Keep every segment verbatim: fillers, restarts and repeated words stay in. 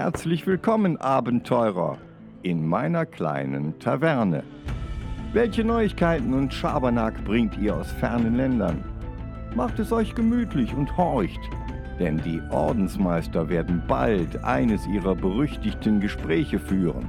Herzlich willkommen, Abenteurer, in meiner kleinen Taverne. Welche Neuigkeiten und Schabernack bringt ihr aus fernen Ländern? Macht es euch gemütlich und horcht, denn die Ordensmeister werden bald eines ihrer berüchtigten Gespräche führen.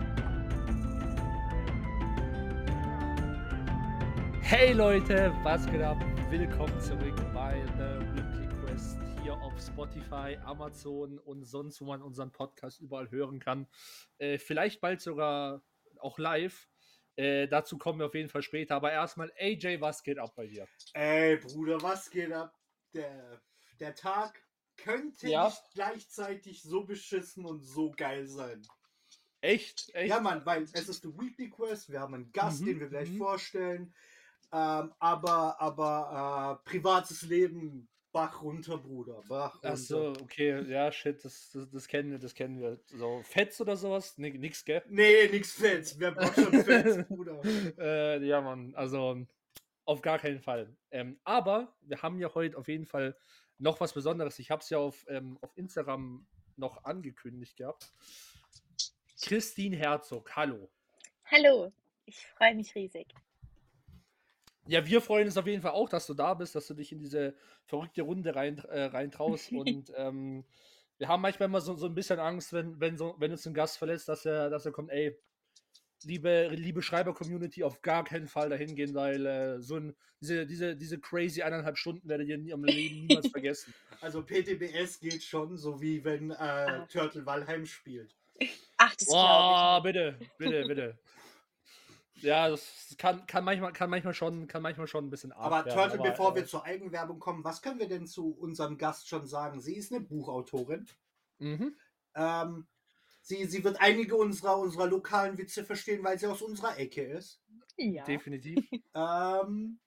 Hey Leute, was geht ab? Willkommen zurück bei The Weekly Quest hier auf Spotify, Amazon und sonst, wo man unseren Podcast überall hören kann. Äh, vielleicht bald sogar auch live. Äh, dazu kommen wir auf jeden Fall später. Aber erstmal, A J, was geht ab bei dir? Ey, Bruder, was geht ab? Der, der Tag könnte Ja? nicht gleichzeitig so beschissen und so geil sein. Echt? Echt? Ja, Mann, weil es ist die Weekly Quest, wir haben einen Gast, Mhm, den wir gleich mhm. vorstellen. Ähm, aber aber äh, privates Leben, Bach runter, Bruder, Bach runter. Achso, okay, ja, shit, das, das, das kennen wir, das kennen wir. So, Fetz oder sowas? Nee, nix, gell? Nee, nix Fett, wer braucht schon Fett, Bruder? äh, ja, Mann, also auf gar keinen Fall. Ähm, aber wir haben ja heute auf jeden Fall noch was Besonderes. Ich habe es ja auf, ähm, auf Instagram noch angekündigt gehabt. Christine Herzog, hallo. Hallo, ich freue mich riesig. Ja, wir freuen uns auf jeden Fall auch, dass du da bist, dass du dich in diese verrückte Runde rein, äh, reintraust. Und ähm, wir haben manchmal immer so, so ein bisschen Angst, wenn, wenn, so, wenn uns ein Gast verlässt, dass er, dass er kommt, ey, liebe, liebe Schreiber-Community, auf gar keinen Fall dahin gehen, weil äh, so ein, diese, diese, diese crazy eineinhalb Stunden werdet ihr nie, am Leben niemals vergessen. Also P T B S geht schon, so wie wenn äh, Ah. Turtle Valheim spielt. Ach, das glaube Boah, bitte, bitte, bitte. Ja, das kann, kann, manchmal, kann, manchmal schon, kann manchmal schon ein bisschen arg Aber werden, Turtle, aber, bevor äh, wir zur Eigenwerbung kommen, was können wir denn zu unserem Gast schon sagen? Sie ist eine Buchautorin. mhm. Ähm, sie, sie wird einige unserer, unserer lokalen Witze verstehen, weil sie aus unserer Ecke ist. ich. Ja. Definitiv. Ähm,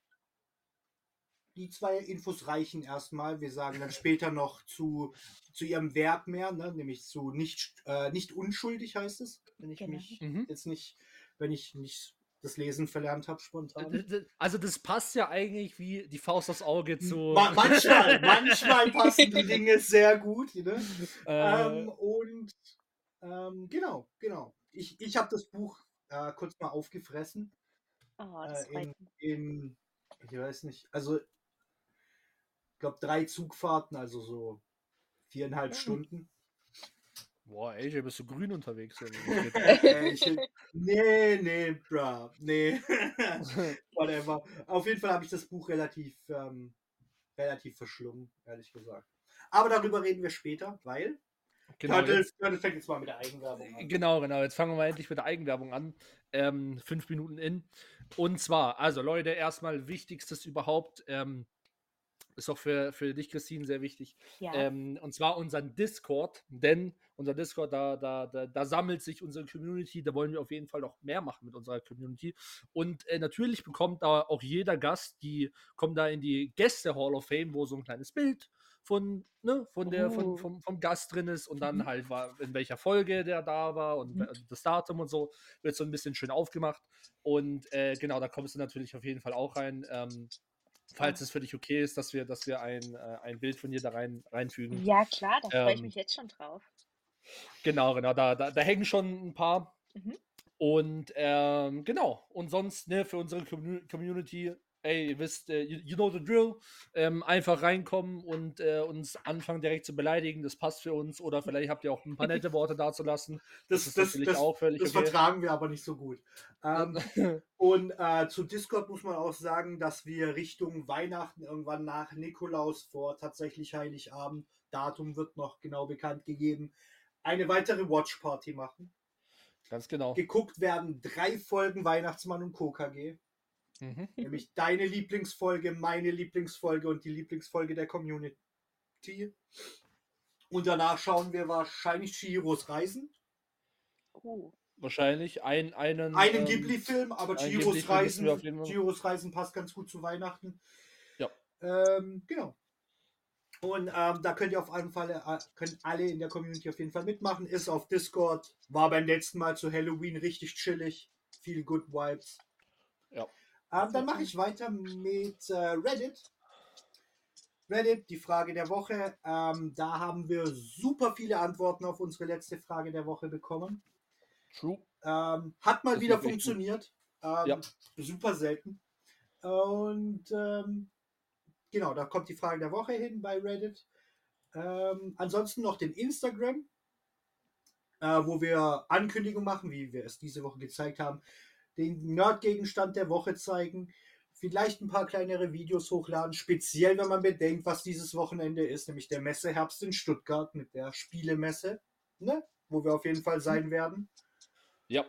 die zwei Infos reichen erstmal. Wir sagen dann später noch zu, zu ihrem Werk mehr, ne? Nämlich zu nicht, äh, nicht unschuldig heißt es, wenn ich Genau. mich Mhm. jetzt nicht, wenn ich nicht das Lesen verlernt habe spontan. Also das passt ja eigentlich wie die Faust aufs Auge zu... Ma manchmal, manchmal passen die Dinge sehr gut. Ne? Äh, Ähm, und ähm, genau, genau. Ich, ich habe das Buch äh, kurz mal aufgefressen. Oh, das Äh, freut in, mich. in, ich weiß nicht, also ich glaube drei Zugfahrten, also so viereinhalb Mhm. Stunden. boah, A J, bist du grün unterwegs? Oder? Äh, ich, nee, nee, bruh, nee. Whatever. Auf jeden Fall habe ich das Buch relativ, ähm, relativ verschlungen, ehrlich gesagt. Aber darüber reden wir später, weil Genau, Turtle, jetzt, Turtle fängt jetzt mal mit der Eigenwerbung an. genau, genau. Jetzt fangen wir mal endlich mit der Eigenwerbung an. Ähm, fünf Minuten in. Und zwar, also Leute, erstmal wichtigstes überhaupt, ähm, ist auch für, für dich, Christine, sehr wichtig. Ja. Ähm, und zwar unseren Discord, denn unser Discord, da, da, da, da sammelt sich unsere Community, da wollen wir auf jeden Fall noch mehr machen mit unserer Community. Und äh, natürlich bekommt da auch jeder Gast, die kommt da in die Gäste Hall of Fame, wo so ein kleines Bild von, ne, von der, von, Oh. vom, vom Gast drin ist und dann Mhm. halt war, in welcher Folge der da war und Mhm. das Datum und so, wird so ein bisschen schön aufgemacht. Und äh, genau, da kommst du natürlich auf jeden Fall auch rein. Ähm, falls es für dich okay ist, dass wir, dass wir ein, äh, ein Bild von dir da rein, reinfügen. Ja, klar, da freue ich Ähm, mich jetzt schon drauf. Genau, genau, da, da, da hängen schon ein paar. Mhm. Und ähm, genau, und sonst, ne, für unsere Commu- Community, ey, ihr wisst, äh, you, you know the drill, ähm, einfach reinkommen und äh, uns anfangen direkt zu beleidigen, das passt für uns. Oder vielleicht habt ihr auch ein paar nette Worte dazulassen. Das, Das, ist das, natürlich das, auch völlig das okay. vertragen wir aber nicht so gut. Ähm, und äh, zu Discord muss man auch sagen, dass wir Richtung Weihnachten irgendwann nach Nikolaus vor tatsächlich Heiligabend, Datum wird noch genau bekannt gegeben, eine weitere Watch Party machen. Ganz genau. Geguckt werden drei Folgen Weihnachtsmann und Co. K G. Mhm. Nämlich deine Lieblingsfolge, meine Lieblingsfolge und die Lieblingsfolge der Community. Und danach schauen wir wahrscheinlich Chihiros Reisen. Oh. Wahrscheinlich ein, einen. Einen ähm, Ghibli-Film, aber einen Chihiros Ghibli-Film müssen wir auf Reisen, jeden Fall- Chihiros Reisen passt ganz gut zu Weihnachten. Ja. Ähm, genau. Und ähm, da könnt ihr auf jeden Fall, äh, können alle in der Community auf jeden Fall mitmachen. Ist auf Discord, war beim letzten Mal zu Halloween richtig chillig. Viel Good Vibes. Ja. Ähm, dann mache ich weiter mit äh, Reddit. Reddit, die Frage der Woche. Ähm, da haben wir super viele Antworten auf unsere letzte Frage der Woche bekommen. True. Ähm, hat mal Das wieder lief echt gut. funktioniert. Ähm, Ja. Super selten. Und ähm, genau, da kommt die Frage der Woche hin bei Reddit. Ähm, ansonsten noch den Instagram, äh, wo wir Ankündigungen machen, wie wir es diese Woche gezeigt haben. Den Nerdgegenstand der Woche zeigen. Vielleicht ein paar kleinere Videos hochladen, speziell wenn man bedenkt, was dieses Wochenende ist, nämlich der Messeherbst in Stuttgart mit der Spielemesse, ne? Wo wir auf jeden Fall sein werden. Ja.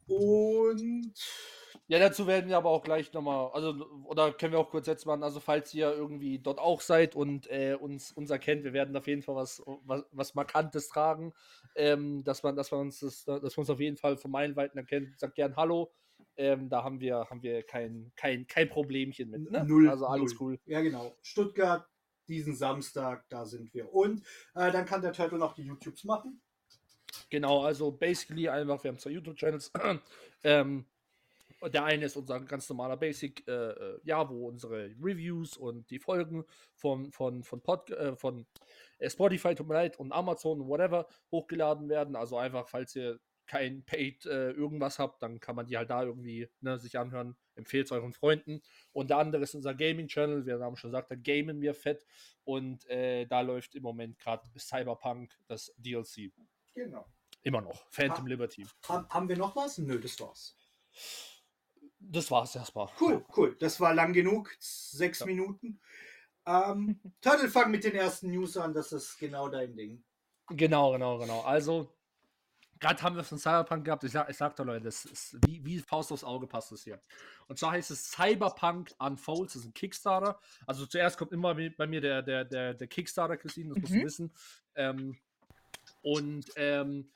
Und Ja, dazu werden wir aber auch gleich nochmal, also, oder können wir auch kurz jetzt machen, also falls ihr irgendwie dort auch seid und äh, uns, uns erkennt, wir werden auf jeden Fall was, was, was Markantes tragen, ähm, dass man, dass man uns das, dass man uns auf jeden Fall von Meilenweiten erkennt, sagt gern Hallo, ähm, da haben wir, haben wir kein, kein, kein Problemchen mit, ne? null, Also alles null. cool. Ja, genau. Stuttgart, diesen Samstag, da sind wir. Und äh, dann kann der Turtle noch die YouTubes machen. Genau, also basically einfach, wir haben zwei YouTube-Channels, ähm, der eine ist unser ganz normaler Basic, äh, äh, ja, wo unsere Reviews und die Folgen von, von, von, Pod, äh, von äh, Spotify, tut mir leid, und Amazon und whatever hochgeladen werden. Also einfach, falls ihr kein Paid äh, irgendwas habt, dann kann man die halt da irgendwie ne, sich anhören. Empfehlt es euren Freunden. Und der andere ist unser Gaming-Channel. Wir haben schon gesagt, da gamen wir fett. Und äh, da läuft im Moment gerade Cyberpunk, das D L C. Genau. Immer noch. Phantom Ha- Liberty. Ha haben wir noch was? Nö, das war's. Das war's erstmal. Cool, cool. Das war lang genug. Sechs Ja. Minuten. Ähm, Turtle, fang mit den ersten News an. Das ist genau dein Ding. Genau, genau, genau. Also, gerade haben wir von Cyberpunk gehabt. Ich sag, ich sag da, Leute, das ist wie, wie Faust aufs Auge passt das hier. Und zwar heißt es Cyberpunk Unfolds. Das ist ein Kickstarter. Also, zuerst kommt immer bei mir der, der, der, der Kickstarter, Christine, das musst du Mhm. wissen. Ähm, und ähm,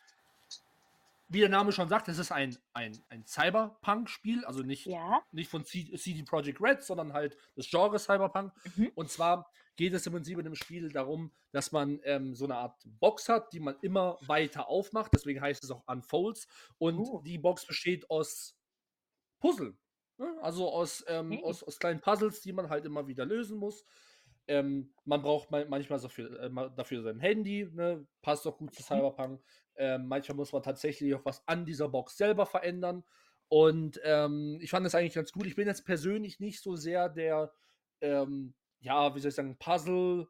wie der Name schon sagt, es ist ein, ein, ein Cyberpunk-Spiel, also nicht, Ja. nicht von C D Projekt Red, sondern halt das Genre Cyberpunk. Mhm. Und zwar geht es im Prinzip in dem Spiel darum, dass man ähm, so eine Art Box hat, die man immer weiter aufmacht. Deswegen heißt es auch Unfolds. Und Oh. die Box besteht aus Puzzle. Ne? Also aus, ähm, Okay. aus, aus kleinen Puzzles, die man halt immer wieder lösen muss. Ähm, man braucht man, manchmal dafür, äh, ma- dafür sein Handy, ne? Passt auch gut zu Mhm. Cyberpunk. Ähm, manchmal muss man tatsächlich auch was an dieser Box selber verändern. Und ähm, ich fand das eigentlich ganz gut. Ich bin jetzt persönlich nicht so sehr der, ähm, ja, wie soll ich sagen, Puzzle,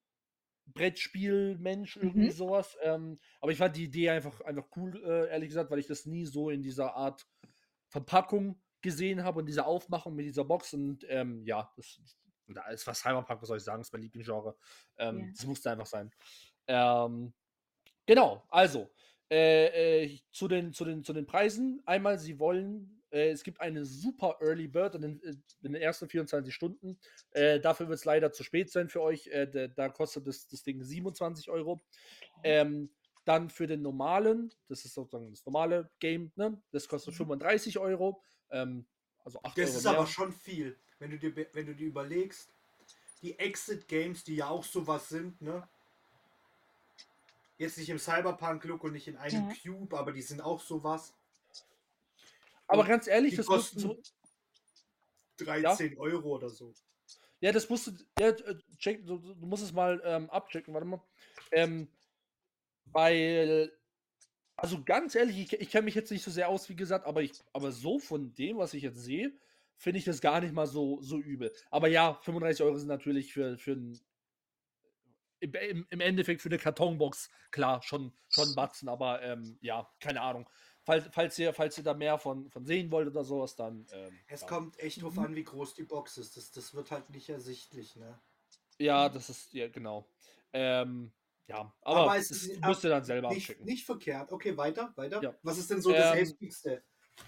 Brettspiel-Mensch, irgendwie Mhm. sowas. Ähm, aber ich fand die Idee einfach, einfach cool, äh, ehrlich gesagt, weil ich das nie so in dieser Art Verpackung gesehen habe und diese Aufmachung mit dieser Box. Und ähm, ja, das, da ist was Cyberpunk, was soll ich sagen, ist mein Lieblingsgenre. Ähm, Ja. Das musste einfach sein. Ähm, genau, also äh, äh, zu, den, zu, den, zu den Preisen. Einmal, sie wollen, äh, es gibt eine super Early Bird in den, äh, in den ersten vierundzwanzig Stunden. Äh, dafür wird es leider zu spät sein für euch. Äh, da, da kostet das, das Ding siebenundzwanzig Euro. Okay. Ähm, dann für den normalen, das ist sozusagen das normale Game, ne? Das kostet Mhm. fünfunddreißig Euro. Ähm, also acht Das Euro ist mehr. aber schon viel, wenn du dir, be- wenn du dir überlegst, die Exit-Games, die ja auch sowas sind, ne? Jetzt nicht im Cyberpunk-Look und nicht in einem Ja. Cube, aber die sind auch sowas. Aber Und ganz ehrlich, die das musst kosten du. dreizehn Euro oder so. Ja, das musst du. Ja, äh, check, du, du musst es mal ähm, abchecken, warte mal. Ähm, weil. Also ganz ehrlich, ich, ich kenne mich jetzt nicht so sehr aus, wie gesagt, aber, ich, aber so von dem, was ich jetzt sehe, finde ich das gar nicht mal so, so übel. Aber ja, fünfunddreißig Euro sind natürlich für, für ein, im, im, im Endeffekt für eine Kartonbox, klar, schon, schon ein Batzen, aber ähm, ja, keine Ahnung. Falls, falls, ihr, falls ihr da mehr von, von sehen wollt oder sowas, dann. Ähm, Es ja. kommt echt drauf Mhm. an, wie groß die Box ist. Das, das wird halt nicht ersichtlich, ne? ja, das ist, ja, genau. Ähm, ja, aber, Aber es das ist müsst ihr dann selber nicht, abchecken. nicht verkehrt. Okay, weiter, weiter. Ja. Was ist denn so das Ähm, heftigste?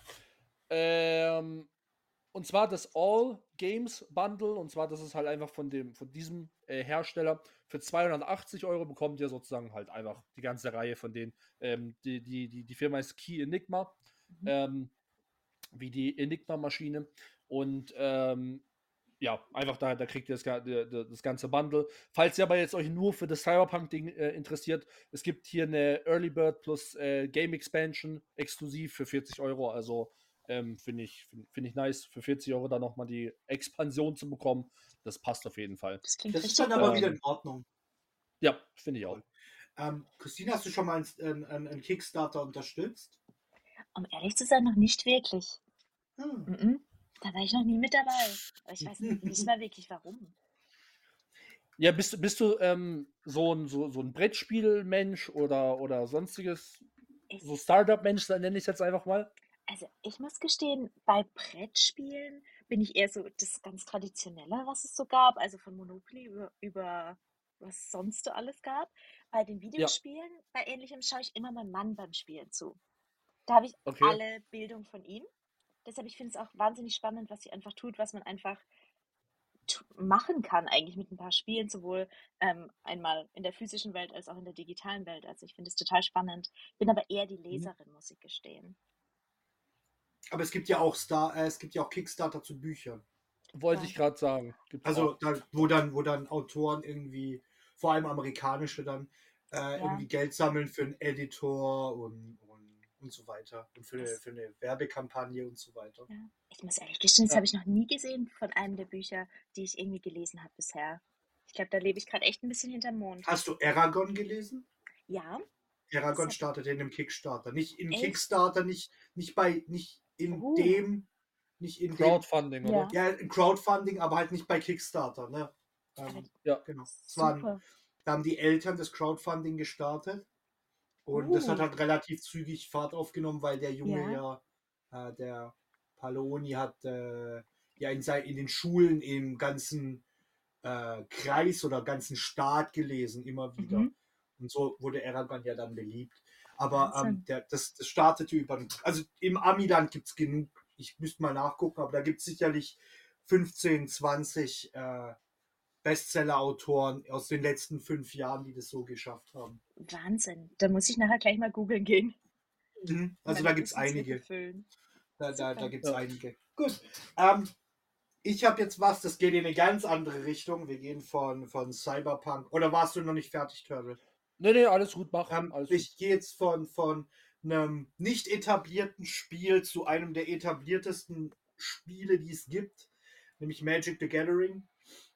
Ähm, und zwar das All Games Bundle. Und zwar, das ist halt einfach von dem, von diesem äh, Hersteller. Für zweihundertachtzig Euro bekommt ihr sozusagen halt einfach die ganze Reihe von denen. Ähm, die, die, die, die Firma ist Key Enigma. Mhm. Ähm, wie die Enigma-Maschine. Und ähm, ja, einfach da, da kriegt ihr das, ga- der- der- das ganze Bundle. Falls ihr aber jetzt euch nur für das Cyberpunk-Ding äh, interessiert, es gibt hier eine Early Bird plus äh, Game Expansion exklusiv für vierzig Euro. Also Ähm, finde ich, find, find ich nice, für vierzig Euro dann nochmal die Expansion zu bekommen. Das passt auf jeden Fall. Das klingt Das ist richtig dann aber gut. wieder Ähm, in Ordnung. ja, finde ich auch. Ähm, Christine, hast du schon mal einen, einen, einen Kickstarter unterstützt? Um ehrlich zu sein, noch nicht wirklich. Hm. Mhm. Da war ich noch nie mit dabei. Aber ich weiß nicht, nicht mal wirklich warum. Ja, bist, du- bist du ähm, so ein, so, so ein Brettspielmensch oder, oder sonstiges, Ich, so Startup-Mensch, nenne ich es jetzt einfach mal? also ich muss gestehen, bei Brettspielen bin ich eher so das ganz Traditionelle, was es so gab. Also von Monopoly über, über was es sonst so alles gab. Bei den Ja, Videospielen, bei Ähnlichem, schaue ich immer meinem Mann beim Spielen zu. Da habe ich okay. alle Bildung von ihm. Deshalb, ich finde es auch wahnsinnig spannend, was sie einfach tut, was man einfach tu- machen kann eigentlich mit ein paar Spielen, sowohl ähm, einmal in der physischen Welt als auch in der digitalen Welt. Also ich finde es total spannend. Bin aber eher die Mhm. Leserin, muss ich gestehen. Aber es gibt ja auch Star, äh, es gibt ja auch Kickstarter zu Büchern. Wollte Ja. ich gerade sagen. Gibt's Also auch. da, wo dann, wo dann Autoren irgendwie, vor allem amerikanische dann, äh, Ja, irgendwie Geld sammeln für einen Editor und, und, und so weiter. Und für eine, das, für eine Werbekampagne und so weiter. ja. Ich muss ehrlich gestehen, das Ja. habe ich noch nie gesehen von einem der Bücher, die ich irgendwie gelesen habe bisher. Ich glaube, da lebe ich gerade echt ein bisschen hinterm Mond. Hast du Eragon gelesen? Ja, Eragon das hat startet in einem Kickstarter. Nicht in echt. Kickstarter, nicht, nicht bei, nicht in Oh, dem, nicht in dem, Crowdfunding, oder? ja. ja, Crowdfunding, aber halt nicht bei Kickstarter, ne? Aber Ähm, Ja. genau. Es waren, super. da haben die Eltern das Crowdfunding gestartet und das hat Uh, halt relativ zügig Fahrt aufgenommen, weil der Junge ja. ja, äh, der Paloni hat äh, ja in, sei, in den Schulen im ganzen äh, Kreis oder ganzen Staat gelesen, immer wieder. Mhm. Und so wurde Eragon ja dann beliebt. Aber ähm, Wahnsinn. der, das, das startete über, also im Amiland gibt es genug, ich müsste mal nachgucken, aber da gibt es sicherlich fünfzehn, zwanzig äh, Bestseller-Autoren aus den letzten fünf Jahren, die das so geschafft haben. Wahnsinn. Da muss ich nachher gleich mal googeln gehen. Mhm. Also Meine da gibt es Wissenslücke einige. füllen. Da, da, da Super. gibt es Ja. einige. Gut. Ähm, ich habe jetzt was, das geht in eine ganz andere Richtung. Wir gehen von, von Cyberpunk. Oder warst du noch nicht fertig, Turtle? Nee, nee, alles gut, mach. Ähm, Alles gut. ich gehe jetzt von, von einem nicht etablierten Spiel zu einem der etabliertesten Spiele, die es gibt, nämlich Magic the Gathering.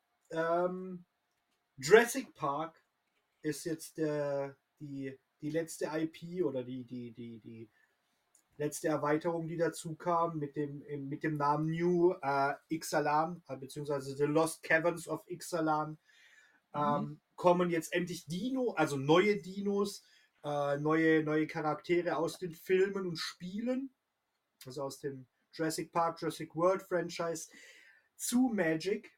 Ähm, Jurassic Park ist jetzt der, die, die letzte I P oder die, die, die, die letzte Erweiterung, die dazu kam, mit dem, mit dem Namen New äh, Ixalan, äh, beziehungsweise The Lost Caverns of Ixalan. Mhm. Ähm, kommen jetzt endlich Dino, also neue Dinos, äh, neue, neue Charaktere aus den Filmen und Spielen, also aus dem Jurassic Park, Jurassic World Franchise zu Magic.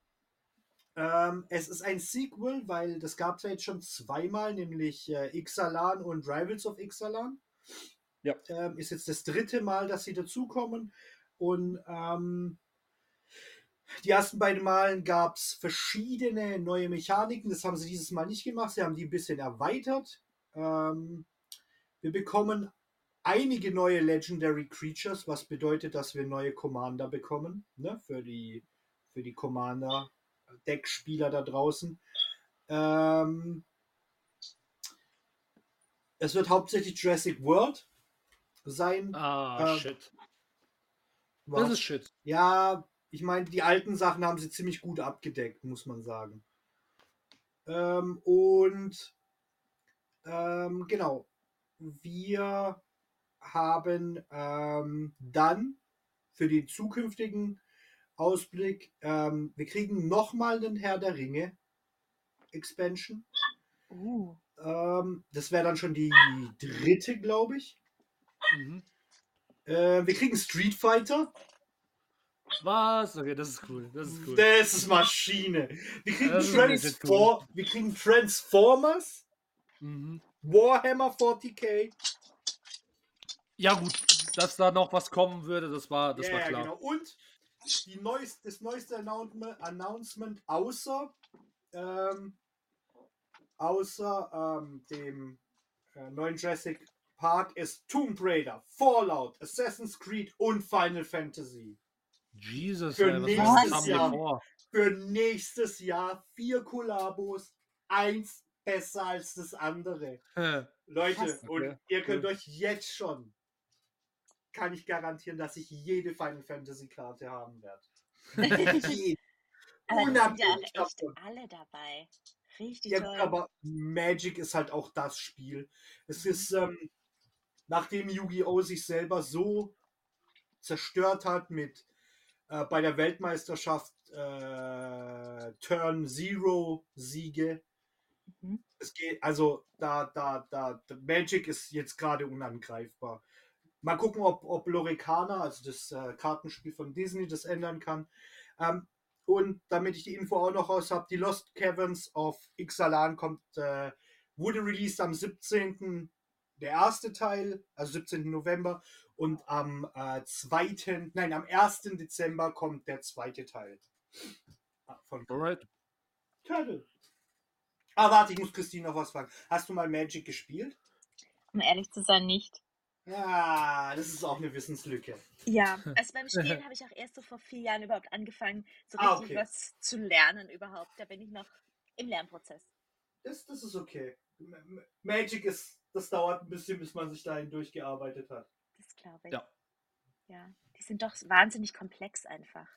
Ähm, es ist ein Sequel, weil das gab es ja jetzt schon zweimal, nämlich äh, Ixalan und Rivals of Ixalan. Ja. Ähm, ist jetzt das dritte Mal, dass sie dazukommen. Und ähm, die ersten beiden Malen gab es verschiedene neue Mechaniken. Das haben sie dieses Mal nicht gemacht. Sie haben die ein bisschen erweitert. Ähm, wir bekommen einige neue Legendary Creatures, was bedeutet, dass wir neue Commander bekommen, ne, für die, für die Commander-Deck-Spieler da draußen. Ähm, es wird hauptsächlich Jurassic World sein. Ah, Äh, shit. was? Das ist shit. Ja, ich meine, die alten Sachen haben sie ziemlich gut abgedeckt, muss man sagen. Ähm, und ähm, genau, wir haben ähm, dann für den zukünftigen Ausblick, ähm, wir kriegen nochmal den Herr der Ringe Expansion. Uh. Ähm, das wäre dann schon die dritte, glaube ich. Mhm. Äh, wir kriegen Street Fighter. Was? Okay, das ist cool. Das ist cool. Das ist Maschine. Wir kriegen, Das ist legit Transfor wir kriegen Transformers. Mhm. Warhammer forty K. Ja, gut, dass da noch was kommen würde, das war, das Ja, war ja, klar. genau. Und die neueste, das neueste Announcement, Announcement außer, ähm, außer ähm, dem äh, neuen Jurassic Park ist Tomb Raider, Fallout, Assassin's Creed und Final Fantasy. Jesus, Für ey, was, nächstes was haben wir Jahr. vor? Für nächstes Jahr vier Kollabos, eins besser als das andere. Leute, Krass. und Okay, ihr könnt cool. euch jetzt schon kann ich garantieren, dass ich jede Final Fantasy Karte haben werde. Jede. Aber da sind ja auch Unabhängig echt davon. alle dabei. Richtig Ja, toll. aber Magic ist halt auch das Spiel. Es Mhm. ist, ähm, nachdem Yu-Gi-Oh! Sich selber so zerstört hat mit äh, bei der Weltmeisterschaft äh, Turn Zero Siege. Mhm. Es geht, also da, da, da, da, Magic ist jetzt gerade unangreifbar. Mal gucken, ob, ob Loricana, also das äh, Kartenspiel von Disney, das ändern kann. Ähm, und damit ich die Info auch noch raus habe, die Lost Caverns auf Ixalan kommt, äh, wurde released am siebzehnten der erste Teil, also siebzehnten November, und am äh, zweiten, nein, am ersten Dezember kommt der zweite Teil. Von Alright. Turtle. Ah, warte, ich muss Christine noch was fragen. Hast du mal Magic gespielt? Um ehrlich zu sein, nicht. Ja, das ist auch eine Wissenslücke. Ja, also beim Spielen habe ich auch erst so vor vier Jahren überhaupt angefangen, so Ah, richtig okay. was zu lernen überhaupt. Da bin ich noch im Lernprozess. Das, das ist okay. M- M- Magic ist, das dauert ein bisschen, bis man sich dahin durchgearbeitet hat. Das glaube ich. Ja. Ja, die sind doch wahnsinnig komplex einfach.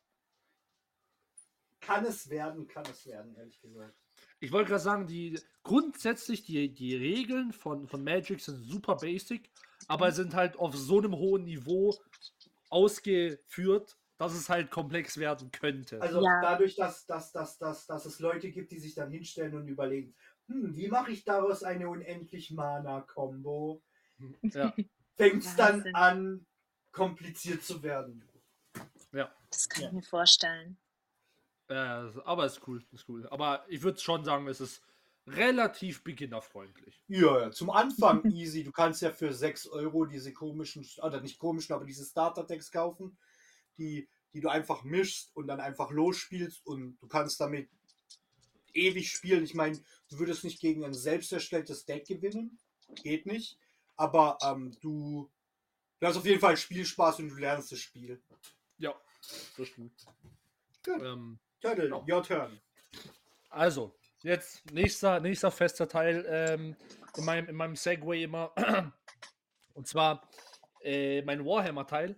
Kann es werden, kann es werden, ehrlich gesagt. Ich wollte gerade sagen, die grundsätzlich die, die Regeln von, von Magic sind super basic, aber sind halt auf so einem hohen Niveau ausgeführt, dass es halt komplex werden könnte. Also Ja. dadurch, dass, dass, dass, dass, dass es Leute gibt, die sich dann hinstellen und überlegen, hm, wie mache ich daraus eine unendlich Mana-Kombo, Ja, fängt es dann Wahnsinn. an, kompliziert zu werden. ja. Das kann Ja. ich mir vorstellen. Äh, aber ist cool, ist cool. Aber ich würde schon sagen, es ist relativ beginnerfreundlich. Ja, ja, zum Anfang easy. Du kannst ja für sechs Euro diese komischen, oder nicht komischen, aber diese Starter-Decks kaufen, die, die du einfach mischst und dann einfach losspielst und du kannst damit ewig spielen. Ich meine, du würdest nicht gegen ein selbst erstelltes Deck gewinnen. Geht nicht. Aber ähm, du, du hast auf jeden Fall Spielspaß und du lernst das Spiel. Ja, das stimmt. Gut. Ähm, Turtle, Ja. your turn. also, jetzt nächster, nächster fester Teil ähm, in, meinem, in meinem Segway immer. Und zwar äh, mein Warhammer-Teil.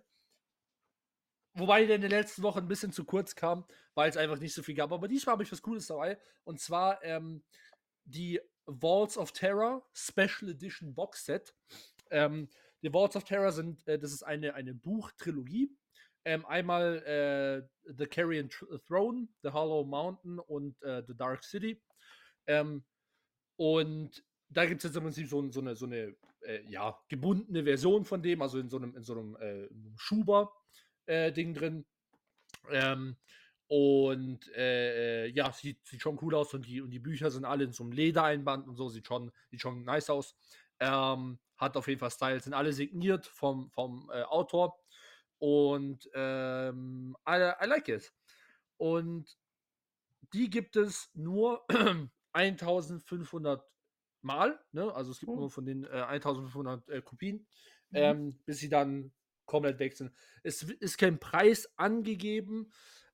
Wobei der in der letzten Woche ein bisschen zu kurz kam, weil es einfach nicht so viel gab. Aber diesmal habe ich was Cooles dabei. Und zwar ähm, die Vaults of Terror Special Edition Box Set. Ähm, die Vaults of Terror sind, äh, das ist eine, eine Buchtrilogie. Ähm, einmal äh, The Carrion Tr- Throne, The Hollow Mountain und äh, The Dark City. Ähm, und da gibt es jetzt im Prinzip so, so eine, so eine äh, ja, gebundene Version von dem, also in so einem, in so einem äh, Schuber-Ding drin. Ähm, und äh, ja, sieht, sieht schon cool aus und die, und die Bücher sind alle in so einem Ledereinband und so, sieht schon, sieht schon nice aus. Ähm, hat auf jeden Fall Style, sind alle signiert vom, vom äh, Autor und ähm, I, I like it. Und die gibt es nur eintausendfünfhundert Mal, ne? Also es gibt Oh. nur von den äh, eintausendfünfhundert äh, Kopien, Mhm. ähm, bis sie dann komplett weg sind. Es w- ist kein Preis angegeben.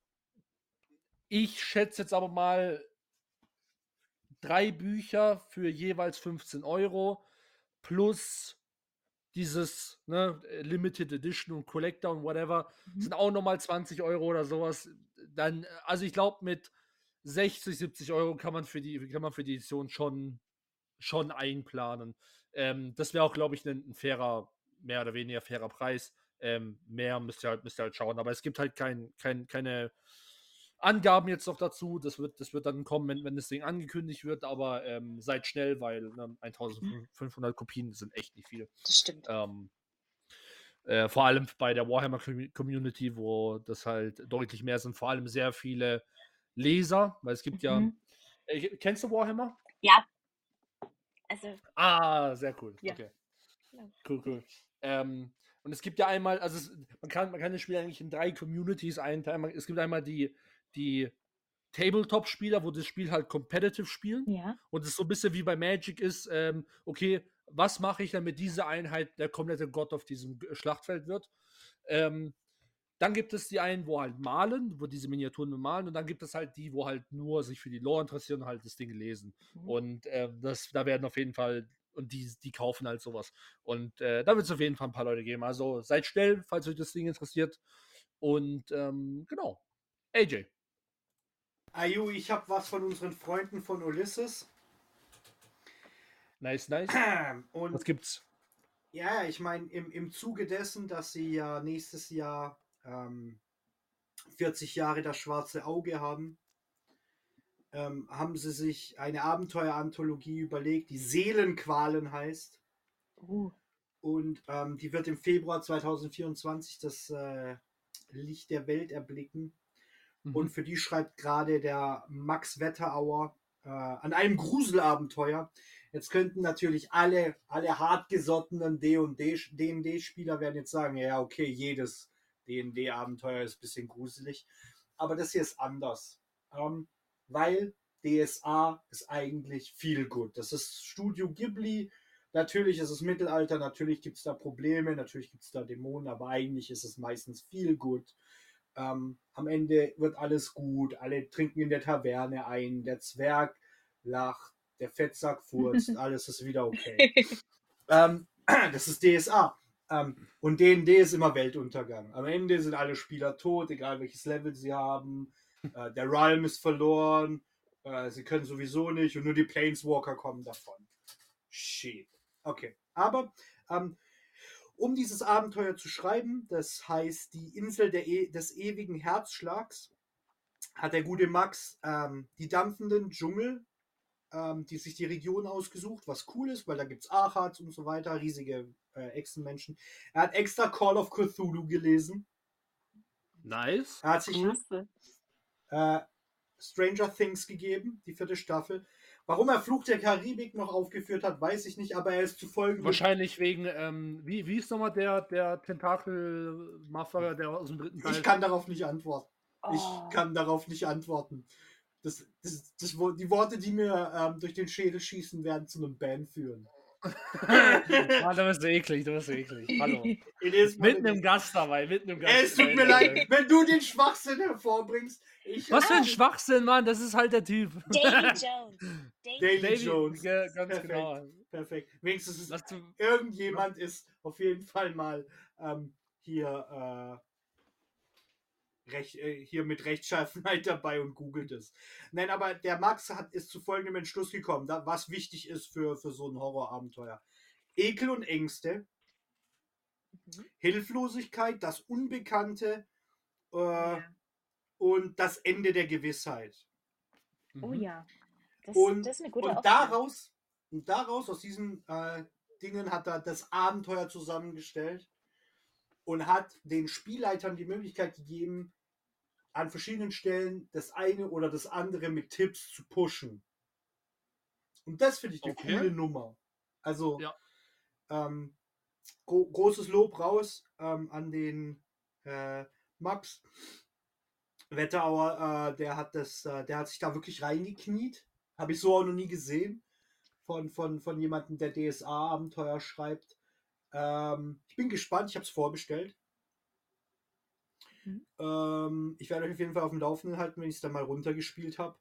Ich schätze jetzt aber mal drei Bücher für jeweils fünfzehn Euro plus dieses ne, Limited Edition und Collector und whatever Mhm. sind auch nochmal zwanzig Euro oder sowas. Dann, also ich glaube, mit sechzig, siebzig Euro kann man für die, kann man für die Edition schon, schon einplanen. Ähm, das wäre auch, glaube ich, ein, ein fairer, mehr oder weniger fairer Preis. Ähm, mehr müsst ihr halt, müsst ihr halt schauen. Aber es gibt halt kein, kein, keine Angaben jetzt noch dazu. Das wird, das wird dann kommen, wenn, wenn das Ding angekündigt wird. Aber ähm, seid schnell, weil ne, eintausendfünfhundert Kopien sind echt nicht viel. Das stimmt. Ähm, äh, vor allem bei der Warhammer-Community, wo das halt deutlich mehr sind. Vor allem sehr viele Leser, weil es gibt ja. Mhm. Äh, kennst du Warhammer? Ja. Also, Ah, sehr cool. Ja. Okay. Ja. Cool, cool. Ähm, und es gibt ja einmal, also es, man, kann, man kann das Spiel eigentlich in drei Communities einteilen. Es gibt einmal die, die Tabletop-Spieler, wo das Spiel halt competitive spielen. ja. Und es so ein bisschen wie bei Magic ist, ähm, okay, was mache ich, damit diese Einheit der komplette Gott auf diesem G- Schlachtfeld wird? Ähm, dann gibt es die einen, wo halt malen, wo diese Miniaturen malen, und dann gibt es halt die, wo halt nur sich für die Lore interessieren und halt das Ding lesen. Mhm. Und äh, das, da werden auf jeden Fall und die, die kaufen halt sowas. Und äh, da wird es auf jeden Fall ein paar Leute geben. Also seid schnell, falls euch das Ding interessiert. Und ähm, genau. A J. Ayu, ich habe was von unseren Freunden von Ulysses. Nice, nice. Und Was gibt's? ja, ich meine, im, im Zuge dessen, dass sie ja nächstes Jahr ähm, vierzig Jahre das schwarze Auge haben, ähm, haben sie sich eine Abenteueranthologie überlegt, die Seelenqualen heißt. Uh, Und ähm, die wird im Februar zwanzig vierundzwanzig das äh, Licht der Welt erblicken. Mhm. Und für die schreibt gerade der Max Wetterauer äh, an einem Gruselabenteuer. Jetzt könnten natürlich alle, alle hartgesottenen D und D-Spieler werden jetzt sagen, ja, okay, jedes D und D-Abenteuer ist ein bisschen gruselig. Aber das hier ist anders. Ähm, weil D S A ist eigentlich viel gut. Das ist Studio Ghibli. Natürlich ist es Mittelalter, natürlich gibt es da Probleme, natürlich gibt es da Dämonen, aber eigentlich ist es meistens viel gut. Ähm, am Ende wird alles gut, alle trinken in der Taverne ein, der Zwerg lacht, der Fettsack furzt, alles ist wieder okay. ähm, das ist D S A. Ähm, und D und D ist immer Weltuntergang. Am Ende sind alle Spieler tot, egal welches Level sie haben. Äh, der Realm ist verloren. Äh, sie können sowieso nicht und nur die Planeswalker kommen davon. Shit. Okay. Aber ähm, um dieses Abenteuer zu schreiben, das heißt die Insel der e des ewigen Herzschlags, hat der gute Max ähm, die dampfenden Dschungel, ähm, die sich die Region ausgesucht, was cool ist, weil da gibt es Achats und so weiter, riesige äh, Echsenmenschen. Er hat extra Call of Cthulhu gelesen. Nice. Er hat sich Klasse. äh, Stranger Things gegeben, die vierte Staffel. Warum er Fluch der Karibik noch aufgeführt hat, weiß ich nicht, aber er ist zu folgendem... Wahrscheinlich wegen, ähm, wie, wie ist nochmal der, der Tentakel-Mafia, der aus dem dritten Teil? Ich kann darauf nicht antworten. Oh. Ich kann darauf nicht antworten. Das, das, das, die Worte, die mir ähm, durch den Schädel schießen, werden zu einem Ban führen. Ah, da bist du eklig, da bist du eklig. Hallo. Mitten im Gast dabei, mitten im Gast. Es tut mir leid, wenn du den Schwachsinn hervorbringst. Ich, Was für ein Ah. Schwachsinn, Mann, das ist halt der Typ. Davy Jones. Davy, Davy Davy, Jones. ja, ganz Perfekt. genau. Perfekt. Wenigstens ist Lass du, irgendjemand ist auf jeden Fall mal ähm, hier, äh, recht, äh, hier mit Rechtschreibung dabei und googelt es. Nein, aber der Max hat, ist zu folgendem Entschluss gekommen, da, was wichtig ist für, für so ein Horrorabenteuer. Ekel und Ängste, Mhm. Hilflosigkeit, das Unbekannte äh, Ja. und das Ende der Gewissheit. Oh Mhm. ja. Das, Und, das ist eine gute und Aufgabe. daraus, und daraus, aus diesen äh, Dingen, hat er das Abenteuer zusammengestellt und hat den Spielleitern die Möglichkeit gegeben, an verschiedenen Stellen das eine oder das andere mit Tipps zu pushen. Und das finde ich eine Okay. coole Nummer. Also, Ja. ähm, gro großes Lob raus ähm, an den äh, Max Wetterauer, äh, der hat das, äh, der hat sich da wirklich reingekniet. Habe ich so auch noch nie gesehen. Von, von, von jemandem, der D S A-Abenteuer schreibt. Ähm, ich bin gespannt, ich habe es vorbestellt. Mhm. Ähm, ich werde euch auf jeden Fall auf dem Laufenden halten, wenn ich es dann mal runtergespielt habe.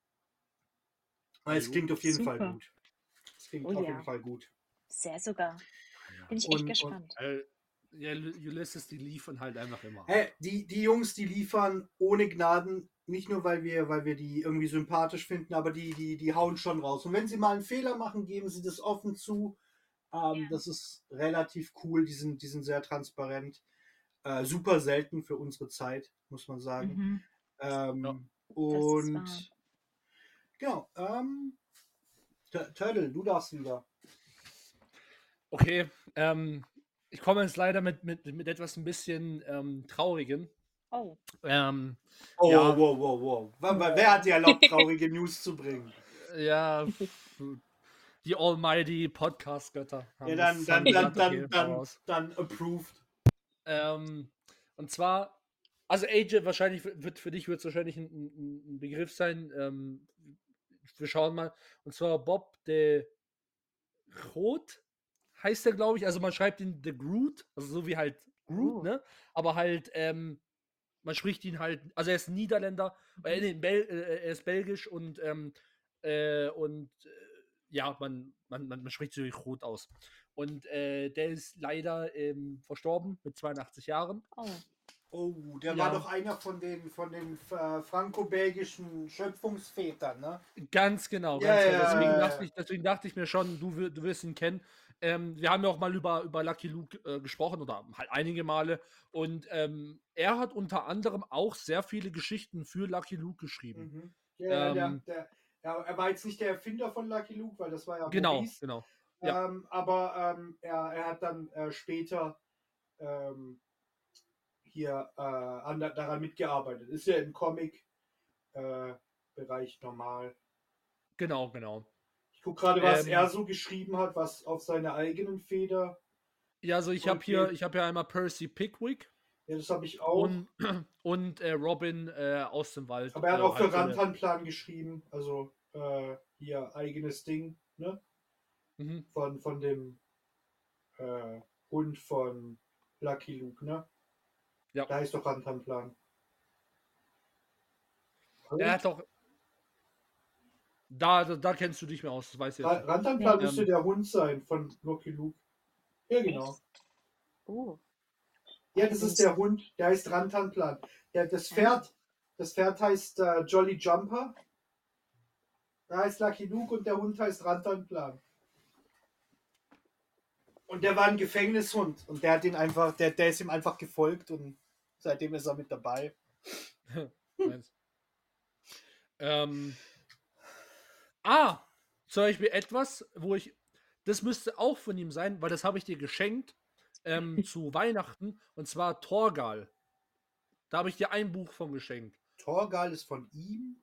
Es Jo. klingt auf jeden Super. Fall gut. Es klingt Oh auf ja. jeden Fall gut. Sehr sogar. Bin ich Und- echt und- gespannt. Äh, ja, Ulysses, die liefern halt einfach immer. Hey, die, die Jungs, die liefern ohne Gnaden, nicht nur weil wir, weil wir die irgendwie sympathisch finden, aber die, die, die hauen schon raus. Und wenn sie mal einen Fehler machen, geben sie das offen zu. Ähm, Ja. Das ist relativ cool, die sind, die sind sehr transparent. Äh, super selten für unsere Zeit, muss man sagen. Mhm. Ähm, Ja. ist und wahr. genau, ähm, Tur- Turtle, du darfst wieder. Okay, ähm, ich komme jetzt leider mit, mit, mit etwas ein bisschen ähm, Traurigem. Oh. Ähm, Oh, Ja. wow, wow, wow. Wer, wer- wer hat dir erlaubt, traurige News zu bringen? ja, pf, die Almighty Podcast-Götter. haben Ja, das- dann, haben dann, gesagt, dann, okay, dann, hau dann, raus. dann approved. Ähm, und zwar, also A J, wahrscheinlich wird für dich wird es wahrscheinlich ein, ein, ein Begriff sein. Ähm, wir schauen mal. Und zwar Bob de Groot heißt der, glaube ich. Also man schreibt ihn The Groot, also so wie halt Groot, Oh. ne? Aber halt, ähm, man spricht ihn halt, also er ist Niederländer, äh, nee, Bel äh, er ist belgisch und, ähm, äh, und äh, ja, man, man, man, man spricht sich rot aus. Und äh, der ist leider ähm, verstorben mit zweiundachtzig Jahren. Oh. Oh, der Ja. war doch einer von den, von den äh, franco-belgischen Schöpfungsvätern, ne? Ganz genau, Ja, ganz ja, genau. Deswegen, ja, dachte ja. ich, deswegen dachte ich mir schon, du, wir- du wirst ihn kennen. Ähm, wir haben ja auch mal über, über Lucky Luke äh, gesprochen oder halt einige Male. Und ähm, er hat unter anderem auch sehr viele Geschichten für Lucky Luke geschrieben. Mhm. Ja, ja, der, Ähm, der, ja, er war jetzt nicht der Erfinder von Lucky Luke, weil das war ja genau, Maurice. genau. Ja. Ähm, aber ähm, er, er hat dann äh, später ähm, hier äh, an, daran mitgearbeitet. Ist ja im Comic-Bereich normal. Genau, genau. Ich gucke gerade, was Ähm, er so geschrieben hat, was auf seiner eigenen Feder. Ja, also ich habe Okay. hier, ich habe hier einmal Percy Pickwick Ja, das habe ich auch. und, und äh, Robin äh, aus dem Wald. Aber er hat äh, auch für halt so eine- Rantanplan geschrieben. Also äh, hier eigenes Ding, ne? Mhm. Von, von dem äh, Hund von Lucky Luke, ne? Ja. Da heißt doch Rantanplan. Er hat auch. Da, da, da kennst du dich mehr aus, das weiß ich Ra- jetzt. nicht. Rantanplan Ja. müsste Ähm. der Hund sein von Lucky Luke. Ja, genau. Echt? Oh. Ja, das ist der Hund, der heißt Rantanplan. Ja, das Pferd, das Pferd heißt äh, Jolly Jumper. Da heißt Lucky Luke und der Hund heißt Rantanplan. Und der war ein Gefängnishund und der hat ihn einfach, der, der ist ihm einfach gefolgt und seitdem ist er mit dabei. Nice. ähm. Ah, zum Beispiel etwas, wo ich. Das müsste auch von ihm sein, weil das habe ich dir geschenkt ähm, zu Weihnachten, und zwar Torgal. Da habe ich dir ein Buch von geschenkt. Torgal ist von ihm?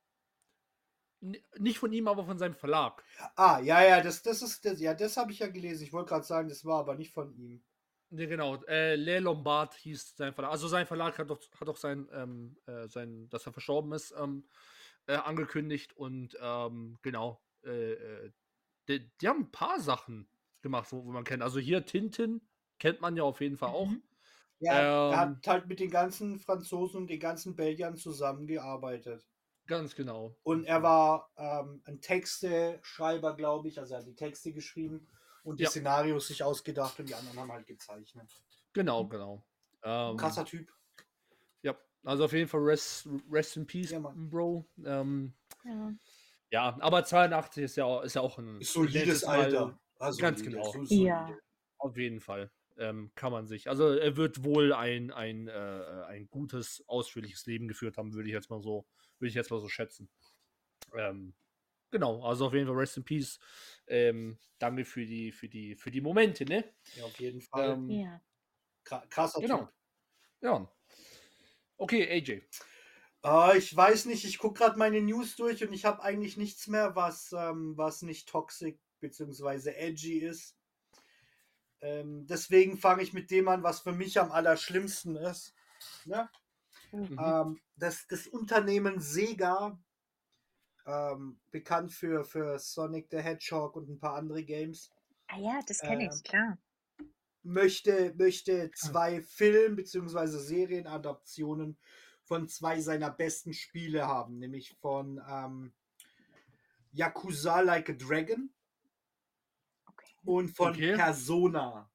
N nicht von ihm, aber von seinem Verlag. Ah, ja, ja, das, das ist das, ja, das habe ich ja gelesen. Ich wollte gerade sagen, das war aber nicht von ihm. Ne, genau. Äh, Le Lombard hieß sein Verlag. Also sein Verlag hat doch, hat doch sein, ähm, äh, sein, dass er verstorben ist, ähm, äh, angekündigt. Und ähm, genau, äh, äh, die, die haben ein paar Sachen gemacht, wo, wo man kennt. Also hier Tintin kennt man ja auf jeden Fall auch. Mhm. Ja, er Ähm, hat halt mit den ganzen Franzosen und den ganzen Belgiern zusammengearbeitet. Ganz genau. Und er war ähm, ein Texteschreiber, glaube ich. Also er hat die Texte geschrieben und die Ja. Szenarios sich ausgedacht und die anderen haben halt gezeichnet. Genau, genau. Ähm, Krasser Typ. Ja, also auf jeden Fall Rest, rest in Peace, Ja, Mann. Bro. Ähm, Ja. ja, aber zweiundachtzig ist ja auch, ist ja auch ein Ist solides nettes Mal- Alter. Also ganz solide, genau. so solide. Ja. Auf jeden Fall. Ähm, kann man sich. Also er wird wohl ein, ein, äh, ein gutes, ausführliches Leben geführt haben, würde ich jetzt mal so, würde ich jetzt mal so schätzen. Ähm, genau, also auf jeden Fall Rest in Peace. Ähm, danke für die, für die, für die Momente, ne? Ja, auf jeden Fall. Ähm, Ja. Kra- Krasser genau. Typ. Ja. Okay, A J. Äh, ich weiß nicht, ich gucke gerade meine News durch und ich habe eigentlich nichts mehr, was, ähm, was nicht toxic bzw. edgy ist. Ähm, deswegen fange ich mit dem an, was für mich am allerschlimmsten ist. Ne? Mhm. Ähm, das, das Unternehmen Sega, ähm, bekannt für, für Sonic the Hedgehog und ein paar andere Games, Ah ja, das kenne Ähm, ich, klar. möchte, möchte zwei Film- bzw. Serienadaptionen von zwei seiner besten Spiele haben, nämlich von ähm, Yakuza Like a Dragon Okay. und von Okay. Persona.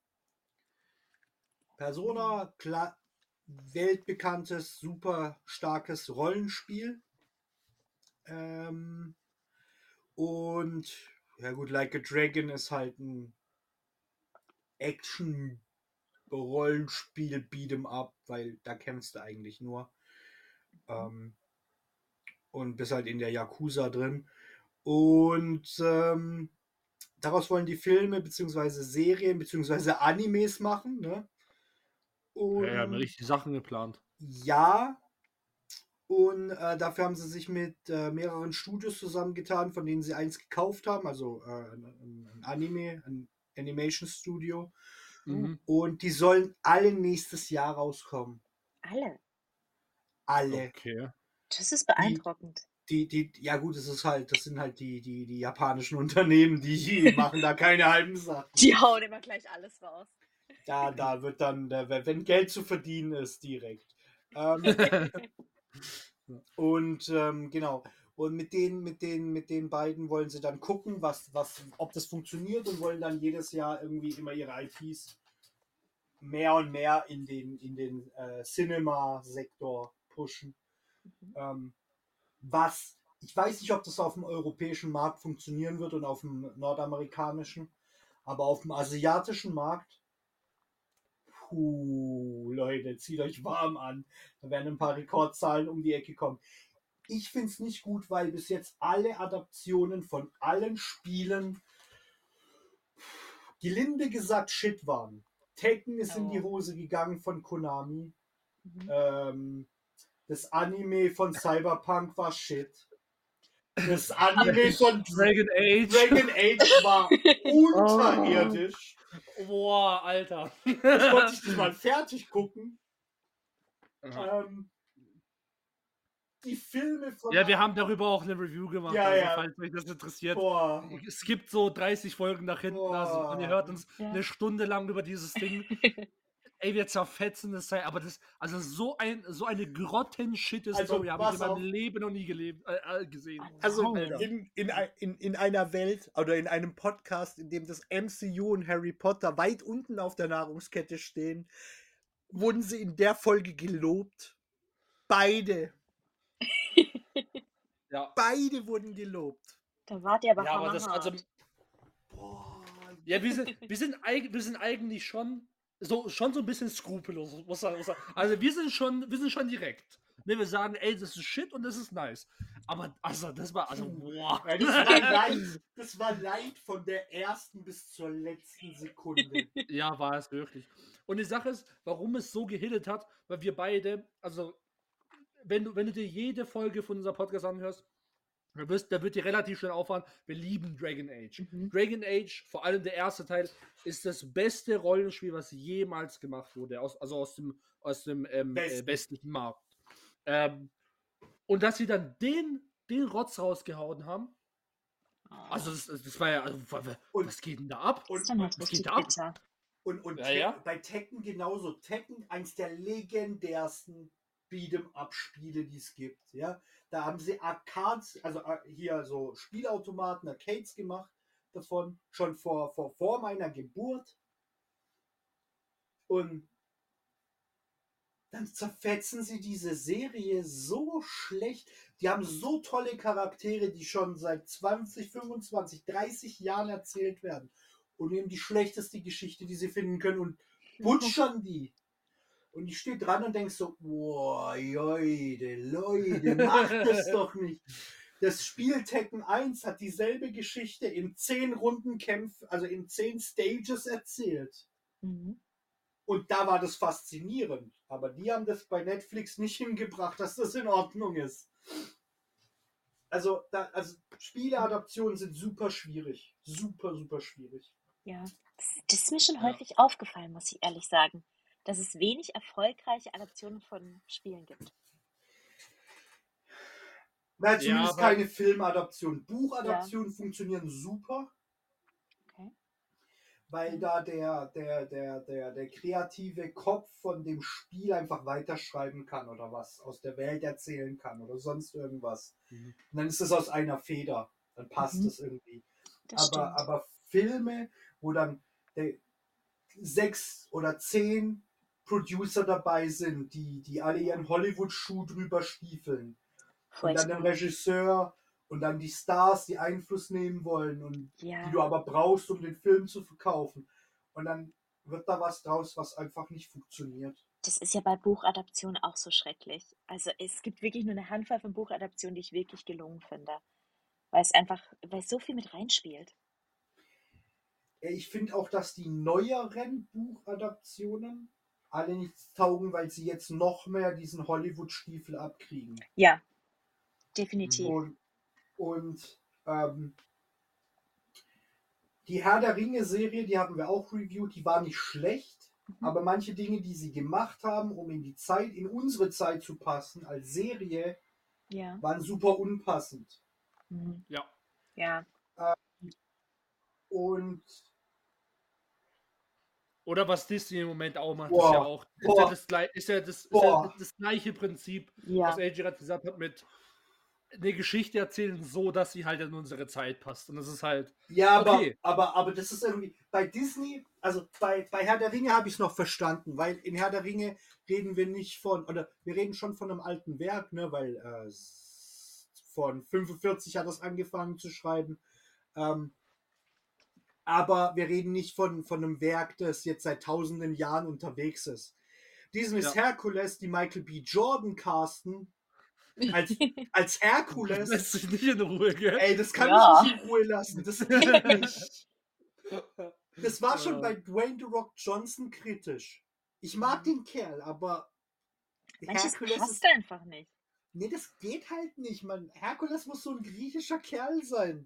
Persona, klar, weltbekanntes, super starkes Rollenspiel. Ähm, und ja gut, Like a Dragon ist halt ein Action-Rollenspiel, Beat'em Up, weil da kämpfst du eigentlich nur. Ähm, und bist halt in der Yakuza drin. Und ähm, daraus wollen die Filme bzw. Serien bzw. Animes machen. Ne? Und Ja, ja, haben richtig Sachen geplant. ja, und äh, dafür haben sie sich mit äh, mehreren Studios zusammengetan, von denen sie eins gekauft haben, also äh, ein, ein Anime, ein Animation Studio. Mhm. Und die sollen alle nächstes Jahr rauskommen. Alle. Alle. Okay. Das ist beeindruckend. Die, die, ja gut, das ist halt, das sind halt die, die, die japanischen Unternehmen, die machen da keine halben Sachen. Die hauen immer gleich alles raus. Da, da wird dann, da, wenn Geld zu verdienen ist, direkt. Ähm, und ähm, genau. Und mit den, mit den, mit den beiden wollen sie dann gucken, was, was, ob das funktioniert und wollen dann jedes Jahr irgendwie immer ihre I Ps mehr und mehr in den, in den äh, Cinema-Sektor pushen. Mhm. Ähm, was, ich weiß nicht, ob das auf dem europäischen Markt funktionieren wird und auf dem nordamerikanischen, aber auf dem asiatischen Markt, puh, Leute, zieht euch warm an. Da werden ein paar Rekordzahlen um die Ecke kommen. Ich finde es nicht gut, weil bis jetzt alle Adaptionen von allen Spielen gelinde gesagt Shit waren. Tekken ist in die Oh. Hose gegangen von Konami. Mhm. Ähm, das Anime von Cyberpunk war Shit. Das Anime von Dragon Age. Dragon Age war unterirdisch. Boah, Alter. Das konnte ich nicht mal fertig gucken. Ähm, die Filme von... Ja, wir haben darüber auch eine Review gemacht, Ja, also ja. falls euch das interessiert. Boah. Es gibt so dreißig Folgen nach hinten, also und ihr hört uns Ja. eine Stunde lang über dieses Ding. Ey, wir zerfetzen das, aber das, also so ein, so eine grottenschittige Also, Story habe ich pass in meinem auf. Leben noch nie gelebt, äh, äh, gesehen. Also Alter. in, in, ei- in, in einer Welt oder in einem Podcast, in dem das M C U und Harry Potter weit unten auf der Nahrungskette stehen, wurden sie in der Folge gelobt. Beide. Ja. Beide wurden gelobt. Da wart ihr aber Ja, aber das, also, hammerhart. Boah. ja, wir sind, wir sind, eig- wir sind eigentlich schon so, schon so ein bisschen skrupellos, muss man, muss man. Also wir sind schon, wir sind schon direkt. Ne, wir sagen, ey, das ist shit und das ist nice. Aber, also, das war, also, boah. Ja, das war Leid. Das war Leid von der ersten bis zur letzten Sekunde. Ja, war es wirklich. Und die Sache ist, warum es so gehittet hat, weil wir beide, also, wenn du, wenn du dir jede Folge von unserem Podcast anhörst, da, wirst, da wird dir relativ schnell auffallen, wir lieben Dragon Age. Mhm. Dragon Age, vor allem der erste Teil, ist das beste Rollenspiel, was jemals gemacht wurde, aus, also aus dem, aus dem ähm, äh, Besten. westlichen Markt. Ähm, und dass sie dann den, den Rotz rausgehauen haben, also das, das war ja, also, wa- Und- was geht denn da ab? Das Und, ist dann halt was richtig geht da ab? bitter. und, und Ja, Te- ja. bei Tekken genauso. Tekken, eins der legendärsten Beat'em-Up-Spiele, die es gibt. Ja? Da haben sie Arcades, also äh, hier so Spielautomaten, Arcades gemacht davon, schon vor, vor, vor meiner Geburt. Und dann zerfetzen sie diese Serie so schlecht. Die haben so tolle Charaktere, die schon seit zwanzig, fünfundzwanzig, dreißig Jahren erzählt werden. Und nehmen die schlechteste Geschichte, die sie finden können und butschern die. Und ich stehe dran und denke so, boah, Leute, Leute, macht das doch nicht. Das Spiel Tekken eins hat dieselbe Geschichte in zehn Rundenkämpfen, also in zehn Stages erzählt. Mhm. Und da war das faszinierend. Aber die haben das bei Netflix nicht hingebracht, dass das in Ordnung ist. Also, da, also Spieleadaptionen sind super schwierig. Super, super schwierig. Ja, das, das ist mir schon Ja. häufig aufgefallen, muss ich ehrlich sagen, dass es wenig erfolgreiche Adaptionen von Spielen gibt. Na, zumindest aber- keine Filmadaption. Buchadaptionen funktionieren super, Okay. weil Mhm. da der, der, der, der, der kreative Kopf von dem Spiel einfach weiterschreiben kann oder was aus der Welt erzählen kann oder sonst irgendwas. Mhm. Und dann ist es aus einer Feder. Dann passt Mhm. es irgendwie. Das aber, stimmt. aber Filme, wo dann der, sechs oder zehn Producer dabei sind, die, die alle ihren Hollywood-Schuh drüber stiefeln. Und dann der Furchtbar. Regisseur und dann die Stars, die Einfluss nehmen wollen und Ja. die du aber brauchst, um den Film zu verkaufen. Und dann wird da was draus, was einfach nicht funktioniert. Das ist ja bei Buchadaptionen auch so schrecklich. Also es gibt wirklich nur eine Handvoll von Buchadaptionen, die ich wirklich gelungen finde. Weil es einfach, weil es so viel mit reinspielt. Ich finde auch, dass die neueren Buchadaptionen alle nichts taugen, weil sie jetzt noch mehr diesen Hollywood-Stiefel abkriegen. Ja, definitiv. Und, und ähm, die Herr der Ringe-Serie, die haben wir auch reviewed, die war nicht schlecht, Mhm. aber manche Dinge, die sie gemacht haben, um in die Zeit, in unsere Zeit zu passen, als Serie, Ja. waren super unpassend. Mhm. Ja. Ja. Und Oder was Disney im Moment auch macht, Boah, ist ja auch ist boah, ja das, glei- ist ja das, ist ja boah. das gleiche Prinzip, Ja. was A J gerade gesagt hat mit eine Geschichte erzählen, so dass sie halt in unsere Zeit passt. Und das ist halt. Ja, aber, Okay. aber, aber das ist irgendwie bei Disney, also bei, bei Herr der Ringe habe ich es noch verstanden, weil in Herr der Ringe reden wir nicht von, oder wir reden schon von einem alten Werk, ne, weil äh, von fünfundvierzig hat das angefangen zu schreiben. Ähm, aber wir reden nicht von, von einem Werk, das jetzt seit tausenden Jahren unterwegs ist. Disneys Ja. Herkules, die Michael B. Jordan casten, als, als Herkules. Lässt sich nicht in Ruhe, gell? Ey, das kann Ja. mich nicht in Ruhe lassen. Das geht nicht. Das war schon bei Dwayne The Rock Johnson kritisch. Ich mag den Kerl, aber Manches Herkules passt ist. einfach nicht. Nee, das geht halt nicht, Mann. Herkules muss so ein griechischer Kerl sein.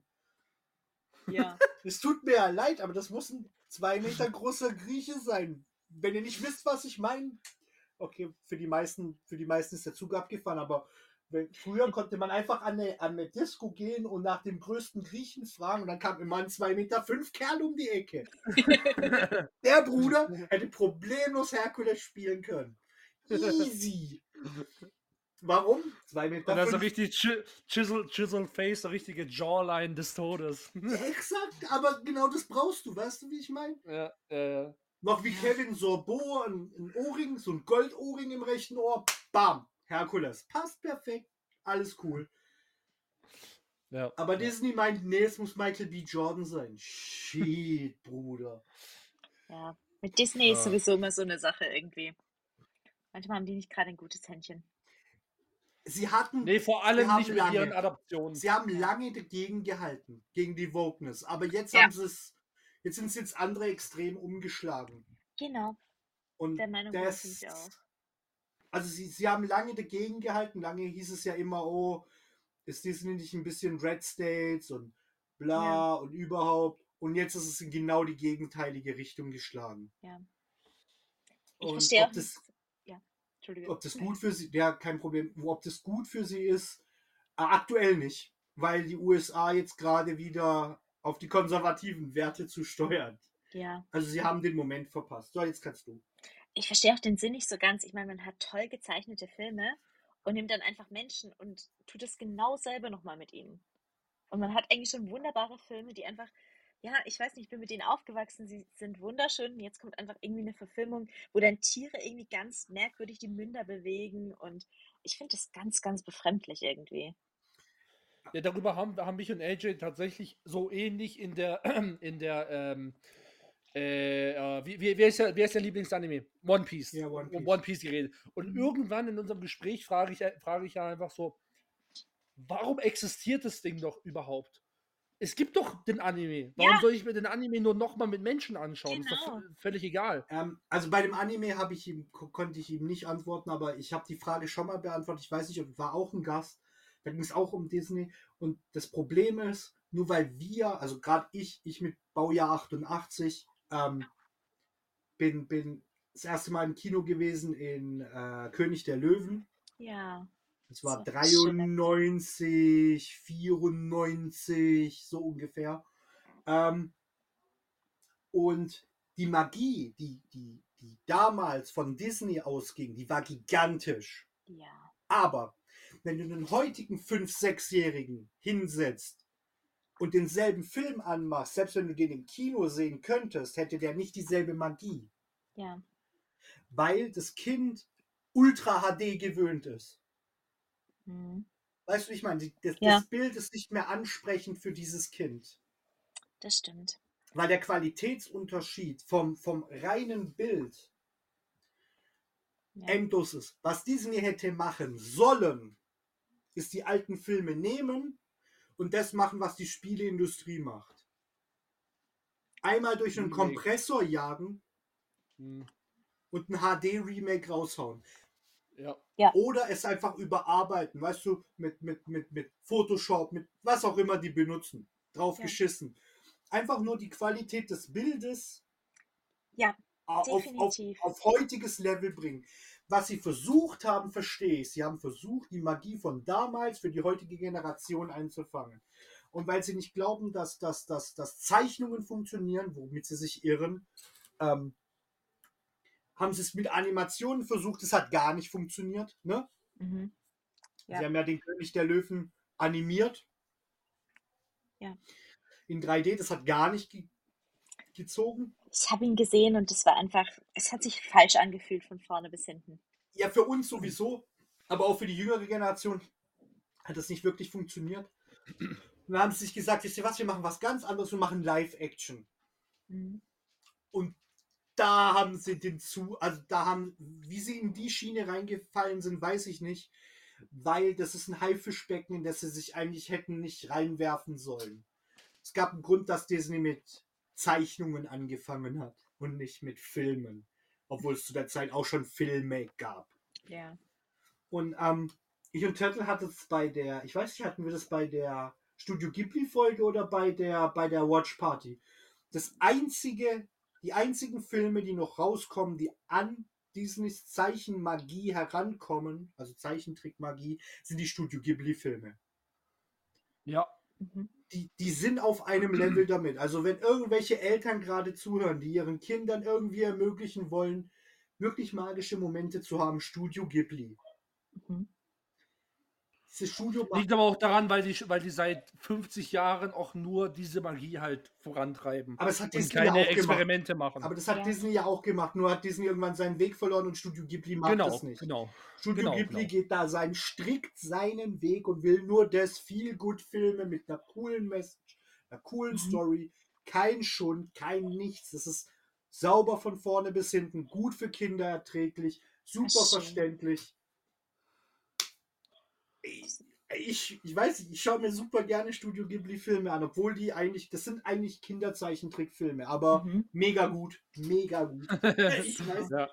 Ja. Es tut mir ja leid, aber das muss ein zwei Meter großer Grieche sein. Wenn ihr nicht wisst, was ich meine. Okay, für die meisten, für die meisten ist der Zug abgefahren, aber wenn, früher konnte man einfach an eine, an eine Disco gehen und nach dem größten Griechen fragen und dann kam immer ein zwei Meter fünf Kerl um die Ecke. Der Bruder hätte problemlos Herkules spielen können. Easy. Warum? zwei Meter Und also fünf. richtig chi- chisel, chisel Face, so richtige Jawline des Todes. Exakt, aber genau das brauchst du, weißt du, wie ich meine? Ja, ja, ja. Noch wie Kevin Sorbo, ein, ein Ohrring, so ein Goldohrring im rechten Ohr. Bam, Herkules. Passt perfekt. Alles cool. Ja. Aber ja. Disney meint, nee, es muss Michael B. Jordan sein. Shit, Bruder. Ja. Mit Disney ist Ja. sowieso immer so eine Sache irgendwie. Manchmal haben die nicht gerade ein gutes Händchen. Sie hatten, Nee, vor allem haben nicht mit lange. ihren Adaptionen. sie haben lange dagegen gehalten, gegen die Wokeness. Aber jetzt Ja. haben sie es, jetzt sind sie ins andere Extrem umgeschlagen. Genau. Und Der Meinung bin das, ich auch. also sie, sie haben lange dagegen gehalten. Lange hieß es ja immer, oh, ist Disney nicht ein bisschen Red States und bla Ja. und überhaupt. Und jetzt ist es in genau die gegenteilige Richtung geschlagen. Ja. Ich Und verstehe ob auch das, nicht. Ja, Entschuldige. ob das gut für sie, ja, kein Problem, ob das gut für sie ist, äh, aktuell nicht, weil die U S A jetzt gerade wieder auf die konservativen Werte zu steuern. Ja. Also sie haben den Moment verpasst. So, jetzt kannst du. Ich verstehe auch den Sinn nicht so ganz. Ich meine, man hat toll gezeichnete Filme und nimmt dann einfach Menschen und tut es genau selber nochmal mit ihnen. Und man hat eigentlich schon wunderbare Filme, die einfach, ja, ich weiß nicht, ich bin mit denen aufgewachsen, sie sind wunderschön. Und jetzt kommt einfach irgendwie eine Verfilmung, wo dann Tiere irgendwie ganz merkwürdig die Münder bewegen. Und ich finde das ganz, ganz befremdlich irgendwie. Ja, darüber haben, haben mich und A J tatsächlich so ähnlich in der, in der, ähm, äh, äh, wie, wie, wer ist der, wer ist der Lieblingsanime? One Piece. Ja, One Um Piece. One Piece geredet. Und Mhm. irgendwann in unserem Gespräch frage ich, frage ich ja einfach so, warum existiert das Ding doch überhaupt? Es gibt doch den Anime. Warum Ja. soll ich mir den Anime nur nochmal mit Menschen anschauen? Ist doch Genau. v- völlig egal. Ähm, also bei dem Anime habe ich ihm, ko- konnte ich ihm nicht antworten, aber ich habe die Frage schon mal beantwortet. Ich weiß nicht, ob war auch ein Gast. Da ging es auch um Disney. Und das Problem ist, nur weil wir, also gerade ich, ich mit Baujahr achtundachtzig, ähm, bin, bin das erste Mal im Kino gewesen in äh, König der Löwen. Ja. Das war Das war ein schöner dreiundneunzig, vierundneunzig, so ungefähr. Ähm, und die Magie, die, die, die damals von Disney ausging, die war gigantisch. Ja. Aber wenn du einen heutigen fünf-, sechsjährigen hinsetzt und denselben Film anmachst, selbst wenn du den im Kino sehen könntest, hätte der nicht dieselbe Magie. Ja. Weil das Kind Ultra H D gewöhnt ist. Mhm. Weißt du, wie ich meine? Die- Das, Ja. das Bild ist nicht mehr ansprechend für dieses Kind. Das stimmt. Weil der Qualitätsunterschied vom, vom reinen Bild Ja. endlos ist. Was Disney hätte machen sollen, ist die alten Filme nehmen und das machen, was die Spieleindustrie macht. Einmal durch einen Remake. Kompressor jagen Hm, und ein H D-Remake raushauen. ja. Oder es einfach überarbeiten, weißt du, mit, mit, mit, mit Photoshop, mit was auch immer die benutzen. Drauf Ja. geschissen. Einfach nur die Qualität des Bildes Ja, auf, auf, definitiv. auf heutiges Level bringen. Was sie versucht haben, verstehe ich. Sie haben versucht, die Magie von damals für die heutige Generation einzufangen. Und weil sie nicht glauben, dass, dass, dass, dass Zeichnungen funktionieren, womit sie sich irren, ähm, haben sie es mit Animationen versucht. Es hat gar nicht funktioniert. Ne? Mhm. Ja. Sie haben ja den König der Löwen animiert. Ja. In drei D, das hat gar nicht ge gezogen. Ich habe ihn gesehen und es war einfach, es hat sich falsch angefühlt von vorne bis hinten. Ja, für uns sowieso, aber auch für die jüngere Generation hat das nicht wirklich funktioniert. Und dann haben sie sich gesagt, wisst ihr was, wir machen was ganz anderes, wir machen Live-Action. Mhm. Und da haben sie den zu, also da haben, wie sie in die Schiene reingefallen sind, weiß ich nicht, weil das ist ein Haifischbecken, in das sie sich eigentlich hätten nicht reinwerfen sollen. Es gab einen Grund, dass Disney mit Zeichnungen angefangen hat und nicht mit Filmen, obwohl es zu der Zeit auch schon Filme gab. Ja. Und ähm, ich und Turtle hatten es bei der, ich weiß nicht, hatten wir das bei der Studio Ghibli-Folge oder bei der, bei der Watch Party. Das einzige, die einzigen Filme, die noch rauskommen, die an Disneys Zeichenmagie herankommen, also Zeichentrickmagie, sind die Studio Ghibli-Filme. Ja. Mhm. Die, die sind auf einem Level damit. Also wenn irgendwelche Eltern gerade zuhören, die ihren Kindern irgendwie ermöglichen wollen, wirklich magische Momente zu haben, Studio Ghibli. Mhm. Dieses Studio macht, Liegt aber auch daran, weil die, weil die seit fünfzig Jahren auch nur diese Magie halt vorantreiben aber es hat und Disney ja keine auch gemacht. Experimente machen. Aber das hat Ja. Disney ja auch gemacht. Nur hat Disney irgendwann seinen Weg verloren und Studio Ghibli mag Genau, das nicht. genau. Studio genau, Ghibli genau. geht da seinen strikt seinen Weg und will nur das Feel-Good-Filme mit einer coolen Message, einer coolen Mhm. Story, kein Schund, kein Nichts. Das ist sauber von vorne bis hinten, gut für Kinder erträglich, super Ach, schön. verständlich. Ich, ich, ich weiß nicht, ich schaue mir super gerne Studio Ghibli-Filme an, obwohl die eigentlich, das sind eigentlich Kinderzeichentrickfilme, aber Mhm. mega gut, mega gut. Ich weiß, ja.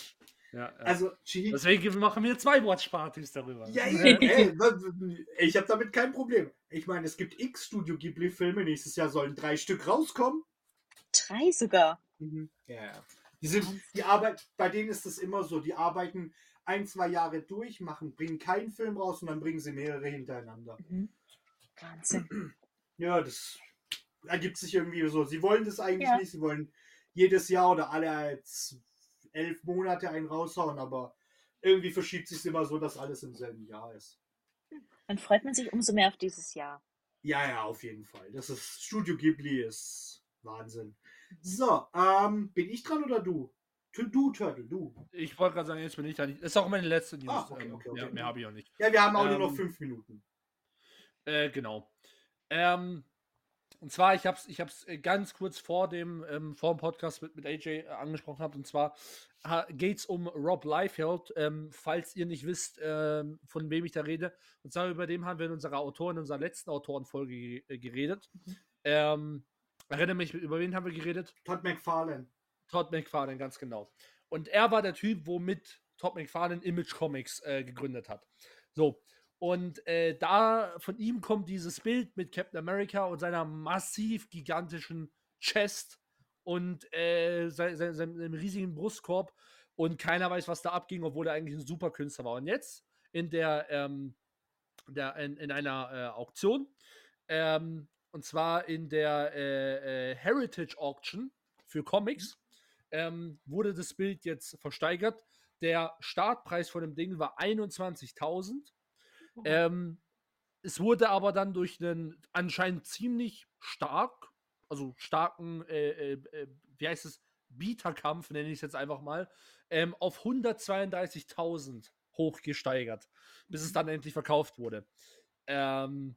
Ja, ja. also Chihiko, Deswegen machen wir zwei Watch-Partys darüber. ja, eben, ey, ich habe damit kein Problem. Ich meine, es gibt x Studio Ghibli-Filme, nächstes Jahr sollen drei Stück rauskommen. Drei sogar. Mhm. Ja, ja. Die sind, Wahnsinn. die Arbeit, bei denen ist es immer so, die arbeiten ein, zwei Jahre durch, machen, bringen keinen Film raus und dann bringen sie mehrere hintereinander. Mhm. Wahnsinn. Ja, das ergibt sich irgendwie so. Sie wollen das eigentlich Ja. nicht, sie wollen jedes Jahr oder alle als elf Monate einen raushauen, aber irgendwie verschiebt sich immer so, dass alles im selben Jahr ist. Dann freut man sich umso mehr auf dieses Jahr. Ja, ja, auf jeden Fall. Das ist Studio Ghibli ist Wahnsinn. Mhm. So, ähm, bin ich dran oder du? Tu- Du, Turtle, du. Ich wollte gerade sagen, jetzt bin ich da nicht. Das ist auch meine letzte News. Ah, okay, ähm, okay, okay. Mehr, mehr habe ich auch nicht. Ja, wir haben auch nur noch Ähm, fünf Minuten. Äh, genau. Ähm, und zwar, ich habe es ich hab's äh, ganz kurz vor dem, ähm, vor dem Podcast mit, mit A J äh, angesprochen habt. Und zwar geht es um Rob Liefeld. Ähm, falls ihr nicht wisst, ähm, von wem ich da rede. Und zwar über den haben wir in unserer Autoren, in unserer letzten Autorenfolge ge- äh, geredet. Mhm. Ähm, erinnere mich, über wen haben wir geredet? Todd McFarlane. Todd McFarlane, ganz genau. Und er war der Typ, womit Todd McFarlane Image Comics äh, gegründet hat. So. Und äh, da von ihm kommt dieses Bild mit Captain America und seiner massiv gigantischen Chest und äh, sein, sein, seinem riesigen Brustkorb. Und keiner weiß, was da abging, obwohl er eigentlich ein super Künstler war. Und jetzt in der, ähm, der in, in einer äh, Auktion, ähm, und zwar in der äh, äh, Heritage Auction für Comics, ähm, wurde das Bild jetzt versteigert. Der Startpreis von dem Ding war einundzwanzigtausend. Oh. Ähm, es wurde aber dann durch einen anscheinend ziemlich stark, also starken, äh, äh, wie heißt es, Bieterkampf, nenne ich es jetzt einfach mal, ähm, auf hundertzweiunddreißigtausend hochgesteigert, bis es dann endlich verkauft wurde. Ähm,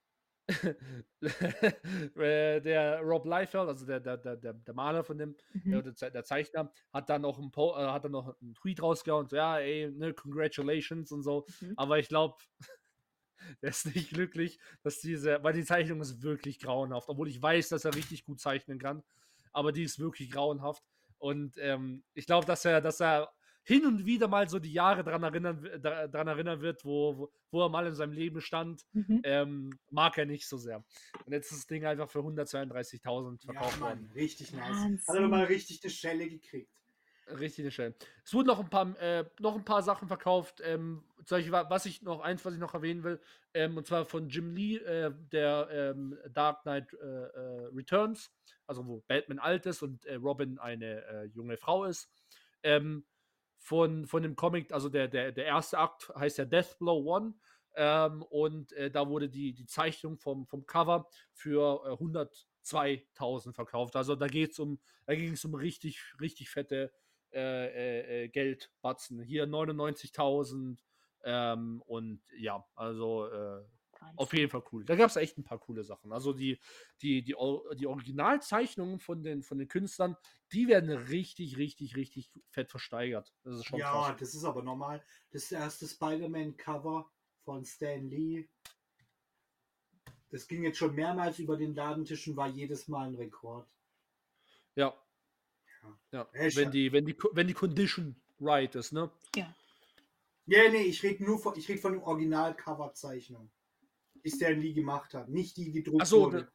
äh, der Rob Liefeld, also der, der, der, der Maler von dem, Mhm. äh, der, der Zeichner, hat dann noch einen, po äh, hat dann noch einen Tweet rausgehauen, so, ja, ey, ne, congratulations und so. Mhm. Aber ich glaube, der ist nicht glücklich, dass diese, weil die Zeichnung ist wirklich grauenhaft, obwohl ich weiß, dass er richtig gut zeichnen kann, aber die ist wirklich grauenhaft. Und ähm, ich glaube, dass er, dass er hin und wieder mal so die Jahre dran erinnern, wi- da- dran erinnern wird, wo, wo, wo er mal in seinem Leben stand, Mhm. ähm, mag er nicht so sehr. Und jetzt ist das Ding einfach für hundertzweiunddreißigtausend Ja, verkauft worden. Mann, richtig nice. Wahnsinn. Hat er nochmal richtig eine Schelle gekriegt. Richtig eine Stelle. Es wurden noch ein paar, äh, noch ein paar Sachen verkauft. Ähm, zum Beispiel, wa- was ich noch, eins, was ich noch erwähnen will, ähm, und zwar von Jim Lee, äh, der ähm, Dark Knight äh, äh, Returns, also wo Batman alt ist und äh, Robin eine äh, junge Frau ist. Ähm, von, von dem Comic, also der, der, der erste Akt heißt ja Death Blow One. Ähm, und äh, da wurde die, die Zeichnung vom, vom Cover für äh, hundertzweitausend verkauft. Also da geht's um, da ging es um richtig, richtig fette äh, äh, äh, Geldbatzen. Hier neunundneunzigtausend ähm, und ja, also äh, auf Wahnsinn. jeden Fall cool. Da gab es echt ein paar coole Sachen. Also die, die, die, Or- die Originalzeichnungen von den, von den Künstlern, die werden richtig, richtig, richtig fett versteigert. Das ist schon Ja, krass. das ist aber normal. Das erste Spider-Man-Cover von Stan Lee. Das ging jetzt schon mehrmals über den Ladentisch und war jedes Mal ein Rekord. Ja. Ja. Ja. Ja, ich- Wenn die, wenn die, Co- wenn die Condition right ist, ne? Ja. Ja, nee, ich rede nur von, ich rede von der Original-Cover-Zeichnung, die Stan Lee gemacht hat, nicht die gedruckt Ach so, wurde.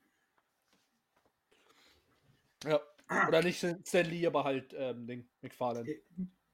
Ja. Oder nicht Stan Lee, aber halt ähm, Ding, McFarlane. Äh,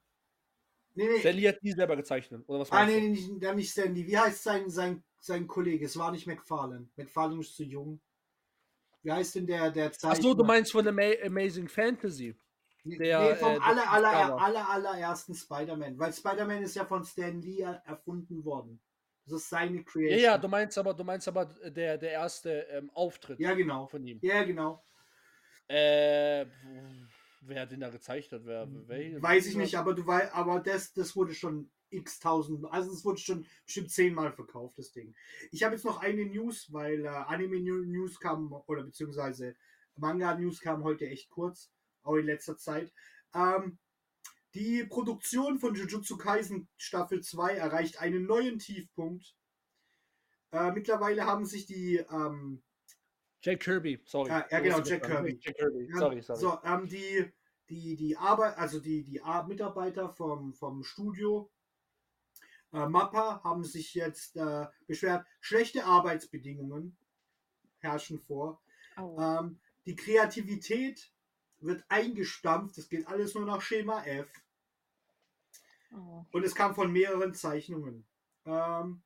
Nee, Stan nee. Lee hat die selber gezeichnet, oder was Ah, meinst nee, du? nee, nicht, der nicht Stan Lee. Wie heißt sein, sein, sein Kollege? Es war nicht McFarlane. McFarlane ist zu jung. Wie heißt denn der, der Ach Zeichner? so, du meinst von Ama Amazing Fantasy. Nee, Der, nee, vom äh, aller, das aller, Cover. aller, allerersten Spider-Man. Weil Spider-Man ist ja von Stan Lee er- erfunden worden. Das ist seine Ja, Creation. ja, du meinst aber, du meinst aber der, der erste ähm, Auftritt Ja, genau. von ihm. Ja, genau. Äh, wer hat den da gezeichnet? Wer, wer, Weiß ich nicht, aber du weißt, aber das, das wurde schon x tausend, also es wurde schon bestimmt zehnmal verkauft, das Ding. Ich habe jetzt noch eine News, weil äh, Anime News kam, oder beziehungsweise Manga News kam heute echt kurz, auch in letzter Zeit. Ähm, die Produktion von Jujutsu Kaisen Staffel zwei erreicht einen neuen Tiefpunkt. Äh, mittlerweile haben sich die ähm, Jack Kirby, sorry. Ah, ja, Du genau, musst Jack das sagen. Kirby. Jack Kirby, Ja, sorry, sorry. So, ähm, die, die, die Arbeit, also die, die Ar- Mitarbeiter vom, vom Studio äh, Mappa haben sich jetzt äh, beschwert, schlechte Arbeitsbedingungen herrschen vor. Oh. Ähm, die Kreativität wird eingestampft, es geht alles nur nach Schema F. Oh. Und es kam von mehreren Zeichnungen. Ähm,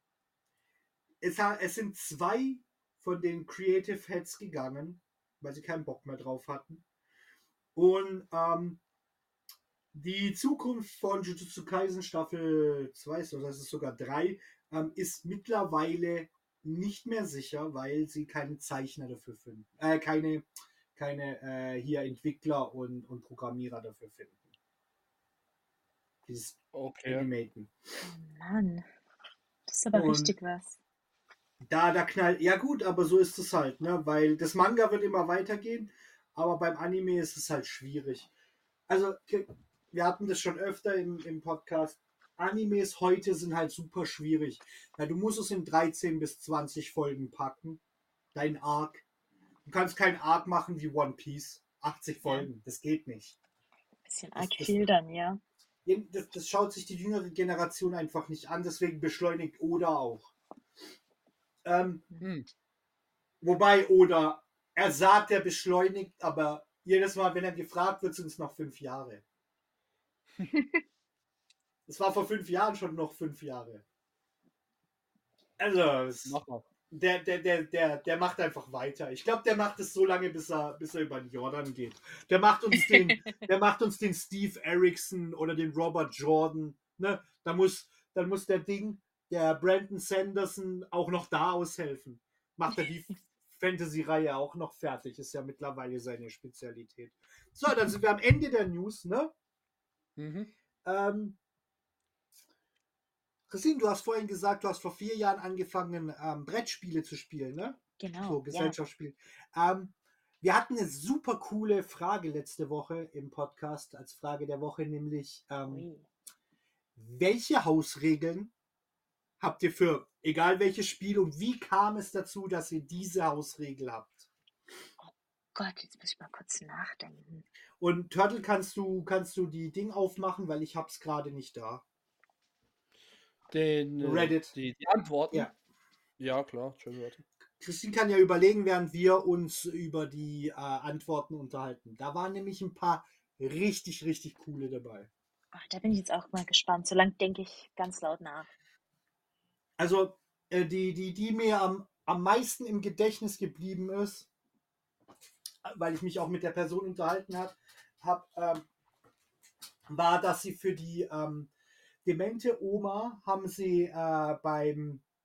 es, ha- es sind zwei von den Creative Heads gegangen, weil sie keinen Bock mehr drauf hatten. Und ähm, die Zukunft von Jujutsu Kaisen Staffel zwei, das heißt sogar drei, ähm, ist mittlerweile nicht mehr sicher, weil sie keine Zeichner dafür finden. Äh, keine keine äh, hier Entwickler und, und Programmierer dafür finden. Dieses Okay. Animaten. Oh Mann. Das ist aber Und richtig was. Da, da knallt. Ja gut, aber so ist es halt, ne? Weil das Manga wird immer weitergehen, aber beim Anime ist es halt schwierig. Also, wir hatten das schon öfter im, im Podcast. Animes heute sind halt super schwierig. Weil du musst es in dreizehn bis zwanzig Folgen packen. Dein Arc. Du kannst kein Arc machen wie One Piece. achtzig Folgen. Das geht nicht. Bisschen Das- arg das- viel dann, ja. Das, das schaut sich die jüngere Generation einfach nicht an. Deswegen beschleunigt Oda auch. Ähm, Hm. Wobei, oder er sagt, er beschleunigt, aber jedes Mal, wenn er gefragt wird, sind es noch fünf Jahre. Es war vor fünf Jahren schon noch fünf Jahre. Also, es, Mach mal. der, der, der, der, der macht einfach weiter. Ich glaube, der macht es so lange, bis er, bis er über den Jordan geht. Der macht uns den, der macht uns den Steve Erickson oder den Robert Jordan. Ne? Da muss, dann muss der Ding, der Brandon Sanderson, auch noch da aushelfen. Macht er die Fantasy-Reihe auch noch fertig. Ist ja mittlerweile seine Spezialität. So, dann sind wir am Ende der News, ne? Mhm. Ähm, Christine, du hast vorhin gesagt, du hast vor vier Jahren angefangen, ähm, Brettspiele zu spielen, ne? Genau. So, Ja. Gesellschaftsspiel. Ähm, wir hatten eine super coole Frage letzte Woche im Podcast als Frage der Woche, nämlich ähm, Ui. welche Hausregeln habt ihr für egal welches Spiel und wie kam es dazu, dass ihr diese Hausregel habt? Gott, jetzt muss ich mal kurz nachdenken. Und Turtle, kannst du, kannst du die Ding aufmachen, weil ich hab's gerade nicht da. Den, äh, Reddit. Die, die Antworten? Ja. Ja, klar. Schön, warte. Christine kann ja überlegen, während wir uns über die äh, Antworten unterhalten. Da waren nämlich ein paar richtig, richtig coole dabei. Ach, da bin ich jetzt auch mal gespannt. So lange denke ich ganz laut nach. Also, äh, die, die, die mir am, am meisten im Gedächtnis geblieben ist, weil ich mich auch mit der Person unterhalten habe, hab, ähm, war, dass sie für die ähm, demente Oma haben sie äh, beim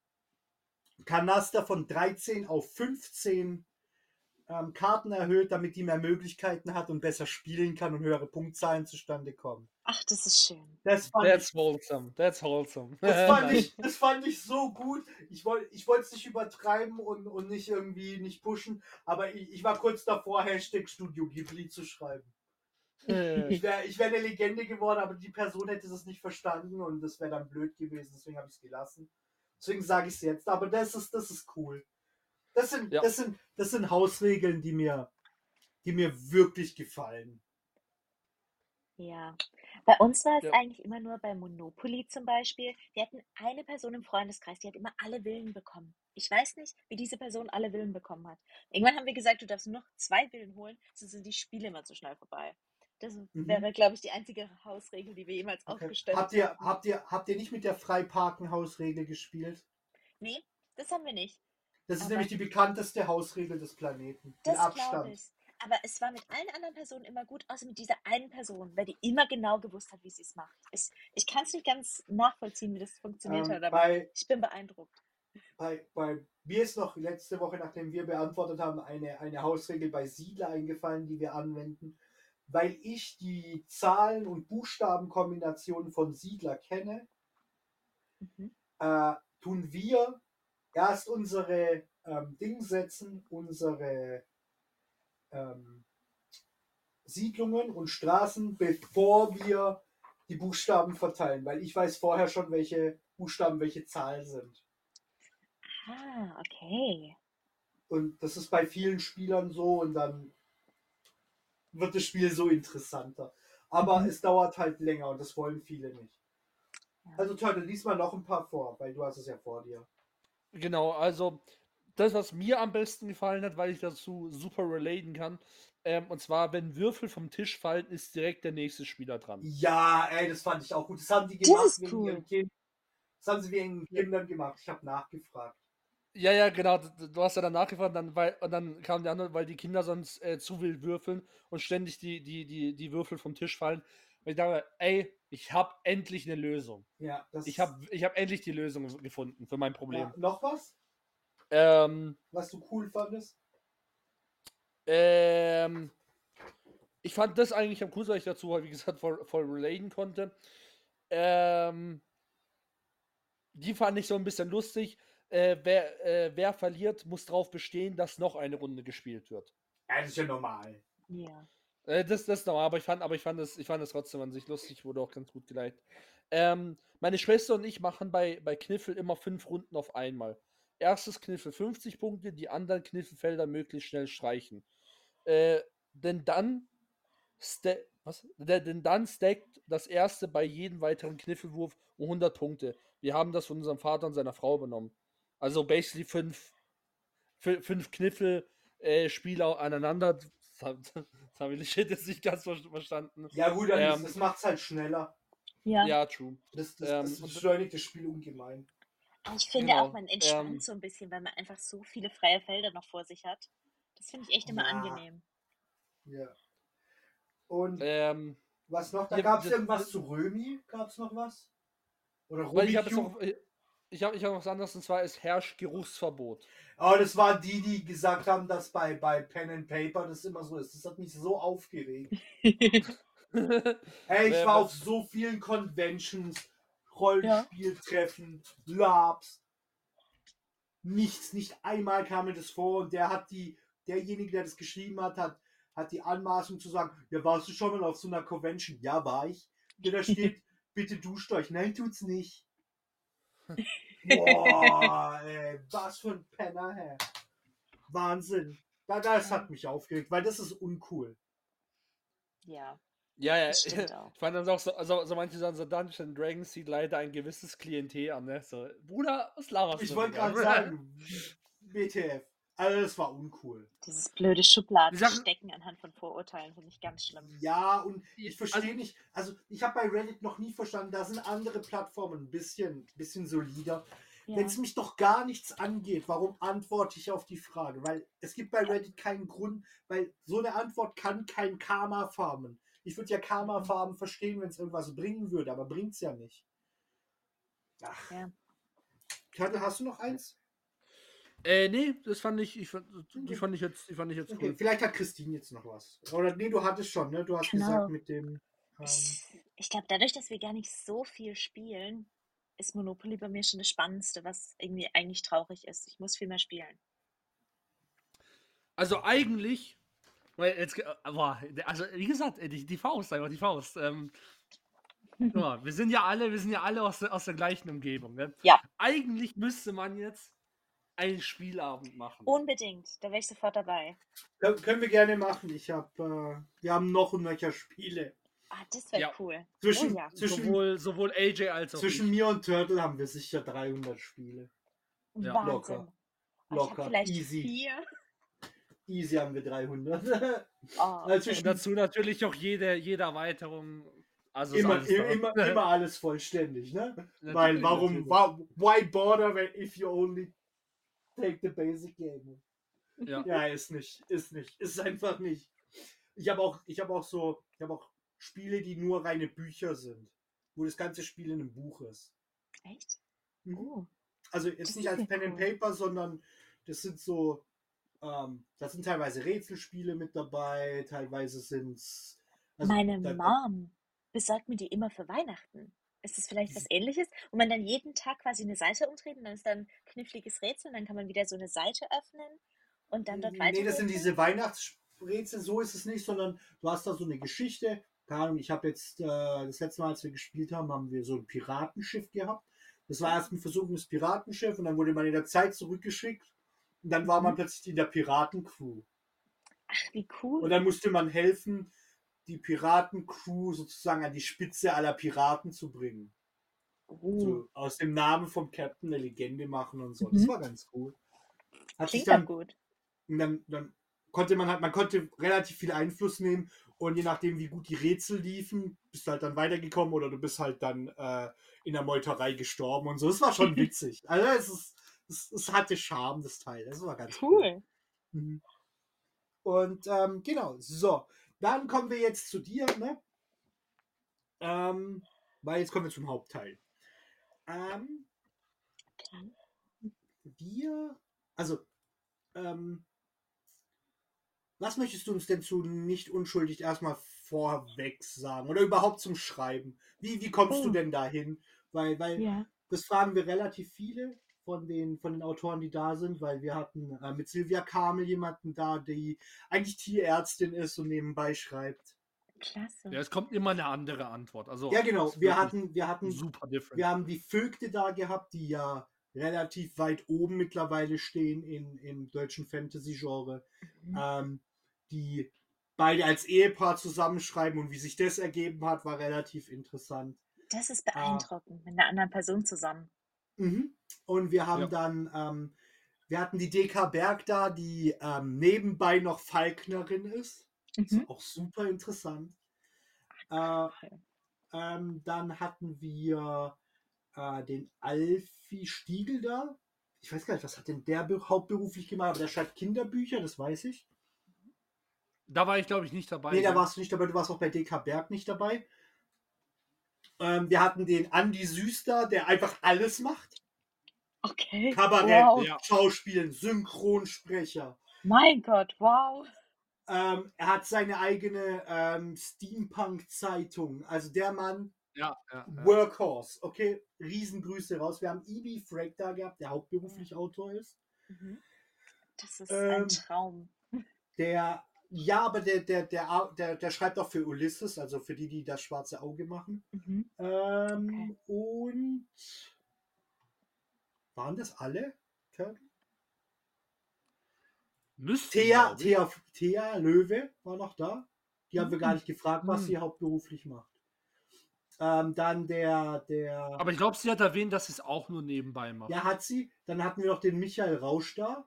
Kanaster von dreizehn auf fünfzehn ähm, Karten erhöht, damit die mehr Möglichkeiten hat und besser spielen kann und höhere Punktzahlen zustande kommen. Ach, das ist schön. Das fand That's ich, wholesome. That's wholesome. das fand Nice. ich, das fand ich so gut. Ich wollte ich wollte es nicht übertreiben und, und nicht irgendwie nicht pushen, aber ich, ich war kurz davor, Hashtag Studio Ghibli zu schreiben. Ich wäre ich wär eine Legende geworden, aber die Person hätte das nicht verstanden und das wäre dann blöd gewesen, deswegen habe ich es gelassen. Deswegen sage ich es jetzt, aber das ist, das ist cool. Das sind, Ja. das sind, das sind Hausregeln, die mir, die mir wirklich gefallen. Ja. Bei uns war es Ja. eigentlich immer nur bei Monopoly zum Beispiel. Wir hatten eine Person im Freundeskreis, die hat immer alle Villen bekommen. Ich weiß nicht, wie diese Person alle Villen bekommen hat. Irgendwann haben wir gesagt, du darfst nur noch zwei Villen holen, sonst sind die Spiele immer zu schnell vorbei. Das Mhm. wäre, glaube ich, die einzige Hausregel, die wir jemals Okay. aufgestellt Habt ihr, haben. habt, ihr, habt ihr nicht mit der Freiparken-Hausregel gespielt? Nee, das haben wir nicht. Das ist Aber- nämlich die bekannteste Hausregel des Planeten. Mit Das glaube Abstand. ich. Aber es war mit allen anderen Personen immer gut, außer mit dieser einen Person, weil die immer genau gewusst hat, wie sie es macht. Ich, ich kann es nicht ganz nachvollziehen, wie das funktioniert Ähm, hat, aber bei, ich bin beeindruckt. bei, bei mir ist noch letzte Woche, nachdem wir beantwortet haben, eine, eine Hausregel bei Siedler eingefallen, die wir anwenden. Weil ich die Zahlen- und Buchstabenkombinationen von Siedler kenne, Mhm. äh, tun wir erst unsere ähm, Ding setzen, unsere ähm, Siedlungen und Straßen, bevor wir die Buchstaben verteilen, weil ich weiß vorher schon, welche Buchstaben welche Zahlen sind. Ah, okay. Und das ist bei vielen Spielern so und dann wird das Spiel so interessanter. Aber Mhm. es dauert halt länger und das wollen viele nicht. Ja. Also Turtle, lies mal noch ein paar vor, weil du hast es ja vor dir. Genau, also das, was mir am besten gefallen hat, weil ich dazu super relaten kann, ähm, und zwar, wenn Würfel vom Tisch fallen, ist direkt der nächste Spieler dran. Ja, ey, das fand ich auch gut. Das haben die Das gemacht ist wegen cool. ihrem Kind. Das haben sie wegen Ja. Kindern gemacht. Ich habe nachgefragt. Ja, ja, genau. d- d- Du hast ja dann nachgefragt, dann, weil, und dann kam der andere, weil die Kinder sonst äh, zu wild würfeln und ständig die, die, die, die Würfel vom Tisch fallen. Und ich dachte, ey, ich habe endlich eine Lösung. Ja, das Ich habe ich hab endlich die Lösung gefunden für mein Problem. ja, noch was, Ähm, was du cool fandest? ähm, ich fand das eigentlich am coolsten, weil ich dazu, wie gesagt, voll, voll relaten konnte. Ähm, die fand ich so ein bisschen lustig. Äh, wer, äh, wer verliert, muss darauf bestehen, dass noch eine Runde gespielt wird. Ja, das ist ja normal. Ja. Äh, das, das ist normal, aber ich fand, aber ich fand es, ich fand es trotzdem an sich lustig, wurde auch ganz gut geleitet. Ähm, meine Schwester und ich machen bei, bei Kniffel immer fünf Runden auf einmal. Erstes Kniffel fünfzig Punkte, die anderen Kniffelfelder möglichst schnell streichen. Äh, denn dann sta was? Denn denn dann stackt das erste bei jedem weiteren Kniffelwurf um hundert Punkte. Wir haben das von unserem Vater und seiner Frau übernommen. Also basically fünf, fü- fünf Kniffel äh, Spieler aneinander. Das habe hab ich jetzt nicht ganz ver- verstanden. Ja gut, dann Ähm, das macht es halt schneller. Ja. Ja, true. Das, das, Ähm, das und- beschleunigt das Spiel ungemein. Aber ich finde Genau, auch, man entspannt ähm, so ein bisschen, weil man einfach so viele freie Felder noch vor sich hat. Das finde ich echt immer Ja. angenehm. Ja. Und Ähm, was noch? Da hier- gab es das- irgendwas das- zu Römi? Gab es noch was? Oder weil ich habe jetzt Rubicu? noch, ich habe ich hab noch was anderes, und zwar es herrscht Geruchsverbot. Aber das waren die, die gesagt haben, dass bei, bei Pen and Paper das immer so ist. Das hat mich so aufgeregt. Ey, ich Wer- war wer- auf so vielen Conventions, Rollenspieltreffen, Labs. Nichts, nicht einmal kam mir das vor und der hat die, derjenige, der das geschrieben hat, hat, hat die Anmaßung zu sagen, ja, warst du schon mal auf so einer Convention? Ja, war ich. Der da steht, bitte duscht euch. Nein, tut's nicht. Boah, ey, was für ein Penner, hä. Wahnsinn. Da- Das hat mich aufgeregt, weil das ist uncool. Ja, Ja, ja, das stimmt auch. ich fand das auch so, also, so manche sagen, so Dungeons and Dragons zieht leider ein gewisses Klientel an, ne? So, Bruder, was laberst du? Ich wollte Digga? gerade sagen, B T F. Also das war uncool. Dieses blöde Schubladen Die Sachen- stecken anhand von Vorurteilen finde ich ganz schlimm. Ja, und ich verstehe Also- nicht, also ich habe bei Reddit noch nie verstanden, da sind andere Plattformen ein bisschen, bisschen solider. Ja. Wenn es mich doch gar nichts angeht, warum antworte ich auf die Frage? Weil es gibt bei Reddit keinen Grund, weil so eine Antwort kann kein Karma farmen. Ich würde ja Karma Mhm. farmen verstehen, wenn es irgendwas bringen würde, aber bringt's ja nicht. Ach. Ja. Turtle, hast du noch eins? Äh, nee, das fand ich, ich fand, die fand ich jetzt, die fand ich jetzt Okay, cool. vielleicht hat Christine jetzt noch was. Oder nee, du hattest schon, ne? Du hast Genau. gesagt mit dem. Ähm, Ich, ich glaube, dadurch, dass wir gar nicht so viel spielen, ist Monopoly bei mir schon das Spannendste, was irgendwie eigentlich traurig ist. Ich muss viel mehr spielen. Also eigentlich, weil jetzt, äh, boah, also wie gesagt, äh, die, die Faust, einfach die Faust. Ähm, guck mal, wir sind ja alle, wir sind ja alle aus, der- aus der gleichen Umgebung. Ne? Ja. Eigentlich müsste man jetzt einen Spielabend machen. Unbedingt, da wäre ich sofort dabei. können, können wir gerne machen. Ich habe, äh, wir haben noch und nöcher Spiele. Ah, das wäre Ja. cool. Zwischen, Oh ja. zwischen, Sowohl, sowohl A J als auch zwischen ich. mir und Turtle haben wir sicher dreihundert Spiele. Ja. Wahnsinn. Locker. Oh, ich habe Locker. vielleicht Easy. vier. Easy haben wir dreihundert. Oh, Also Und dazu natürlich auch jede, jede Erweiterung. Also ist immer, alles da. immer, immer alles vollständig, ne? Natürlich, Weil warum, natürlich. wa- why bother when if you only take the basic game? Ja. Ja, ist nicht, ist nicht, ist einfach nicht. Ich habe auch, ich habe auch so, ich habe auch Spiele, die nur reine Bücher sind, wo das ganze Spiel in einem Buch ist. echt? Mhm. Oh. Also Das jetzt ist nicht als ja Pen and cool. Paper, sondern das sind so, ähm, da sind teilweise Rätselspiele mit dabei, teilweise sind es. Also, Meine da, da, Mom besorgt mir die immer für Weihnachten. Ist das vielleicht was Ähnliches? Wo man dann jeden Tag quasi eine Seite umdreht und dann ist dann ein kniffliges Rätsel und dann kann man wieder so eine Seite öffnen und dann dort weiter. nee, das sind diese Weihnachtsrätsel, so ist es nicht, sondern du hast da so eine Geschichte. Keine Ahnung, ich habe jetzt, äh, das letzte Mal, als wir gespielt haben, haben wir so ein Piratenschiff gehabt. Das war erst ein versunkenes Piratenschiff und dann wurde man in der Zeit zurückgeschickt und dann war man Mhm. plötzlich in der Piratencrew. Ach, wie Und cool. dann musste man helfen, die Piratencrew sozusagen an die Spitze aller Piraten zu bringen. Oh. So aus dem Namen vom Captain eine Legende machen und so. Das Mhm. war ganz cool. Hat sich Klingt dann, doch gut. und dann, dann konnte man halt, man konnte relativ viel Einfluss nehmen und je nachdem, wie gut die Rätsel liefen, bist du halt dann weitergekommen oder du bist halt dann äh, in der Meuterei gestorben und so. Das war schon witzig. Also es ist, es, es hatte Charme, das Teil. Das war ganz cool. Cool. Mhm. Und ähm, genau, so. Dann kommen wir jetzt zu dir, ne? Ähm, weil jetzt kommen wir zum Hauptteil. Ähm, Okay. wir, also, ähm, was möchtest du uns denn zu nicht unschuldig erstmal vorweg sagen oder überhaupt zum Schreiben? Wie, wie kommst Oh. du denn dahin? Weil, weil Ja. das fragen wir relativ viele von den, von den Autoren, die da sind, weil wir hatten äh, mit Silvia Kamel jemanden da, die eigentlich Tierärztin ist und nebenbei schreibt. Klasse. Ja, es kommt immer eine andere Antwort. Also, Ja, genau. es ist Wir wirklich hatten, wir hatten, super different. wir haben die Vögte da gehabt, die ja relativ weit oben mittlerweile stehen in, im deutschen Fantasy-Genre, Mhm. ähm, die beide als Ehepaar zusammenschreiben und wie sich das ergeben hat, war relativ interessant. Das ist beeindruckend, mit einer anderen Person zusammen. Mhm. Und wir haben Ja. dann, ähm, wir hatten die D K Berg da, die ähm, nebenbei noch Falknerin ist. Das Mhm. war auch super interessant. Äh, Cool. ähm, dann hatten wir äh, den Alfie Stiegel da. Ich weiß gar nicht, was hat denn der be- hauptberuflich gemacht, aber der schreibt Kinderbücher, das weiß ich. Da war ich, glaube ich, nicht dabei. Nee, da gell? warst du nicht dabei, du warst auch bei D K Berg nicht dabei. Ähm, wir hatten den Andi Süß da, der einfach alles macht. Okay. Kabarett, Wow. Ja. Schauspielen, Synchronsprecher. Mein Gott, wow. Ähm, er hat seine eigene ähm, Steampunk-Zeitung. Also der Mann, Ja, ja, ja. Workhorse. Okay, Riesengrüße raus. Wir haben Ibi Frag da gehabt, der hauptberuflich Autor ist. Mhm. Das ist Ähm, ein Traum. Der, ja, aber der, der, der, Au- der, der schreibt auch für Ulysses, also für die, die das schwarze Auge machen. Mhm. Ähm, Und waren das alle? Turtle? Müssten, Thea, glaub ich. Thea, Thea Löwe war noch da. Die haben wir gar Mhm. nicht gefragt, was Mhm. sie hauptberuflich macht. Ähm, dann der, der, Aber ich glaube, sie hat erwähnt, dass sie es auch nur nebenbei macht. ja, hat sie. Dann hatten wir noch den Michael Rausch da.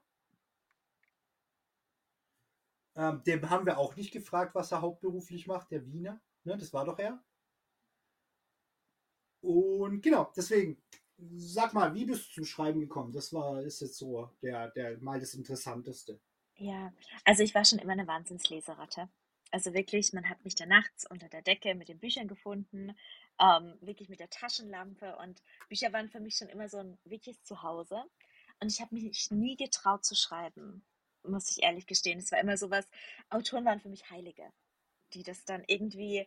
Ähm, dem haben wir auch nicht gefragt, was er hauptberuflich macht, der Wiener. Ne, das war doch er. Und genau, deswegen, sag mal, wie bist du zum Schreiben gekommen? Das war, ist jetzt so der, der mal das Interessanteste. Ja, also ich war schon immer eine Wahnsinnsleserratte. Also wirklich, man hat mich da nachts unter der Decke mit den Büchern gefunden, ähm, wirklich mit der Taschenlampe und Bücher waren für mich schon immer so ein wirkliches Zuhause. Und ich habe mich nie getraut zu schreiben, muss ich ehrlich gestehen. Es war immer sowas, Autoren waren für mich Heilige, die das dann irgendwie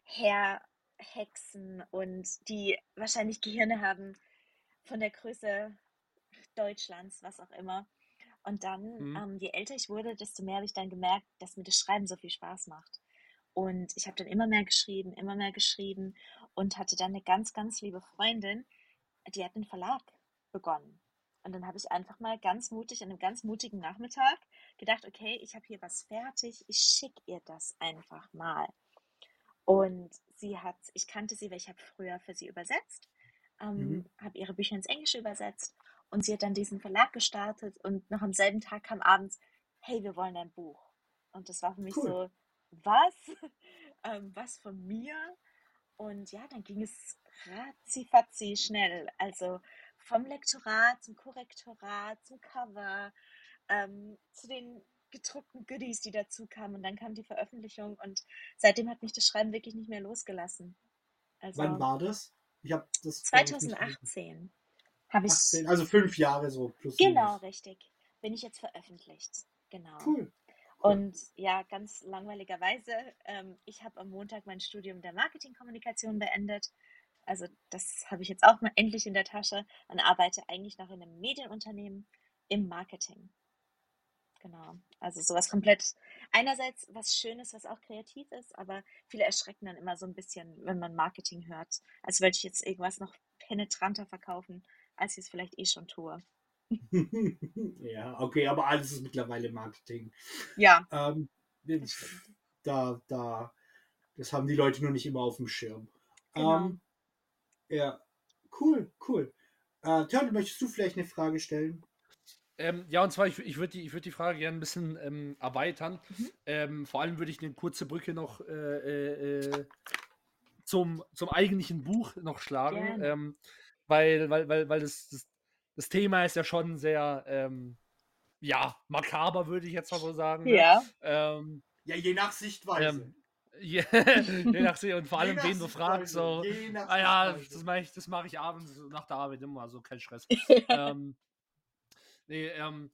herhexen und die wahrscheinlich Gehirne haben von der Größe Deutschlands, was auch immer. Und dann, Mhm. ähm, je älter ich wurde, desto mehr habe ich dann gemerkt, dass mir das Schreiben so viel Spaß macht. Und ich habe dann immer mehr geschrieben, immer mehr geschrieben und hatte dann eine ganz, ganz liebe Freundin, die hat einen Verlag begonnen. Und dann habe ich einfach mal ganz mutig, an einem ganz mutigen Nachmittag gedacht, okay, ich habe hier was fertig, ich schicke ihr das einfach mal. Und sie hat, ich kannte sie, weil ich habe früher für sie übersetzt, ähm, Mhm. habe ihre Bücher ins Englische übersetzt und sie hat dann diesen Verlag gestartet und noch am selben Tag kam abends, hey, wir wollen ein Buch. Und das war für mich Cool. so, was? ähm, was von mir? Und ja, dann ging es ratzifatzi schnell. Also vom Lektorat zum Korrektorat, zum Cover, ähm, zu den gedruckten Goodies, die dazu kamen. Und dann kam die Veröffentlichung und seitdem hat mich das Schreiben wirklich nicht mehr losgelassen. Wann Also war das? Ich habe das, glaube ich, nicht gelesen. zweitausendachtzehn habe ich, achtzehn, also fünf Jahre so, plus genau, minus. richtig, bin ich jetzt veröffentlicht. Genau. Cool. Cool. Und ja, ganz langweiligerweise, ähm, ich habe am Montag mein Studium der Marketingkommunikation beendet. Also das habe ich jetzt auch mal endlich in der Tasche und arbeite eigentlich noch in einem Medienunternehmen im Marketing. Genau. Also sowas komplett, einerseits was Schönes, was auch kreativ ist, aber viele erschrecken dann immer so ein bisschen, wenn man Marketing hört, als wollte ich jetzt irgendwas noch penetranter verkaufen, als ich es vielleicht eh schon tue. Ja, okay, aber alles ist mittlerweile Marketing. Ja, Ähm, das stimmt. da, da, das haben die Leute nur nicht immer auf dem Schirm. Genau. Ähm, ja, cool, cool. Äh, Turtle, möchtest du vielleicht eine Frage stellen? Ähm, ja, und zwar, ich, ich würde die, ich würd die Frage gerne ein bisschen ähm, erweitern. Mhm. Ähm, vor allem würde ich eine kurze Brücke noch äh, äh, äh, zum, zum eigentlichen Buch noch schlagen. Gerne. Ähm, weil weil, weil, weil das, das, das Thema ist ja schon sehr, ähm, ja, makaber, würde ich jetzt mal so sagen. Ne? Ja. Ähm, Ja, je nach Sichtweise. ähm, je, je nach und vor Je allem, nach wen du fragst, Sichtweise, so, je nach ah ja, Sichtweise. das mache ich, das mache ich abends nach der Arbeit immer, also kein Stress. ähm, nee, ähm,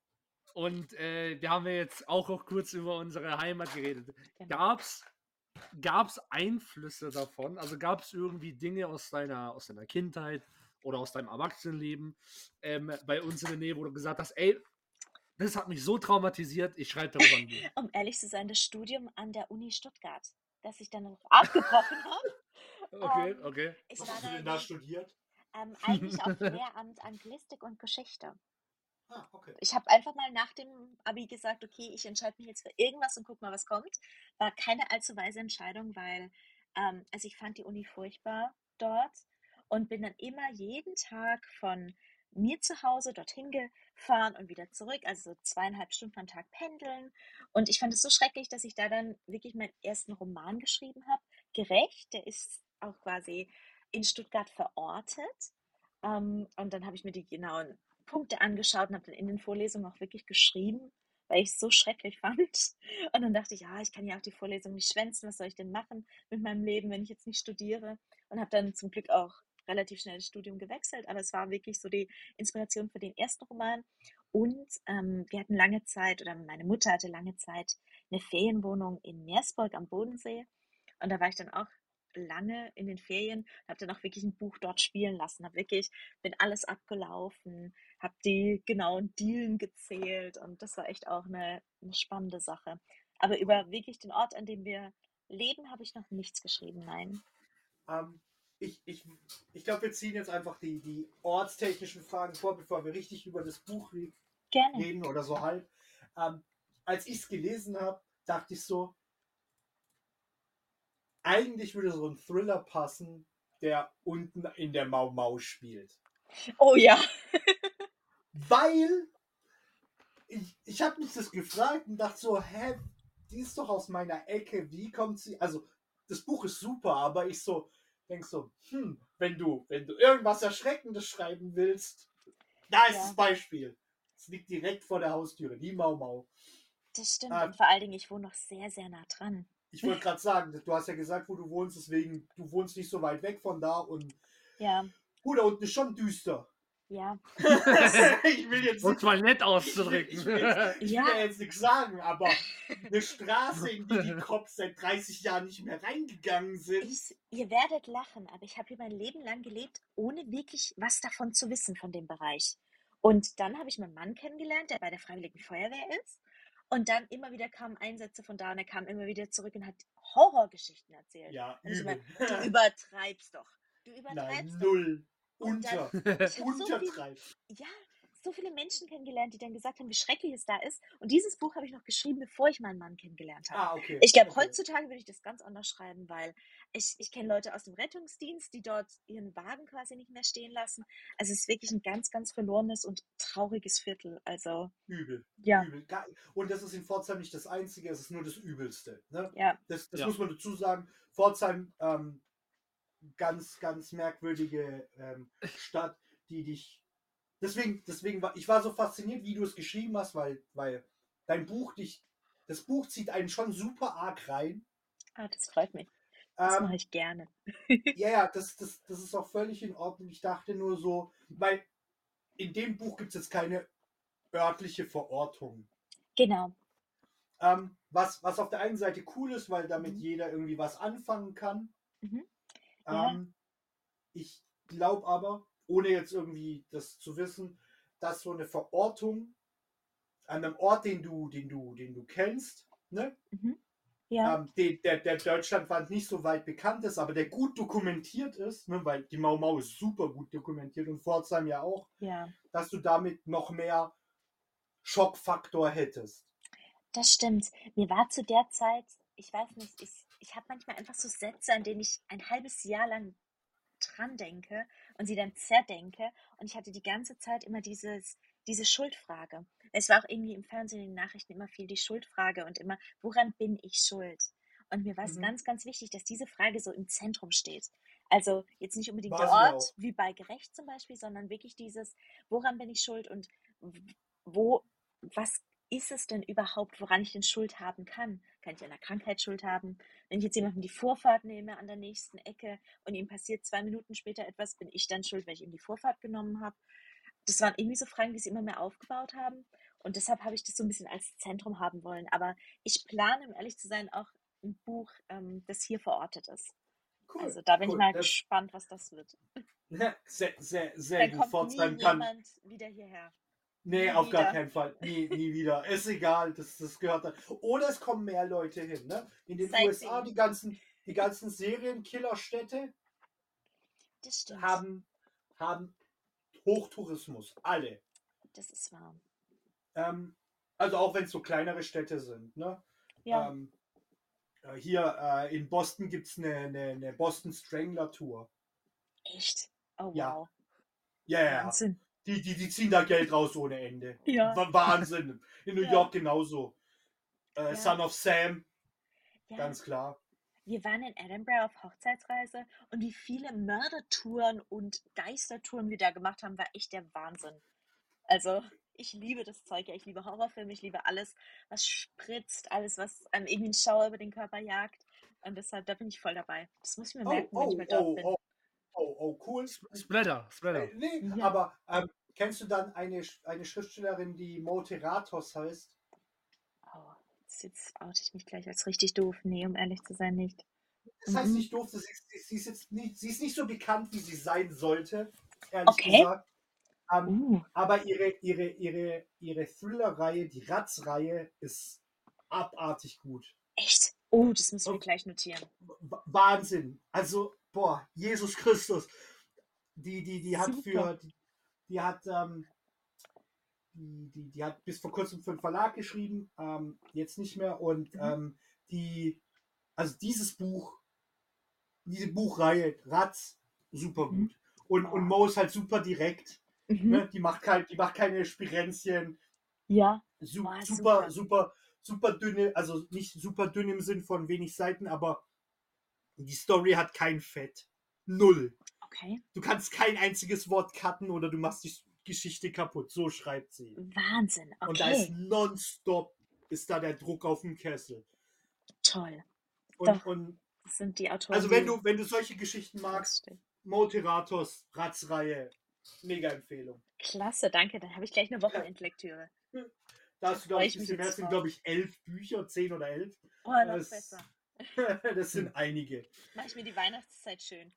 und äh, wir haben ja jetzt auch noch kurz über unsere Heimat geredet. Genau. Gab's Gab es Einflüsse davon? Also gab es irgendwie Dinge aus deiner, aus deiner Kindheit oder aus deinem Erwachsenenleben ähm, bei uns in der Nähe, wo du gesagt hast, ey, das hat mich so traumatisiert, ich schreibe darüber ein Buch. Um ehrlich zu sein, das Studium an der Uni Stuttgart, das ich dann noch abgebrochen habe. Okay, Ähm, okay. ich Was war hast du da denn da in, studiert? ähm, eigentlich auf Lehramt Anglistik und Geschichte. Ah, okay. Ich habe einfach mal nach dem Abi gesagt, okay, ich entscheide mich jetzt für irgendwas und guck mal, was kommt. War keine allzu weise Entscheidung, weil ähm, also ich fand die Uni furchtbar dort und bin dann immer jeden Tag von mir zu Hause dorthin gefahren und wieder zurück, also so zweieinhalb Stunden am Tag pendeln. Und ich fand es so schrecklich, dass ich da dann wirklich meinen ersten Roman geschrieben habe. Gerecht, der ist auch quasi in Stuttgart verortet. Ähm, und dann habe ich mir die genauen Punkte angeschaut und habe dann in den Vorlesungen auch wirklich geschrieben, weil ich es so schrecklich fand. Und dann dachte ich, ja, ich kann ja auch die Vorlesung nicht schwänzen, was soll ich denn machen mit meinem Leben, wenn ich jetzt nicht studiere? Und habe dann zum Glück auch relativ schnell das Studium gewechselt, aber es war wirklich so die Inspiration für den ersten Roman. Und ähm, wir hatten lange Zeit, oder meine Mutter hatte lange Zeit eine Ferienwohnung in Meersburg am Bodensee. Und da war ich dann auch lange in den Ferien, habe dann auch wirklich ein Buch dort spielen lassen, habe wirklich, bin alles abgelaufen, habe die genauen Dielen gezählt und das war echt auch eine, eine spannende Sache. Aber über wirklich den Ort, an dem wir leben, habe ich noch nichts geschrieben, nein. Ähm, ich ich, ich glaube, wir ziehen jetzt einfach die, die ortstechnischen Fragen vor, bevor wir richtig über das Buch re- Gerne. reden oder so halb. Ähm, als ich es gelesen habe, dachte ich so, eigentlich würde so ein Thriller passen, der unten in der Mau Mau spielt. Oh ja. Weil ich, ich habe mich das gefragt und dachte so, hä, die ist doch aus meiner Ecke, wie kommt sie? Also, das Buch ist super, aber ich so, denk so, hm, wenn du, wenn du irgendwas Erschreckendes schreiben willst, da ist Ja. das Beispiel. Es liegt direkt vor der Haustüre, die Mau Mau. Das stimmt Ah, und vor allen Dingen, ich wohne noch sehr, sehr nah dran. ich wollte gerade sagen, du hast ja gesagt, wo du wohnst, deswegen, du wohnst nicht so weit weg von da und Ja. oh, da unten ist schon düster. Ja. Ich will jetzt Um nicht, es mal nett ich will, auszudrücken. ich will, jetzt, ich will Ja. ja jetzt nichts sagen, aber eine Straße, in die die Cops seit dreißig Jahren nicht mehr reingegangen sind. Ich, ihr werdet lachen, aber ich habe hier mein Leben lang gelebt, ohne wirklich was davon zu wissen von dem Bereich. Und dann habe ich meinen Mann kennengelernt, der bei der Freiwilligen Feuerwehr ist. Und dann immer wieder kamen Einsätze von da und er kam immer wieder zurück und hat Horrorgeschichten erzählt. Ja, Und ich immer, übel. du übertreibst doch. Du Nein, übertreibst doch. null. Und dann, Unter. ich habe so viele, Untertreibt. ja, so viele Menschen kennengelernt, die dann gesagt haben, wie schrecklich es da ist. Und dieses Buch habe ich noch geschrieben, bevor ich meinen Mann kennengelernt habe. Ah, okay. Ich glaube, okay. heutzutage würde ich das ganz anders schreiben, weil ich, ich kenne Leute aus dem Rettungsdienst, die dort ihren Wagen quasi nicht mehr stehen lassen. Also es ist wirklich ein ganz, ganz verlorenes und trauriges Viertel. Also, Übel. ja, Übel. Ga- Und das ist in Pforzheim nicht das Einzige, es ist nur das Übelste. Ne? ja, Das, das Ja. muss man dazu sagen. Pforzheim, ähm, ganz, ganz merkwürdige ähm, Stadt, die dich. Deswegen, deswegen war ich war so fasziniert, wie du es geschrieben hast, weil, weil dein Buch dich. Das Buch zieht einen schon super arg rein. ah, das freut mich. Das Ähm, mache ich gerne. Ja, ja, das, das, das ist auch völlig in Ordnung. Ich dachte nur so, weil in dem Buch gibt es jetzt keine örtliche Verortung. Genau. Ähm, was, was auf der einen Seite cool ist, weil damit Mhm. jeder irgendwie was anfangen kann. Mhm. Ja. Ähm, ich glaube aber, ohne jetzt irgendwie das zu wissen, dass so eine Verortung an einem Ort, den du, den du, den du kennst, ne? Mhm. Ja. ähm, den, der, der deutschlandweit nicht so weit bekannt ist, aber der gut dokumentiert ist, ne? Weil die Mau Mau ist super gut dokumentiert und Pforzheim ja auch, Ja. dass du damit noch mehr Schockfaktor hättest. Das stimmt. Mir war zu der Zeit, ich weiß nicht, ich, ich habe manchmal einfach so Sätze, an denen ich ein halbes Jahr lang dran denke und sie dann zerdenke. Und ich hatte die ganze Zeit immer dieses, diese Schuldfrage. Es war auch irgendwie im Fernsehen, in den Nachrichten immer viel die Schuldfrage und immer, woran bin ich schuld? Und mir war es Mhm. ganz, ganz wichtig, dass diese Frage so im Zentrum steht. Also jetzt nicht unbedingt der War sie Ort, auch. wie bei Gerecht zum Beispiel, sondern wirklich dieses, woran bin ich schuld und wo, was ist es denn überhaupt, woran ich denn Schuld haben kann? Kann ich an einer Krankheit Schuld haben? Wenn ich jetzt jemandem die Vorfahrt nehme an der nächsten Ecke und ihm passiert zwei Minuten später etwas, bin ich dann schuld, weil ich ihm die Vorfahrt genommen habe? Das waren irgendwie so Fragen, die sich immer mehr aufgebaut haben. Und deshalb habe ich das so ein bisschen als Zentrum haben wollen. Aber ich plane, um ehrlich zu sein, auch ein Buch, ähm, das hier verortet ist. Cool. Also da bin cool. ich mal Das, gespannt, was das wird. sehr, sehr, sehr Dann gut. kommt Pforzheim nie kann. jemand wieder hierher. Nee, Nie auf gar wieder. keinen Fall. Nie, nie wieder. Ist egal, das, das gehört dann. Oder es kommen mehr Leute hin. Ne? In den U S A, Sightseeing. die ganzen, die ganzen Serienkillerstädte Das stimmt. haben, haben Hochtourismus. Alle. Das ist wahr. Ähm, also auch wenn es so kleinere Städte sind. Ne? Ja. Ähm, äh, hier äh, in Boston gibt es eine, eine, eine Boston Strangler Tour. Echt? Oh Ja. wow. Ja, ja, ja. Wahnsinn. Die, die, die ziehen da Geld raus ohne Ende. Ja. Wa- Wahnsinn. In New Ja. York genauso. Äh, Ja. Son of Sam, Ja. ganz klar. Wir waren in Edinburgh auf Hochzeitsreise und wie viele Mördertouren und Geistertouren wir da gemacht haben, war echt der Wahnsinn. Also, ich liebe das Zeug, ja, ich liebe Horrorfilme, ich liebe alles, was spritzt, alles, was einem irgendwie einen Schauer über den Körper jagt. Und deshalb, da bin ich voll dabei. Das muss ich mir Oh, merken, wenn ich oh, mal dort oh, bin. oh, oh, oh, cool. Splatter, Splatter. Äh, nee, Ja. aber ähm, kennst du dann eine, eine Schriftstellerin, die Moteratos heißt? Oh, jetzt, jetzt oute ich mich gleich als richtig doof. Nee, um ehrlich zu sein, nicht. Das heißt Mhm. nicht doof, sie ist, sie, ist jetzt nicht, sie ist nicht so bekannt, wie sie sein sollte, ehrlich Okay. gesagt. Ähm, Uh, aber ihre, ihre, ihre, ihre Thriller-Reihe, die Ratz-Reihe, ist abartig gut. echt? Oh, das muss ich mir Oh. gleich notieren. W- Wahnsinn. Also, boah, Jesus Christus. Die, die, die hat Super. für, die, die hat, ähm, die, die, die hat bis vor kurzem für einen Verlag geschrieben, ähm, jetzt nicht mehr. Und Mhm. ähm, die, also dieses Buch, diese Buchreihe, Ratz, super Mhm. gut. Und, und Oh. Mo ist halt super direkt. Mhm. Ne? Die macht kein, die macht keine Spirenzchen. Ja. Su Boah, super, super. super, super dünne, also nicht super dünn im Sinn von wenig Seiten, aber die Story hat kein Fett. Null. Okay. Du kannst kein einziges Wort cutten oder du machst die Geschichte kaputt. So schreibt sie. Wahnsinn. Und da ist Okay. nonstop ist da der Druck auf dem Kessel. Toll. Und, Doch. und Das sind die Autoren, also wenn die du, wenn du solche Geschichten magst, feststehen. Moteratos, Ratzreihe, Mega Empfehlung. Klasse, danke. Dann habe ich gleich eine Wochenendlektüre. Da hast du, glaube freu ich, ich ein mich bisschen mehr. jetzt Es sind, drauf. glaube ich, elf Bücher, zehn oder elf. Oh, noch Das, besser. das sind einige. Mache ich mir die Weihnachtszeit schön.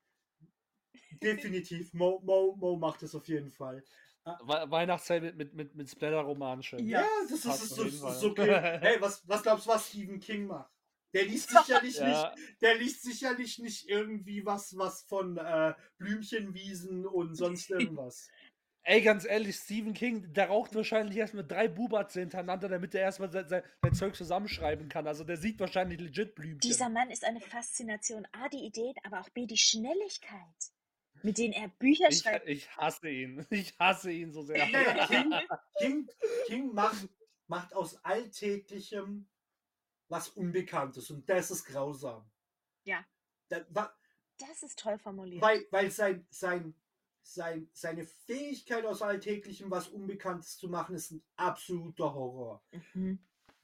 Definitiv. Mo, Mo, Mo macht es auf jeden Fall. We Weihnachtszeit mit, mit, mit, mit Splatter-Roman schön. Ja, Ja. das ist, Passt ist, auf ist, jeden Fall. ist okay. Hey, was, was glaubst du, was Stephen King macht? Der liest sicherlich Ja. nicht, der liest sicherlich nicht irgendwie was, was von äh, Blümchenwiesen und sonst irgendwas. Ey, ganz ehrlich, Stephen King, der raucht wahrscheinlich erstmal drei Bubatze hintereinander, damit er erstmal sein, sein, sein Zeug zusammenschreiben kann. Also der sieht wahrscheinlich legit Blümchen. Dieser Mann ist eine Faszination. A, die Ideen, aber auch B, die Schnelligkeit, mit denen er Bücher Ich, schreibt. ich hasse ihn. Ich hasse ihn so sehr. Nee, King, King, King macht, macht aus Alltäglichem was Unbekanntes und das ist grausam. Ja. Da, wa, Das ist toll formuliert. weil weil sein, sein, sein, seine Fähigkeit aus Alltäglichem was Unbekanntes zu machen, ist ein absoluter Horror. Mhm.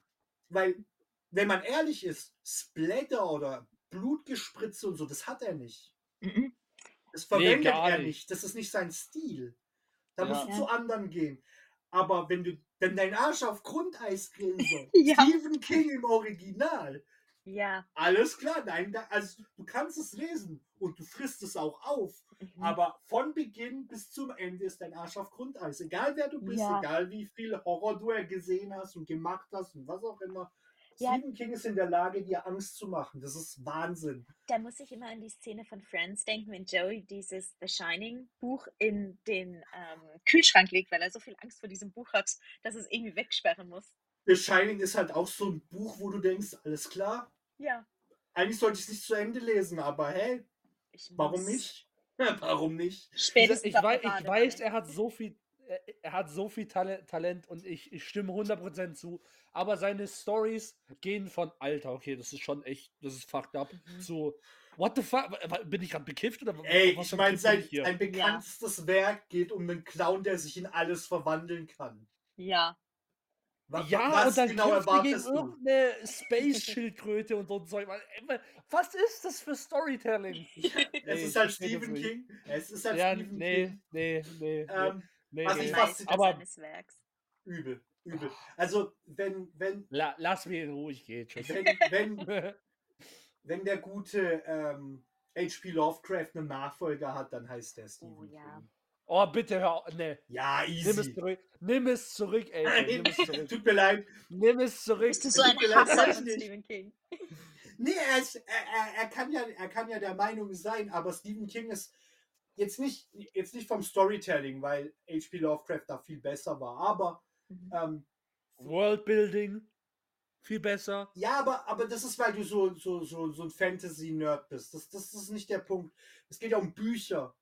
Weil, wenn man ehrlich ist, Splatter oder Blutgespritze und so, das hat er nicht. Mhm. Das verwendet gar er nicht. nicht. Das ist nicht sein Stil. Da Ja. musst du Ja. zu anderen gehen. Aber wenn du denn dein Arsch auf Grundeis grillen soll, Ja. Stephen King im Original, Ja. alles klar, nein, da, also du kannst es lesen und du frisst es auch auf. Mhm. Aber von Beginn bis zum Ende ist dein Arsch auf Grundeis. Egal wer du bist, Ja. egal wie viel Horror du gesehen hast und gemacht hast und was auch immer. Ja. Stephen King ist in der Lage, dir Angst zu machen. Das ist Wahnsinn. Da muss ich immer an die Szene von Friends denken, wenn Joey dieses The Shining Buch in den ähm, Kühlschrank legt, weil er so viel Angst vor diesem Buch hat, dass es irgendwie wegsperren muss. The Shining ist halt auch so ein Buch, wo du denkst, alles klar, Ja. eigentlich sollte ich es nicht zu Ende lesen, aber hey, Ich warum muss. nicht? Warum nicht? Spätestens Ich, ab wei ich Badewanne. weiß, er hat so viel, er, er hat so viel Talent, Talent und ich, ich stimme hundert Prozent zu. Aber seine Stories gehen von Alter, okay, das ist schon echt, das ist fucked up, Mhm. zu what the fuck? Bin ich gerade bekifft oder Ey, was ich für ein meine, Trip bin sein, ich hier? sein bekanntestes Werk geht um einen Clown, der sich in alles verwandeln kann. Ja. Wa- wa- Ja, was und dann genau kämpft er gegen erwartest du? irgendeine Space-Schildkröte und so ein Zeug. Was ist das für Storytelling? Es Nee, ist halt ich verstehe das Stephen nicht. King. Es ist halt Ja, Stephen nee, King. nee, nee, nee, Ähm, nee, was nee. ich Meister fast- aber- seines Werks. Übel, übel. Also, wenn, wenn, La lass mich in Ruhe, ich gehe. Tschüss. wenn, wenn, wenn der gute ähm, H P Lovecraft einen Nachfolger hat, dann heißt der Stephen Oh, ja. King. Oh, bitte hör auf. Nee, Ja, nimm es easy. zurück. Nimm es zurück, ey. Nimm es zurück. Tut mir leid. Nimm es zurück. Bist du so tut ein mir leid, Hasser weiß von nicht. Stephen King? Nee, er, ist, er, er, er, kann ja, er kann ja der Meinung sein, aber Stephen King ist jetzt nicht, jetzt nicht vom Storytelling, weil H P Lovecraft da viel besser war. Aber Mhm. ähm, Worldbuilding. Viel besser. ja, aber, aber das ist, weil du so, so, so, so ein Fantasy-Nerd bist. Das, das ist nicht der Punkt. Es geht ja um Bücher.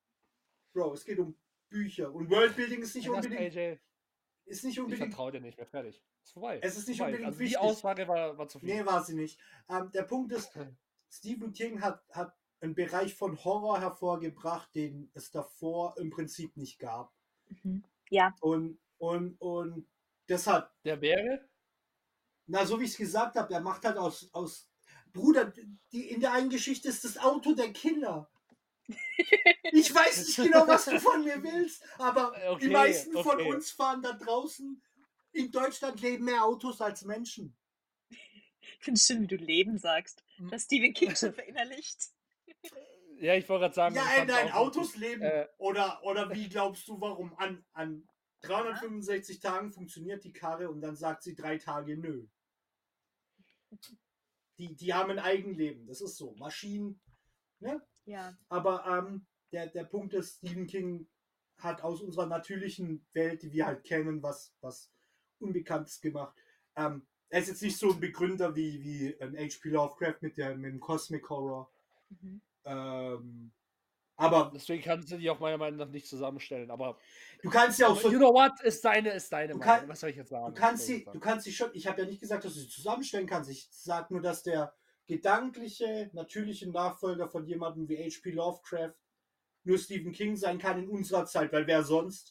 Bro, es geht um Bücher. Und Worldbuilding ist nicht Das, unbedingt, A J, ist nicht ich unbedingt, vertraue dir nicht mehr. Fertig. Ist vorbei. es ist nicht vorbei. unbedingt Also die wichtig. Aussage war, war zu viel. Nee, war sie nicht. Ähm, der Punkt ist, Stephen King hat, hat einen Bereich von Horror hervorgebracht, den es davor im Prinzip nicht gab. Mhm. Ja. Und, und, und deshalb, Der wäre? na, so wie ich es gesagt habe, er macht halt aus, aus Bruder, die, in der einen Geschichte ist das Auto der Killer. Ich weiß nicht genau, was du von mir willst, aber Okay, die meisten von okay. uns fahren da draußen. In Deutschland leben mehr Autos als Menschen. Ich finde es schön, wie du Leben sagst. Hm. Das Stephen King schon verinnerlicht. Ja, ich wollte gerade sagen. Ja, ich ey, fand's nein, auch Autos lustig. leben. Äh, Oder, oder wie glaubst du, warum? An, an dreihundertfünfundsechzig Tagen funktioniert die Karre und dann sagt sie drei Tage nö. Die, die haben ein Eigenleben, das ist so. Maschinen, ne? Ja. Aber ähm, der, der Punkt ist, Stephen King hat aus unserer natürlichen Welt, die wir halt kennen, was, was Unbekanntes gemacht. Ähm, er ist jetzt nicht so ein Begründer wie, wie ein H P Lovecraft mit, der, mit dem Cosmic Horror. Mhm. Ähm, aber Deswegen kannst du die auch meiner Meinung nach nicht zusammenstellen. Aber du kannst ja auch so. you know what? Ist deine, ist deine Du Meinung. kann- Was soll ich jetzt sagen? Du kannst Was soll ich sie, jetzt du sagen? kannst sie schon, ich habe ja nicht gesagt, dass du sie zusammenstellen kannst. Ich sage nur, dass der gedankliche, natürliche Nachfolger von jemandem wie H P Lovecraft nur Stephen King sein kann in unserer Zeit, weil wer sonst?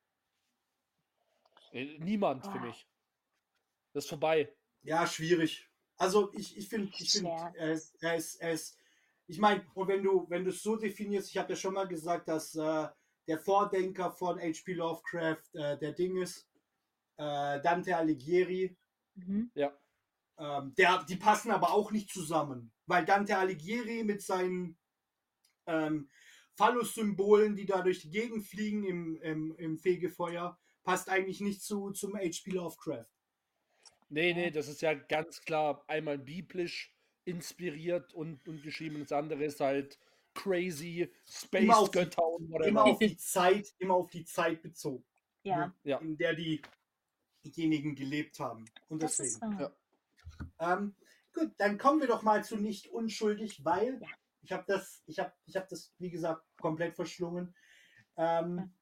Äh, Niemand, Ah. finde ich. Das ist vorbei. Ja, schwierig. Also ich, ich finde, ich finde, Schwer. er ist, er ist, er ist, ich meine, und wenn du, wenn du es so definierst, ich habe ja schon mal gesagt, dass äh, der Vordenker von H P Lovecraft, äh, der Ding ist, äh, Dante Alighieri. Mhm. Ja. Ähm, der, die passen aber auch nicht zusammen, weil Dante Alighieri mit seinen ähm, Phallus-Symbolen, die da durch die Gegend fliegen im, im, im Fegefeuer, passt eigentlich nicht zu, zum H P Lovecraft. Nee, Ja. nee, das ist ja ganz klar einmal biblisch inspiriert und, und geschrieben. Und das andere ist halt crazy, Immer auf Space die- Götter und Immer whatever. auf die Zeit, immer auf die Zeit bezogen, Ja, ne, Ja. in der die, diejenigen gelebt haben. Und das deswegen. ist wahr. Ja. Ähm, gut, dann kommen wir doch mal zu nicht unschuldig, weil Ja. ich habe das, ich habe, ich habe das, wie gesagt, komplett verschlungen. Ähm, Ja.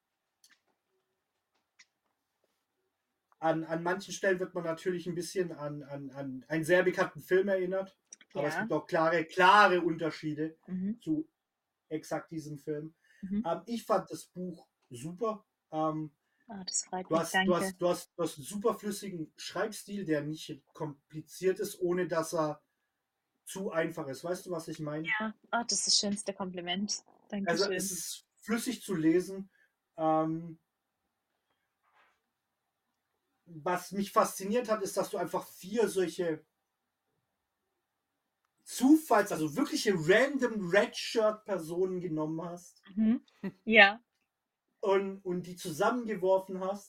an, an manchen Stellen wird man natürlich ein bisschen an, an, an einen sehr bekannten Film erinnert, aber es Ja. gibt auch klare, klare Unterschiede Mhm. zu exakt diesem Film. Mhm. Ähm, ich fand das Buch super. Ähm, Oh, das freut Du mich, hast, du, danke. hast, du, hast, du hast einen superflüssigen Schreibstil, der nicht kompliziert ist, ohne dass er zu einfach ist. Weißt du, was ich meine? Ja, oh, das ist das schönste Kompliment. Also Dankeschön. es ist flüssig zu lesen. Ähm, was mich fasziniert hat, ist, dass du einfach vier solche Zufalls, also wirkliche random Redshirt-Personen genommen hast Mhm. Ja, und, und die zusammengeworfen hast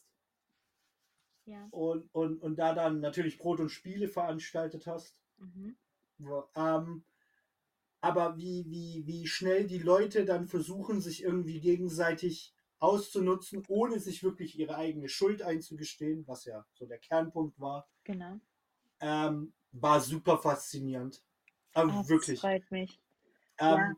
ja. und, und, und da dann natürlich Brot und Spiele veranstaltet hast. Mhm. Ja, ähm, aber wie, wie, wie schnell die Leute dann versuchen, sich irgendwie gegenseitig auszunutzen, ohne sich wirklich ihre eigene Schuld einzugestehen, was ja so der Kernpunkt war, Genau. ähm, war super faszinierend. Aber Oh, das wirklich. freut mich. Ähm,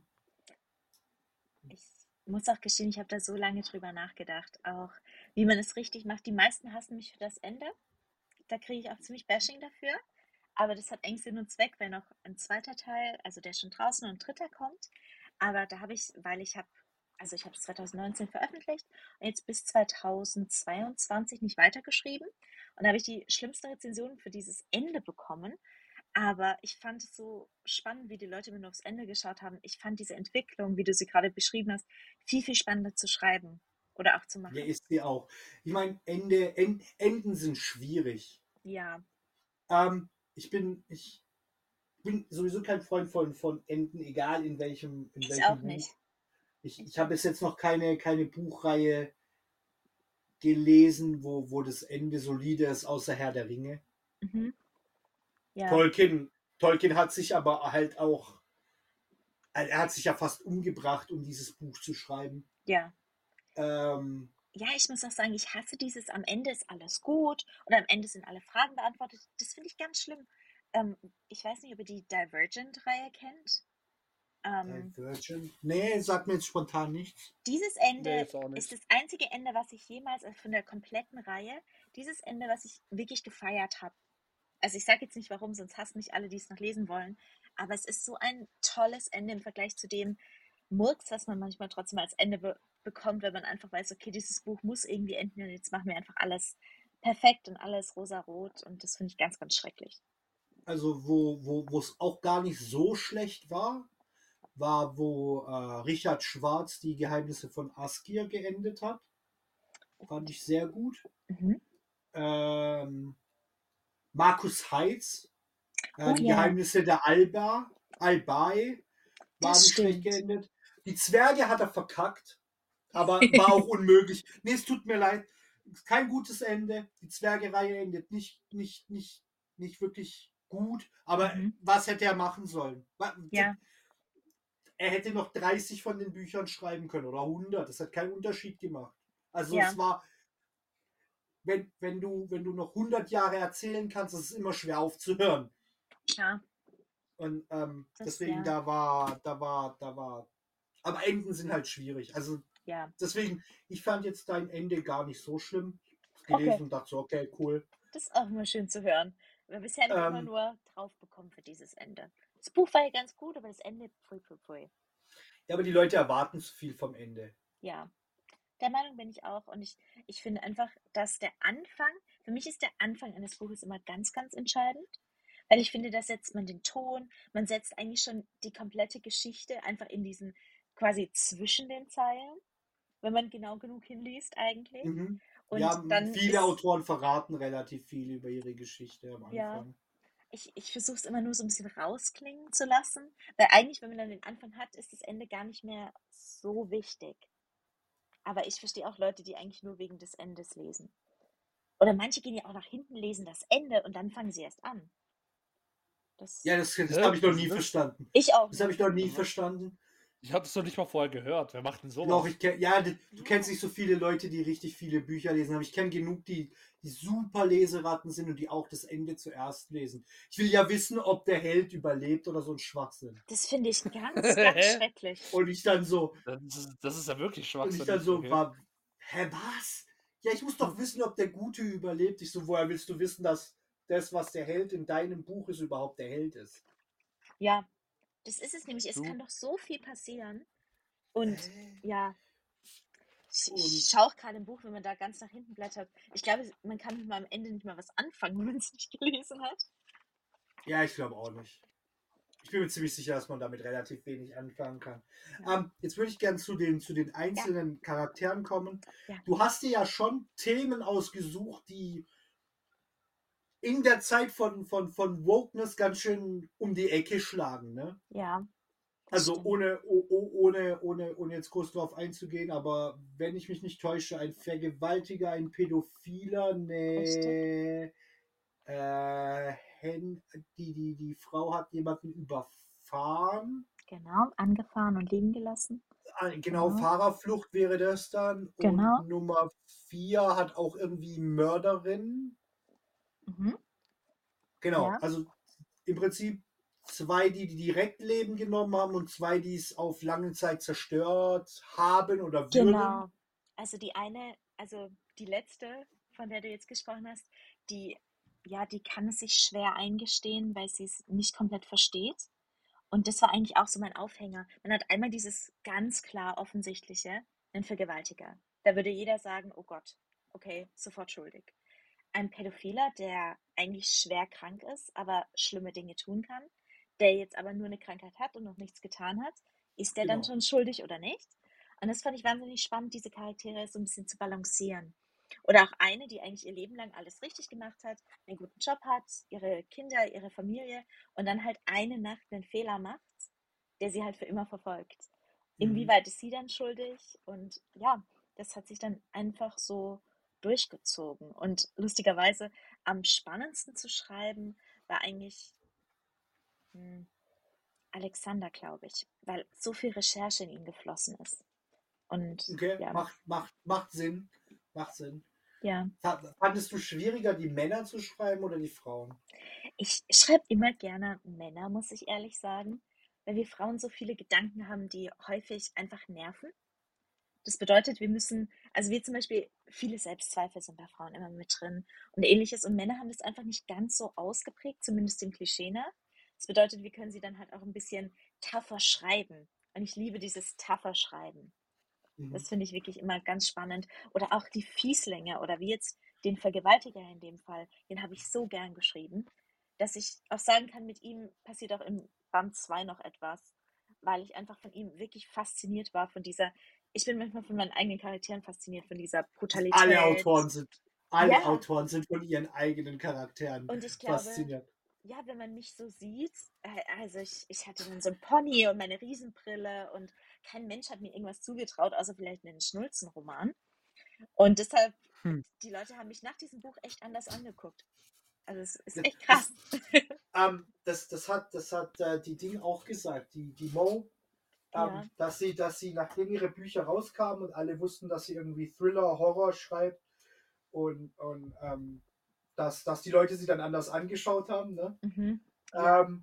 Ich muss auch gestehen, ich habe da so lange drüber nachgedacht, auch wie man es richtig macht. Die meisten hassen mich für das Ende. Da kriege ich auch ziemlich Bashing dafür. Aber das hat eigentlich Sinn und Zweck, wenn noch ein zweiter Teil, also der schon draußen und ein dritter kommt. Aber da habe ich, weil ich habe, also ich habe es zwanzig neunzehn veröffentlicht und jetzt bis zwanzig zweiundzwanzig nicht weitergeschrieben. Und da habe ich die schlimmsten Rezensionen für dieses Ende bekommen. Aber ich fand es so spannend, wie die Leute mir nur aufs Ende geschaut haben. Ich fand diese Entwicklung, wie du sie gerade beschrieben hast, viel, viel spannender zu schreiben oder auch zu machen. der ist sie auch. Ich meine, Ende, End, Enden sind schwierig. Ja, Ähm, ich bin, ich bin sowieso kein Freund von, von Enden, egal in welchem, in ich welchem auch Buch. nicht. Ich, Ich ich habe bis jetzt noch keine, keine Buchreihe gelesen, wo, wo das Ende solide ist, außer Herr der Ringe. Mhm. Ja, Tolkien, Tolkien hat sich aber halt auch, er hat sich ja fast umgebracht, um dieses Buch zu schreiben. ja. Ähm, Ja, ich muss auch sagen, ich hasse dieses am Ende ist alles gut oder am Ende sind alle Fragen beantwortet. Das finde ich ganz schlimm. Ähm, ich weiß nicht, ob ihr die Divergent-Reihe kennt. Ähm, Divergent? Nee, sagt mir jetzt spontan nichts. dieses Nee, Ende jetzt auch ist nicht. das einzige Ende, was ich jemals also von der kompletten Reihe, dieses Ende, was ich wirklich gefeiert habe. Also ich sage jetzt nicht warum, sonst hassen mich alle, die es noch lesen wollen. Aber es ist so ein tolles Ende im Vergleich zu dem Murks, was man manchmal trotzdem als Ende be bekommt, wenn man einfach weiß, okay, dieses Buch muss irgendwie enden und jetzt machen wir einfach alles perfekt und alles rosarot und das finde ich ganz, ganz schrecklich. Also wo, wo, wo es auch gar nicht so schlecht war, war, wo äh, Richard Schwarz die Geheimnisse von Askir geendet hat. Fand ich sehr gut. Mhm. Ähm, Markus Heitz, äh, Oh die ja, Geheimnisse der Alba, Albae, war das nicht schlecht stimmt. geendet. Die Zwerge hat er verkackt, aber war auch unmöglich. Nee, es tut mir leid. Kein gutes Ende. Die Zwerge-Reihe endet nicht, nicht, nicht, nicht wirklich gut. Aber Mhm. was hätte er machen sollen? Wa- Ja, Er hätte noch dreißig von den Büchern schreiben können oder hundert. Das hat keinen Unterschied gemacht. Also ja, es war, wenn, wenn, du, wenn du noch hundert Jahre erzählen kannst, ist es immer schwer aufzuhören. klar. Und ähm, Das, deswegen ja, da war, da war, da war. Aber Enden sind halt schwierig. Also ja. deswegen, ich fand jetzt dein Ende gar nicht so schlimm. Okay, Gelesen und dachte so, okay, cool. das ist auch immer schön zu hören. Aber bisher habe ich immer Ähm, nur drauf bekommen für dieses Ende. Das Buch war ja ganz gut, aber das Ende, pfui, pfui, pfui. ja, aber die Leute erwarten zu viel vom Ende. Ja, der Meinung bin ich auch. Und ich, ich finde einfach, dass der Anfang, für mich ist der Anfang eines Buches immer ganz, ganz entscheidend. Weil ich finde, da setzt man den Ton, man setzt eigentlich schon die komplette Geschichte einfach in diesen quasi zwischen den Zeilen. wenn man genau genug hinliest eigentlich. Mhm. Und Ja, dann viele ist, Autoren verraten relativ viel über ihre Geschichte am ja, Anfang. ich, ich versuche es immer nur so ein bisschen rausklingen zu lassen, weil eigentlich, wenn man dann den Anfang hat, ist das Ende gar nicht mehr so wichtig. Aber ich verstehe auch Leute, die eigentlich nur wegen des Endes lesen. Oder manche gehen ja auch nach hinten, lesen das Ende und dann fangen sie erst an. Das, Ja, das, das Hä? habe ich noch Wieso nie das? verstanden. ich auch Das habe nicht. ich noch nie Also, verstanden. ich habe das doch nicht mal vorher gehört. Wer macht denn Doch, sowas? ich kenn, ja, du, du Ja. kennst nicht so viele Leute, die richtig viele Bücher lesen, aber ich kenne genug, die, die super Leseratten sind und die auch das Ende zuerst lesen. Ich will ja wissen, ob der Held überlebt oder so ein Schwachsinn. Das finde ich ganz, ganz Hä? schrecklich. Und ich dann so, Das ist, das ist ja wirklich und ich dann schwachsinnig. so, Okay. war, hä, was? Ja, ich muss doch wissen, ob der Gute überlebt. Ich so, woher willst du wissen, dass das, was der Held in deinem Buch ist, überhaupt der Held ist? Ja, das ist es nämlich. Es Du- kann doch so viel passieren. Und Hä? ja, ich, Und- ich schaue auch gerade im Buch, wenn man da ganz nach hinten blättert. Ich glaube, man kann mit meinem Ende nicht mal was anfangen, wenn man es nicht gelesen hat. Ja, ich glaube auch nicht. Ich bin mir ziemlich sicher, dass man damit relativ wenig anfangen kann. Ja. Ähm, jetzt würde ich gerne zu den, zu den einzelnen Charakteren kommen. Ja. Du hast dir ja schon Themen ausgesucht, die in der Zeit von, von, von Wokeness ganz schön um die Ecke schlagen, ne? Ja. das Also stimmt. ohne, oh, oh, ohne, ohne, ohne jetzt groß drauf einzugehen, aber wenn ich mich nicht täusche, ein Vergewaltiger, ein Pädophiler, ne, äh, Hen, die, die, die Frau hat jemanden überfahren. Genau, angefahren und liegen gelassen. Ah, Genau, Genau. Fahrerflucht wäre das dann. Genau. Und Nummer vier hat auch irgendwie Mörderin. Mhm. Genau, Ja. also im Prinzip zwei, die die direkt Leben genommen haben und zwei, die es auf lange Zeit zerstört haben oder würden. Genau. Also die eine, also die letzte, von der du jetzt gesprochen hast, die, ja, die kann es sich schwer eingestehen, weil sie es nicht komplett versteht. Und das war eigentlich auch so mein Aufhänger. Man hat einmal dieses ganz klar offensichtliche, ein Vergewaltiger. Da würde jeder sagen, oh Gott, okay, sofort schuldig. Ein Pädophiler, der eigentlich schwer krank ist, aber schlimme Dinge tun kann, der jetzt aber nur eine Krankheit hat und noch nichts getan hat, ist der dann Genau. schon schuldig oder nicht? Und das fand ich wahnsinnig spannend, diese Charaktere so ein bisschen zu balancieren. Oder auch eine, die eigentlich ihr Leben lang alles richtig gemacht hat, einen guten Job hat, ihre Kinder, ihre Familie und dann halt eine Nacht einen Fehler macht, der sie halt für immer verfolgt. Mhm. Inwieweit ist sie dann schuldig? Und ja, das hat sich dann einfach so durchgezogen. Und lustigerweise am spannendsten zu schreiben war eigentlich hm, Alexander, glaube ich, weil so viel Recherche in ihn geflossen ist. Und Okay, ja, macht, macht, macht Sinn. Macht Sinn. ja, Fa- Fandest du schwieriger, die Männer zu schreiben oder die Frauen? ich schreibe immer gerne Männer, muss ich ehrlich sagen, weil wir Frauen so viele Gedanken haben, die häufig einfach nerven. Das bedeutet, wir müssen, also wir zum Beispiel, viele Selbstzweifel sind bei Frauen immer mit drin und ähnliches. Und Männer haben das einfach nicht ganz so ausgeprägt, zumindest dem Klischee nach. Das bedeutet, wir können sie dann halt auch ein bisschen tougher schreiben. Und ich liebe dieses tougher Schreiben. Mhm. Das finde ich wirklich immer ganz spannend. Oder auch die Fieslinge oder wie jetzt den Vergewaltiger in dem Fall, den habe ich so gern geschrieben, dass ich auch sagen kann, mit ihm passiert auch im Band zwei noch etwas, weil ich einfach von ihm wirklich fasziniert war, von dieser, ich bin manchmal von meinen eigenen Charakteren fasziniert, von dieser Brutalität. Alle Autoren sind, alle Ja. Autoren sind von ihren eigenen Charakteren Und ich glaube, fasziniert. ja, wenn man mich so sieht, äh, also ich, ich hatte dann so ein Pony und meine Riesenbrille und kein Mensch hat mir irgendwas zugetraut, außer vielleicht einen Schnulzenroman. Und deshalb, Hm. die Leute haben mich nach diesem Buch echt anders angeguckt. Also es ist Das- echt krass. Ähm, das, das hat, das hat äh, die Ding auch gesagt, die, die Mo, ähm, Ja. dass sie, dass sie, nachdem ihre Bücher rauskamen und alle wussten, dass sie irgendwie Thriller, Horror schreibt und, und ähm, dass, dass die Leute sie dann anders angeschaut haben, ne? Mhm. Ja. Ähm,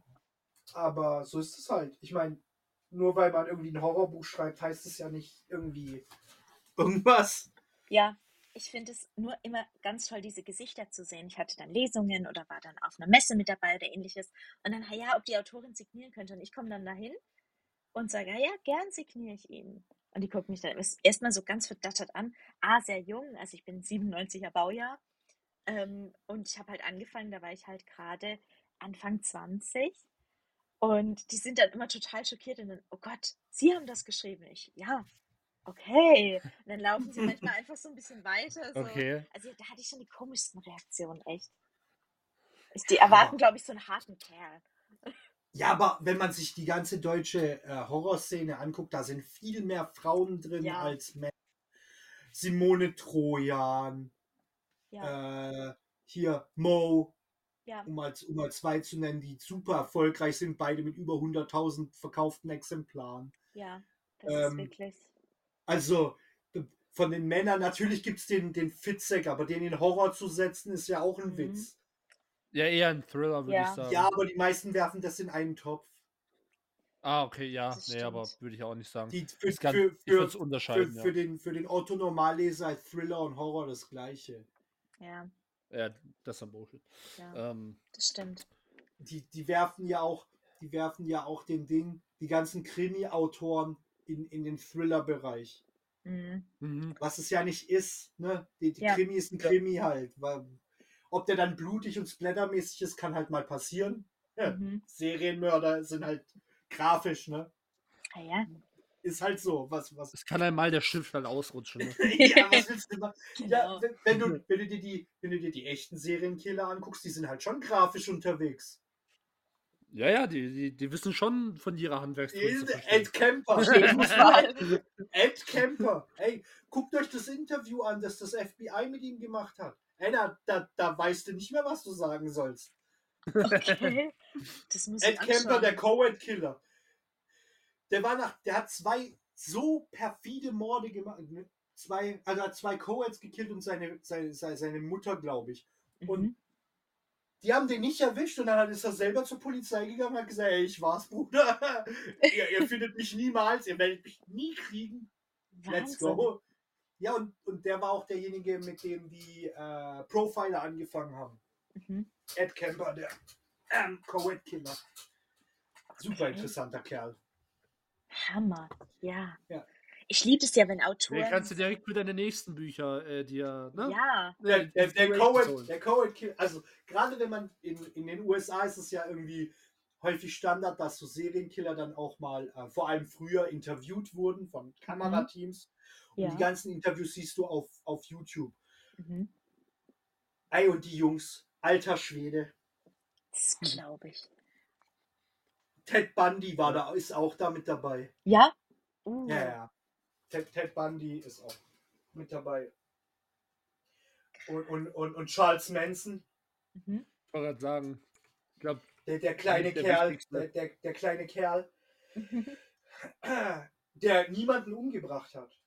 aber so ist es halt. Ich meine, nur weil man irgendwie ein Horrorbuch schreibt, heißt es ja nicht irgendwie irgendwas. Ja, ich finde es nur immer ganz toll, diese Gesichter zu sehen. Ich hatte dann Lesungen oder war dann auf einer Messe mit dabei oder ähnliches. Und dann, ja, ob die Autorin signieren könnte. Und ich komme dann dahin und sage, ja, gern signiere ich ihn. Und die gucken mich dann erstmal so ganz verdattert an. Ah, sehr jung, also ich bin siebenundneunziger Baujahr. Ähm, und ich habe halt angefangen, da war ich halt gerade Anfang zwanzig. Und die sind dann immer total schockiert und dann, oh Gott, Sie haben das geschrieben. Ich, ja. Okay. Und dann laufen sie manchmal einfach so ein bisschen weiter. So. Okay. Also da hatte ich schon die komischsten Reaktionen, echt. Ich, die erwarten, glaube ich, so einen harten Kerl. Ja, aber wenn man sich die ganze deutsche äh, Horrorszene anguckt, da sind viel mehr Frauen drin Ja. als Männer. Simone Trojan, Ja. äh, hier Mo, Ja. um als, um als zwei zu nennen, die super erfolgreich sind, beide mit über hunderttausend verkauften Exemplaren. Ja, das ist Ähm, wirklich. Also von den Männern, natürlich gibt es den, den Fitzek, aber den in Horror zu setzen, ist ja auch ein Mhm. Witz. Ja, eher ein Thriller, würde Ja. ich sagen. Ja, aber die meisten werfen das in einen Topf. Ah, okay, ja. Das Nee, aber stimmt. würde ich auch nicht sagen. Die, für, Ich kann- für, ich würde für, es für, unterscheiden, für, ja. den, für den Otto-Normalleser ist Thriller und Horror das Gleiche. Ja, Ja, das ist ein Bullshit. ja, Ähm, das stimmt. Die, die werfen ja auch, die werfen ja auch den Ding, die ganzen Krimi-Autoren in, in den Thriller-Bereich. Mhm. mhm. Was es ja nicht ist, ne? Die, die Ja. Krimi ist ein Ja. Krimi halt. Weil, ob der dann blutig und splattermäßig ist, kann halt mal passieren. Ja, Mhm. Serienmörder sind halt grafisch, ne? Ah ja. Ist halt so. Was, was. Es kann einmal der Stift halt ausrutschen. Ne? Ja, was willst du machen? Ja, Genau. wenn, wenn, du, wenn, du dir die, wenn du dir die echten Serienkiller anguckst, die sind halt schon grafisch unterwegs. Ja, ja, die, die, die wissen schon von ihrer Handwerkskunst zu verstehen. Ed Kemper. Auf jeden Fall. Ed Kemper. Ey, guckt euch das Interview an, das das F B I mit ihm gemacht hat. Ey, da, da, da weißt du nicht mehr, was du sagen sollst. Okay. Das muss ich Ed Kemper, anschauen. der Coed-Killer. Der war nach, der hat zwei so perfide Morde gemacht. Zwei, also hat zwei Coeds gekillt und seine, seine, seine Mutter, glaube ich. Und Mhm. die haben den nicht erwischt und dann ist er selber zur Polizei gegangen und hat gesagt, ey, ich war's, Bruder. ihr, ihr findet mich niemals, ihr werdet mich nie kriegen. Let's Wahnsinn. go. Ja, und, und der war auch derjenige, mit dem die äh, Profiler angefangen haben. Mhm. Ed Kemper, der ähm, Coed-Killer. Super Okay. interessanter Kerl. Hammer. Ja. Ja. Ich liebe es ja, wenn Nee, Autoren. kannst du direkt für deine nächsten Bücher äh, dir, ne? Ja. Der, die der, der, Inspiration Coed, holen. der Coed-Killer, also gerade wenn man in, in den U S A ist es ja irgendwie häufig Standard, dass so Serienkiller dann auch mal, äh, vor allem früher, interviewt wurden von Kamerateams. Und Ja. die ganzen Interviews siehst du auf, auf YouTube. Mhm. Ey, und die Jungs, alter Schwede. Das glaube ich. Ted Bundy war da, ist auch da mit dabei. Ja? Uh. Ja, ja. Ted, Ted Bundy ist auch mit dabei. Und, und, und, und Charles Manson, Mhm. Ich wollte gerade sagen, ich glaube, der, der kleine Der Kerl, wichtigste. der, der, der kleine Kerl, Mhm. der niemanden umgebracht hat.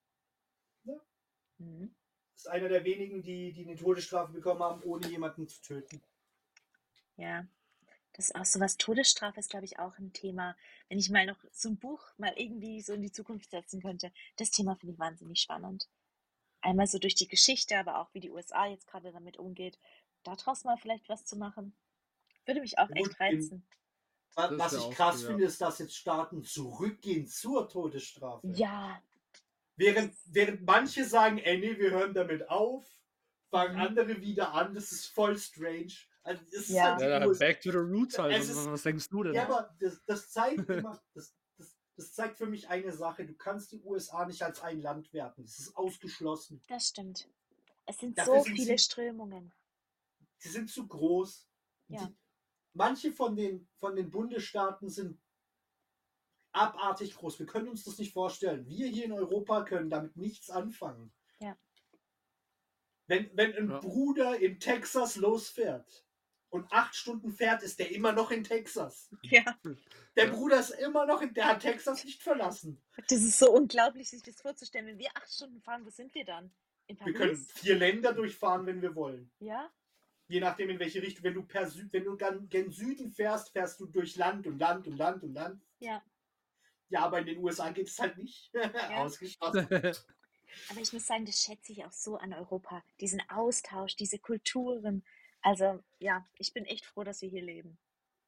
Mhm. Ist einer der wenigen, die, die eine Todesstrafe bekommen haben, ohne jemanden zu töten. Ja. Das ist auch so was. Todesstrafe ist, glaube ich, auch ein Thema. Wenn ich mal noch so ein Buch mal irgendwie so in die Zukunft setzen könnte, das Thema finde ich wahnsinnig spannend. Einmal so durch die Geschichte, aber auch wie die U S A jetzt gerade damit umgeht. Daraus mal vielleicht was zu machen. Würde mich auch Gut, echt reizen. Was, Das was wär ich auch krass cool, ja. finde, ist, dass jetzt Staaten zurückgehen zur Todesstrafe. Ja. Während, während manche sagen, ey, nee, wir hören damit auf, fangen Mhm. andere wieder an. Das ist voll strange. Also, das ist Ja. halt die ja, U S A. back to the roots halt. Es Was, ist- was denkst du denn? Ja, aber das, das zeigt immer, das, das, das zeigt für mich eine Sache. Du kannst die U S A nicht als ein Land werten. Das ist ausgeschlossen. Das stimmt. Es sind Dafür so sind viele sie- Strömungen. Sie sind zu groß. Ja. Die, manche von den, von den Bundesstaaten sind abartig groß. Wir können uns das nicht vorstellen. Wir hier in Europa können damit nichts anfangen. Ja. Wenn, wenn ein Ja. Bruder in Texas losfährt und acht Stunden fährt, ist der immer noch in Texas. Ja. Der Ja. Bruder ist immer noch in, der hat Texas nicht verlassen. Das ist so unglaublich, sich das vorzustellen. Wenn wir acht Stunden fahren, wo sind wir dann? In Wir Paris? können vier Länder durchfahren, wenn wir wollen. Ja? Je nachdem, in welche Richtung. Wenn du per Sü wenn du gan- gen Süden fährst, fährst du durch Land und Land und Land und Land. Ja. Ja, aber in den U S A geht es halt nicht. Ausgeschlossen. Aber ich muss sagen, das schätze ich auch so an Europa. Diesen Austausch, diese Kulturen. Also, ja, ich bin echt froh, dass wir hier leben.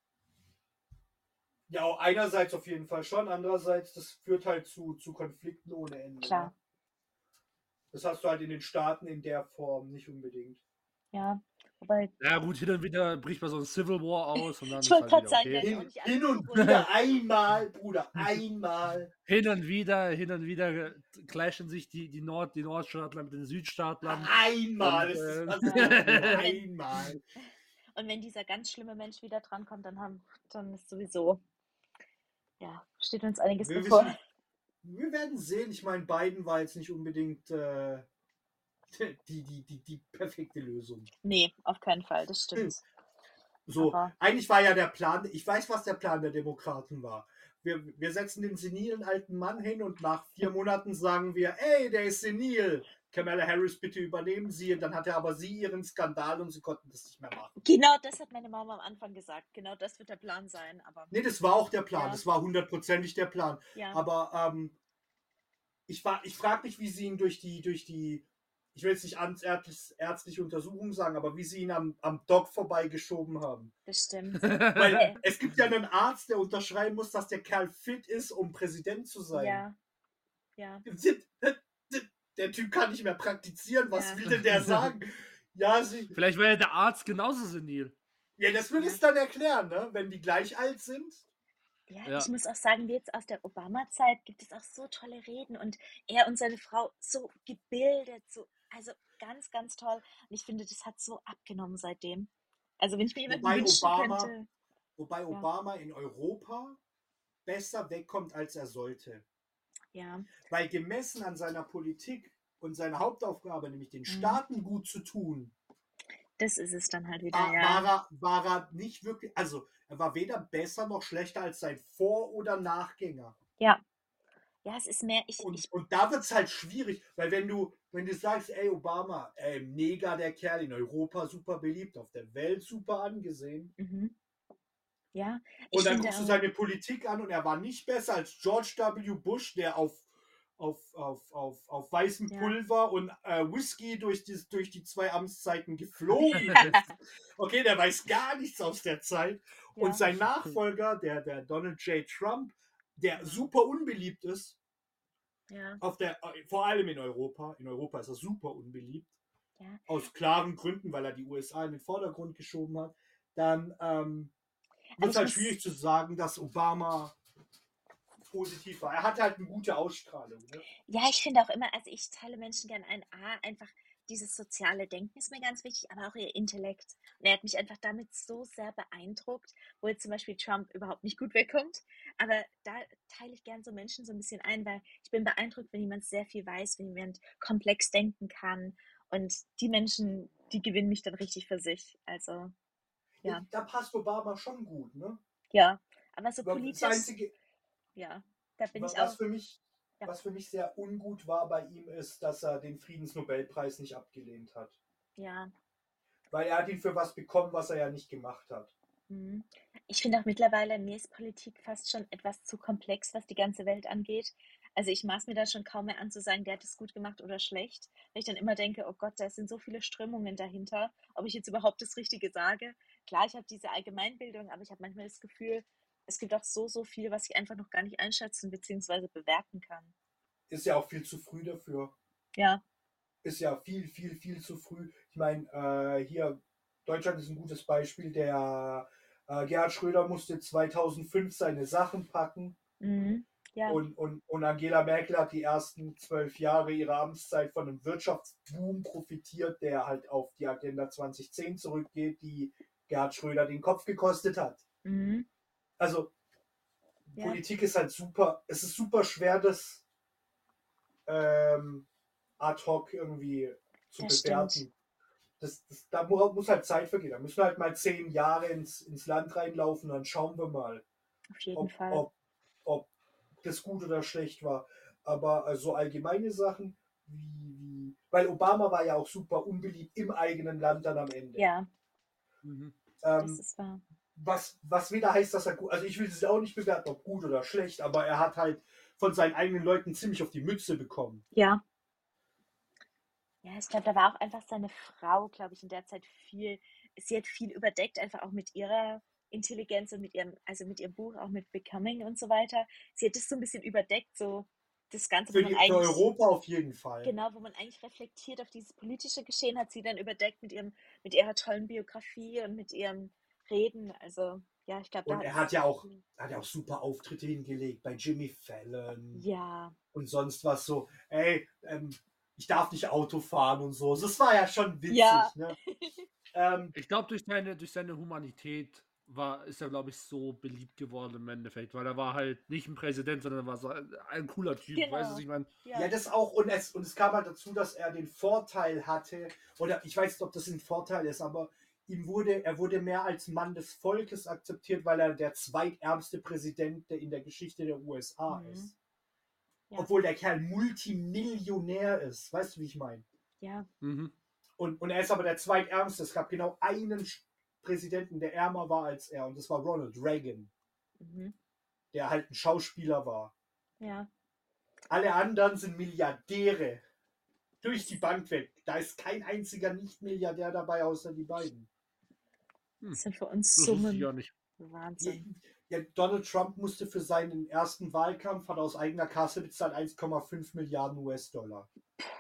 Ja, auch einerseits auf jeden Fall schon, andererseits, das führt halt zu, zu Konflikten ohne Ende. Klar. Ne? Das hast du halt in den Staaten in der Form nicht unbedingt. Ja. Wobei, Ja gut, hin und wieder bricht mal so ein Civil War aus und dann ich ist wollte halt gerade wieder sagen, der okay. ist auch Hin, nicht hin alles so und rund. wieder einmal, Bruder, einmal. Hin und wieder, hin und wieder clashen sich die, die, Nord, die Nordstaatler mit den Südstaatlern. Einmal, Und, es ist äh, passiert, Ja. Bruder, Und wenn, einmal. und wenn dieser ganz schlimme Mensch wieder drankommt, dann haben, dann ist sowieso, ja, steht uns einiges Wir bevor. wissen, wir werden sehen. Ich meine, Biden war jetzt nicht unbedingt äh, die, die, die, die perfekte Lösung. Nee, auf keinen Fall, das stimmt. So, Aber eigentlich war ja der Plan, ich weiß, was der Plan der Demokraten war. Wir, wir setzen den senilen alten Mann hin und nach vier Monaten sagen wir, ey, der ist senil. Kamala Harris, bitte übernehmen Sie. Und dann hatte aber sie ihren Skandal und sie konnten das nicht mehr machen. genau das hat meine Mama am Anfang gesagt. Genau das wird der Plan sein. Aber Nee, das war auch der Plan. Ja. Das war hundertprozentig der Plan. ja, Aber ähm, ich, war- ich frage mich, wie sie ihn durch die, durch die, ich will jetzt nicht amtsärztliche ärztliche Untersuchung sagen, aber wie sie ihn am, am Doc vorbeigeschoben haben. das stimmt. Weil Äh, es gibt ja einen Arzt, der unterschreiben muss, dass der Kerl fit ist, um Präsident zu sein. ja, ja, Der Typ kann nicht mehr praktizieren. Was Ja. will denn der sagen? Ja, sie, Vielleicht wäre der Arzt genauso senil. ja, das will Ja. es dann erklären, ne? Wenn die gleich alt sind. ja, Ja. ich muss auch sagen, wie jetzt aus der Obama-Zeit gibt es auch so tolle Reden und er und seine Frau so gebildet, so, also ganz, ganz toll. Und ich finde, das hat so abgenommen seitdem. Also wenn ich mir jemanden Wobei wünschen Obama- könnte. Wobei Obama in Europa besser wegkommt, als er sollte. Ja, Weil gemessen an seiner Politik und seiner Hauptaufgabe, nämlich den Mhm. Staaten gut zu tun, das ist es dann halt wieder, war, ja. war, er, war er nicht wirklich, also er war weder besser noch schlechter als sein Vor- oder Nachgänger. Ja. Ja, es ist mehr, ich, Und, ich, und da wird es halt schwierig, weil wenn du, wenn du sagst, ey Obama, ey, mega der Kerl, in Europa super beliebt, auf der Welt super angesehen. mhm. Ja, ich Und dann finde guckst du auch, seine Politik an und er war nicht besser als George W. Bush, der auf, auf, auf, auf, auf weißem Ja. Pulver und äh, Whisky durch die, durch die zwei Amtszeiten geflogen ist. Okay, der weiß gar nichts aus der Zeit. ja, Und sein Nachfolger, der, der Donald J. Trump, der Ja. super unbeliebt ist, ja, auf der, äh, vor allem in Europa. In Europa ist er super unbeliebt. ja. Aus klaren Gründen, weil er die U S A in den Vordergrund geschoben hat. Dann ähm, Aber wird ich es halt muss- schwierig zu sagen, dass Obama positiv war. Er hatte halt eine gute Ausstrahlung. Ne? Ja, ich finde auch immer, also ich teile Menschen gern ein, A, einfach dieses soziale Denken ist mir ganz wichtig, aber auch ihr Intellekt. Und er hat mich einfach damit so sehr beeindruckt, wo jetzt zum Beispiel Trump überhaupt nicht gut wegkommt. Aber da teile ich gern so Menschen so ein bisschen ein, weil ich bin beeindruckt, wenn jemand sehr viel weiß, wenn jemand komplex denken kann. Und die Menschen, die gewinnen mich dann richtig für sich. Also, ja, Da passt Obama schon gut. Ne? ja. Aber so Aber politisch, Das Einzige, ja, da bin was, ich auch. für mich, Ja. was für mich sehr ungut war bei ihm, ist, dass er den Friedensnobelpreis nicht abgelehnt hat. Ja. Weil er hat ihn für was bekommen, was er ja nicht gemacht hat. Mhm. Ich finde auch mittlerweile, mir ist Politik fast schon etwas zu komplex, was die ganze Welt angeht. Also ich maß mir da schon kaum mehr an zu sagen, der hat es gut gemacht oder schlecht, weil ich dann immer denke, oh Gott, da sind so viele Strömungen dahinter, ob ich jetzt überhaupt das Richtige sage. Klar, ich habe diese Allgemeinbildung, aber ich habe manchmal das Gefühl, es gibt auch so, so viel, was ich einfach noch gar nicht einschätzen bzw. bewerten kann. Ist ja auch viel zu früh dafür. Ja, Ist ja viel, viel, viel zu früh. Ich meine, äh, hier, Deutschland ist ein gutes Beispiel. Der äh, Gerhard Schröder musste zweitausendfünf seine Sachen packen. mhm. ja, Und, und, und Angela Merkel hat die ersten zwölf Jahre ihrer Amtszeit von einem Wirtschaftsboom profitiert, der halt auf die Agenda zweitausendzehn zurückgeht, die Gerhard Schröder den Kopf gekostet hat. mhm. Also Ja. Politik ist halt super, es ist super schwer, das ähm, ad hoc irgendwie zu Das bewerten. stimmt. Das, das, da mu- muss halt Zeit vergehen. Da müssen halt mal zehn Jahre ins, ins Land reinlaufen, dann schauen wir mal, Auf jeden ob, Fall. ob, ob das gut oder schlecht war. Aber äh, so allgemeine Sachen wie, wie, weil Obama war ja auch super unbeliebt im eigenen Land dann am Ende. Ja, Mhm. das Ähm, ist wahr. was, was weder heißt, dass er gut, also ich will es auch nicht bewerten, ob gut oder schlecht, aber er hat halt von seinen eigenen Leuten ziemlich auf die Mütze bekommen. Ja. Ja, ich glaube, da war auch einfach seine Frau, glaube ich, in der Zeit viel, sie hat viel überdeckt, einfach auch mit ihrer Intelligenz und mit ihrem, also mit ihrem Buch, auch mit Becoming und so weiter. Sie hat das so ein bisschen überdeckt, so das Ganze, wo Für, man die, für eigentlich, Europa auf jeden Fall. genau, wo man eigentlich reflektiert auf dieses politische Geschehen, hat sie dann überdeckt mit ihrem, mit ihrer tollen Biografie und mit ihrem Reden. Also, ja, ich glaube, da Und hat er hat es, ja auch, hat ja auch super Auftritte hingelegt bei Jimmy Fallon ja, und sonst was so. Ey, ähm, ich darf nicht Auto fahren und so. Das war ja schon witzig. ja, Ne? ähm, Ich glaube, durch seine, durch seine Humanität war, ist er, glaube ich, so beliebt geworden im Endeffekt, weil er war halt nicht ein Präsident, sondern er war so ein, ein cooler Typ. Weißt du, genau, was ich meine? ja. ja, das auch. Und es, und es kam halt dazu, dass er den Vorteil hatte, oder ich weiß nicht, ob das ein Vorteil ist, aber ihm wurde, er wurde mehr als Mann des Volkes akzeptiert, weil er der zweitärmste Präsident der in der Geschichte der U S A Mhm. ist. Ja. Obwohl der Kerl Multimillionär ist. Weißt du, wie ich meine? ja, Mhm. Und, und er ist aber der zweitärmste. Es gab genau einen Sch- Präsidenten, der ärmer war als er. Und das war Ronald Reagan, mhm. der halt ein Schauspieler war. ja, Alle anderen sind Milliardäre. Durch die Bank weg. Da ist kein einziger Nicht-Milliardär dabei, außer die beiden. das sind für uns Das wusste ich Summen. ja nicht. Wahnsinn. Ja, Donald Trump musste für seinen ersten Wahlkampf, hat aus eigener Kasse bezahlt eins Komma fünf Milliarden U S-Dollar.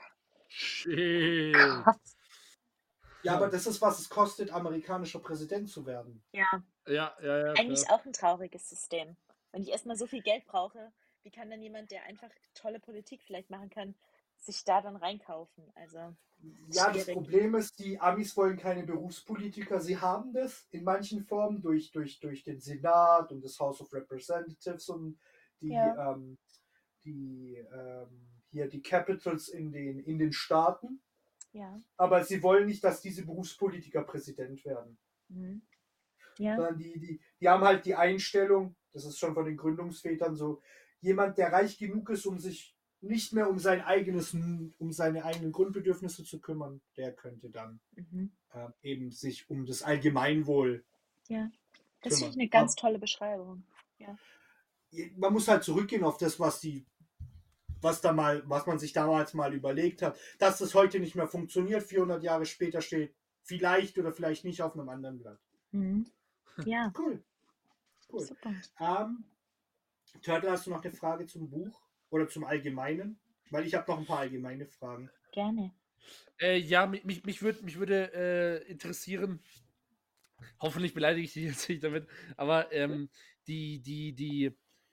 Shit. Krass. Ja, aber das ist, was es kostet, amerikanischer Präsident zu werden. Ja, Ja, ja, ja. eigentlich klar. auch ein trauriges System. Wenn ich erstmal so viel Geld brauche, wie kann dann jemand, der einfach tolle Politik vielleicht machen kann, sich da dann reinkaufen? Also, Ja, das schwierig. Problem ist, die Amis wollen keine Berufspolitiker. Sie haben das in manchen Formen durch, durch, durch den Senat und das House of Representatives und die, Ja. ähm, die ähm, hier die Capitals in den, in den Staaten. Ja. Aber sie wollen nicht, dass diese Berufspolitiker Präsident werden. Mhm. Ja. Sondern die, die, die haben halt die Einstellung, das ist schon von den Gründungsvätern so, jemand, der reich genug ist, um sich nicht mehr um sein eigenes, um seine eigenen Grundbedürfnisse zu kümmern, der könnte dann Mhm. äh, eben sich um das Allgemeinwohl Ja. Das finde kümmern. ich eine ganz Aber tolle Beschreibung. Ja. man muss halt zurückgehen auf das, was die, was da mal, was man sich damals mal überlegt hat, dass das heute nicht mehr funktioniert. vierhundert Jahre später steht vielleicht oder vielleicht nicht auf einem anderen Blatt. Mhm. Ja. Cool. Cool. Super. Ähm, Turtle, hast du noch eine Frage zum Buch oder zum Allgemeinen? Weil ich habe noch ein paar allgemeine Fragen. Gerne. Äh, ja, mich, mich, mich, würd, mich würde äh, interessieren, hoffentlich beleidige ich dich jetzt nicht damit, aber ähm, die, die, die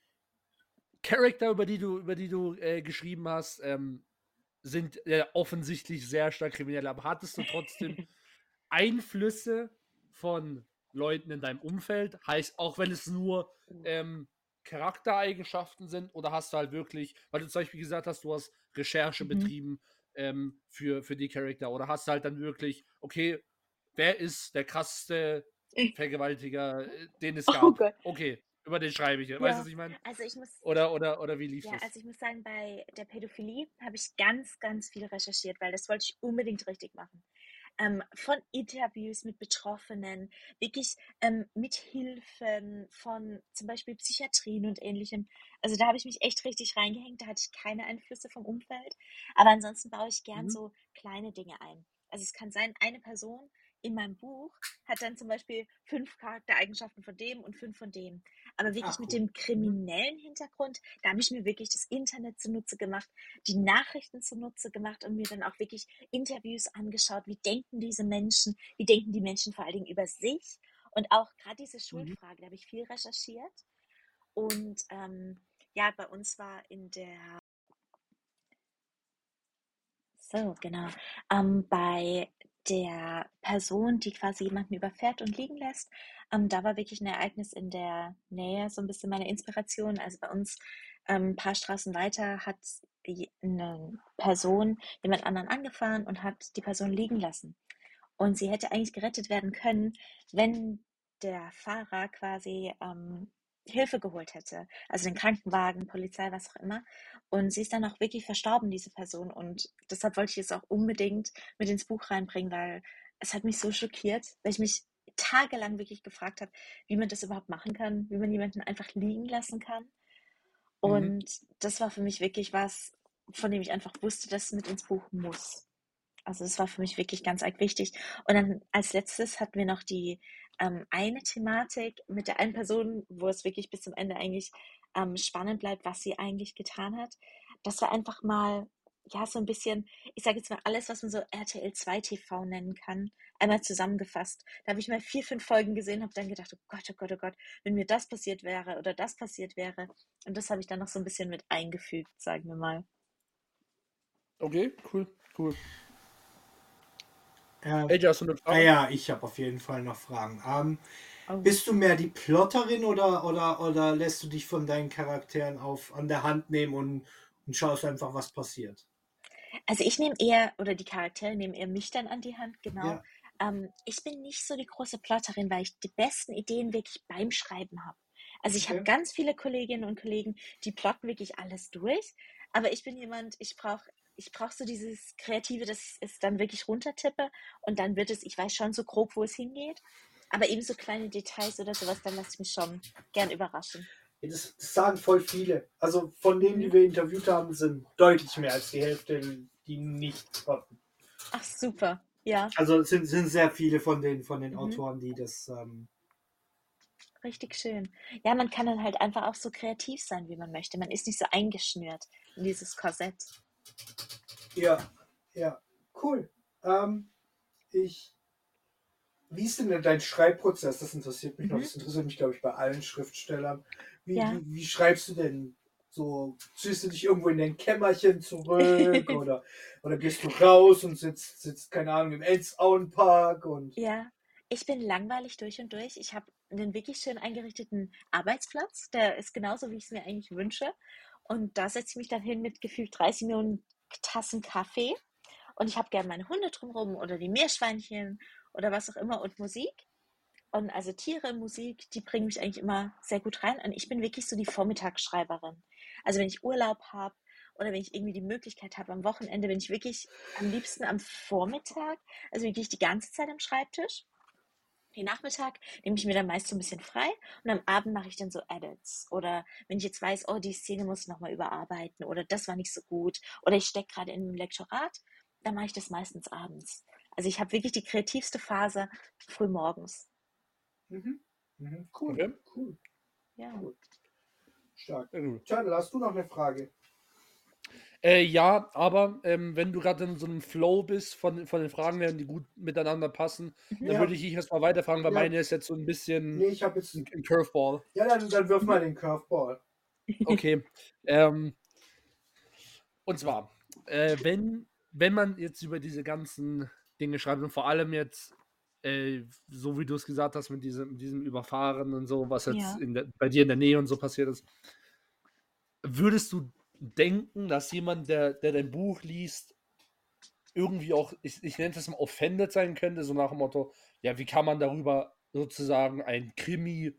Charakter, über die du, über die du äh, geschrieben hast, ähm, sind äh, offensichtlich sehr stark kriminell. Aber hattest du trotzdem Einflüsse von Leuten in deinem Umfeld? Heißt, auch wenn es nur ähm, Charaktereigenschaften sind, oder hast du halt wirklich, weil du zum Beispiel gesagt hast, du hast Recherche Mhm. betrieben ähm, für, für die Charakter, oder hast du halt dann wirklich, okay, wer ist der krasseste Vergewaltiger, äh, den es Oh gab? Gott. Okay, über den schreibe ich. Weißt du, Ja. was ich meine? Also ich muss, Oder, oder, oder wie lief ja, das? also ich muss sagen, bei der Pädophilie habe ich ganz, ganz viel recherchiert, weil das wollte ich unbedingt richtig machen. Ähm, von Interviews mit Betroffenen, wirklich ähm, mit Hilfen von zum Beispiel Psychiatrien und ähnlichem. Also da habe ich mich echt richtig reingehängt, da hatte ich keine Einflüsse vom Umfeld. Aber ansonsten baue ich gern Mhm. so kleine Dinge ein. Also es kann sein, eine Person in meinem Buch hat dann zum Beispiel fünf Charaktereigenschaften von dem und fünf von dem. Aber wirklich Ach, mit cool. dem kriminellen Hintergrund, da habe ich mir wirklich das Internet zunutze gemacht, die Nachrichten zunutze gemacht und mir dann auch wirklich Interviews angeschaut. Wie denken diese Menschen? Wie denken die Menschen vor allen Dingen über sich? Und auch gerade diese Schuldfrage, da habe ich viel recherchiert. Und ähm, ja, bei uns war in der So, genau. Ähm, bei der Person, die quasi jemanden überfährt und liegen lässt, ähm, da war wirklich ein Ereignis in der Nähe so ein bisschen meine Inspiration. Also bei uns ähm, ein paar Straßen weiter hat je- eine Person jemand anderen angefahren und hat die Person liegen lassen. Und sie hätte eigentlich gerettet werden können, wenn der Fahrer quasi ähm, Hilfe geholt hätte. Also den Krankenwagen, Polizei, was auch immer. Und sie ist dann auch wirklich verstorben, diese Person. Und deshalb wollte ich es auch unbedingt mit ins Buch reinbringen, weil es hat mich so schockiert, weil ich mich tagelang wirklich gefragt habe, wie man das überhaupt machen kann, wie man jemanden einfach liegen lassen kann. Mhm. Und das war für mich wirklich was, von dem ich einfach wusste, dass es mit ins Buch muss. Also das war für mich wirklich ganz arg wichtig. Und dann als letztes hatten wir noch die ähm, eine Thematik mit der einen Person, wo es wirklich bis zum Ende eigentlich ähm, spannend bleibt, was sie eigentlich getan hat. dass wir einfach mal, ja, so ein bisschen, ich sage jetzt mal, alles, was man so R T L zwei T V nennen kann, einmal zusammengefasst. Da habe ich mal vier, fünf Folgen gesehen, habe dann gedacht, oh Gott, oh Gott, oh Gott, wenn mir das passiert wäre oder das passiert wäre. Und das habe ich dann noch so ein bisschen mit eingefügt, sagen wir mal. Okay, cool, cool. Äh, A J, hast du eine ah Frage? ja, ich habe auf jeden Fall noch Fragen. Ähm, Oh. bist du mehr die Plotterin oder, oder, oder lässt du dich von deinen Charakteren auf an der Hand nehmen und, und schaust einfach, was passiert? Also ich nehme eher, oder die Charaktere nehmen eher mich dann an die Hand, genau. Ja. Ähm, ich bin nicht so die große Plotterin, weil ich die besten Ideen wirklich beim Schreiben habe. Also ich habe Okay. ganz viele Kolleginnen und Kollegen, die plotten wirklich alles durch. Aber ich bin jemand, ich brauche ich brauch so dieses Kreative, dass ich es dann wirklich runtertippe und dann wird es, ich weiß schon so grob, wo es hingeht. Aber eben so kleine Details oder sowas, dann lasse ich mich schon gern überraschen. Ja, Das, das sagen voll viele. Also von denen, die Mhm. wir interviewt haben, sind deutlich mehr als die Hälfte, die nicht plotten. Ach, super. Ja, Also es sind, sind sehr viele von den, von den Mhm. Autoren, die das. Ähm, richtig schön. Ja, man kann dann halt einfach auch so kreativ sein, wie man möchte. Man ist nicht so eingeschnürt in dieses Korsett. ja, ja, cool. Ähm, ich. Wie ist denn denn dein Schreibprozess? Das interessiert mich noch. Mhm. Das interessiert mich, glaube ich, bei allen Schriftstellern. Wie, Ja. wie, wie schreibst du denn? So, ziehst du dich irgendwo in dein Kämmerchen zurück oder, oder gehst du raus und sitzt, sitzt keine Ahnung, im Elzauenpark und. Ja, ich bin langweilig durch und durch. Ich habe einen wirklich schön eingerichteten Arbeitsplatz. Der ist genauso, wie ich es mir eigentlich wünsche. Und da setze ich mich dann hin mit gefühlt dreißig Millionen Tassen Kaffee. Und ich habe gerne meine Hunde drumherum oder die Meerschweinchen oder was auch immer und Musik. Und also Tiere, Musik, die bringen mich eigentlich immer sehr gut rein. Und ich bin wirklich so die Vormittagsschreiberin. Also wenn ich Urlaub habe oder wenn ich irgendwie die Möglichkeit habe am Wochenende, bin ich wirklich am liebsten am Vormittag, also wirklich die ganze Zeit am Schreibtisch. Den Nachmittag nehme ich mir dann meist so ein bisschen frei und am Abend mache ich dann so Edits. Oder wenn ich jetzt weiß, oh, die Szene muss ich nochmal überarbeiten oder das war nicht so gut oder ich stecke gerade in einem Lektorat, dann mache ich das meistens abends. Also ich habe wirklich die kreativste Phase früh morgens. Mhm. Mhm. Cool, Okay. cool, Ja. cool. Stark. Sehr gut. Channel, hast du noch eine Frage? Äh, ja, aber ähm, wenn du gerade in so einem Flow bist von, von den Fragen her, die gut miteinander passen, Mhm. dann Ja. würde ich dich erstmal weiterfragen, weil Ja. meine ist jetzt so ein bisschen Nee, ich habe jetzt. ein, ein Curveball. Ja, dann, dann wirf mal den Curveball. Okay. ähm, und zwar, äh, wenn, wenn man jetzt über diese ganzen Dinge schreibt und vor allem jetzt, äh, so wie du es gesagt hast, mit diesem, mit diesem Überfahren und so, was jetzt Ja. in der, bei dir in der Nähe und so passiert ist, würdest du denken, dass jemand, der, der dein Buch liest, irgendwie auch, ich, ich nenne es mal, offended sein könnte, so nach dem Motto, ja, wie kann man darüber sozusagen ein Krimi,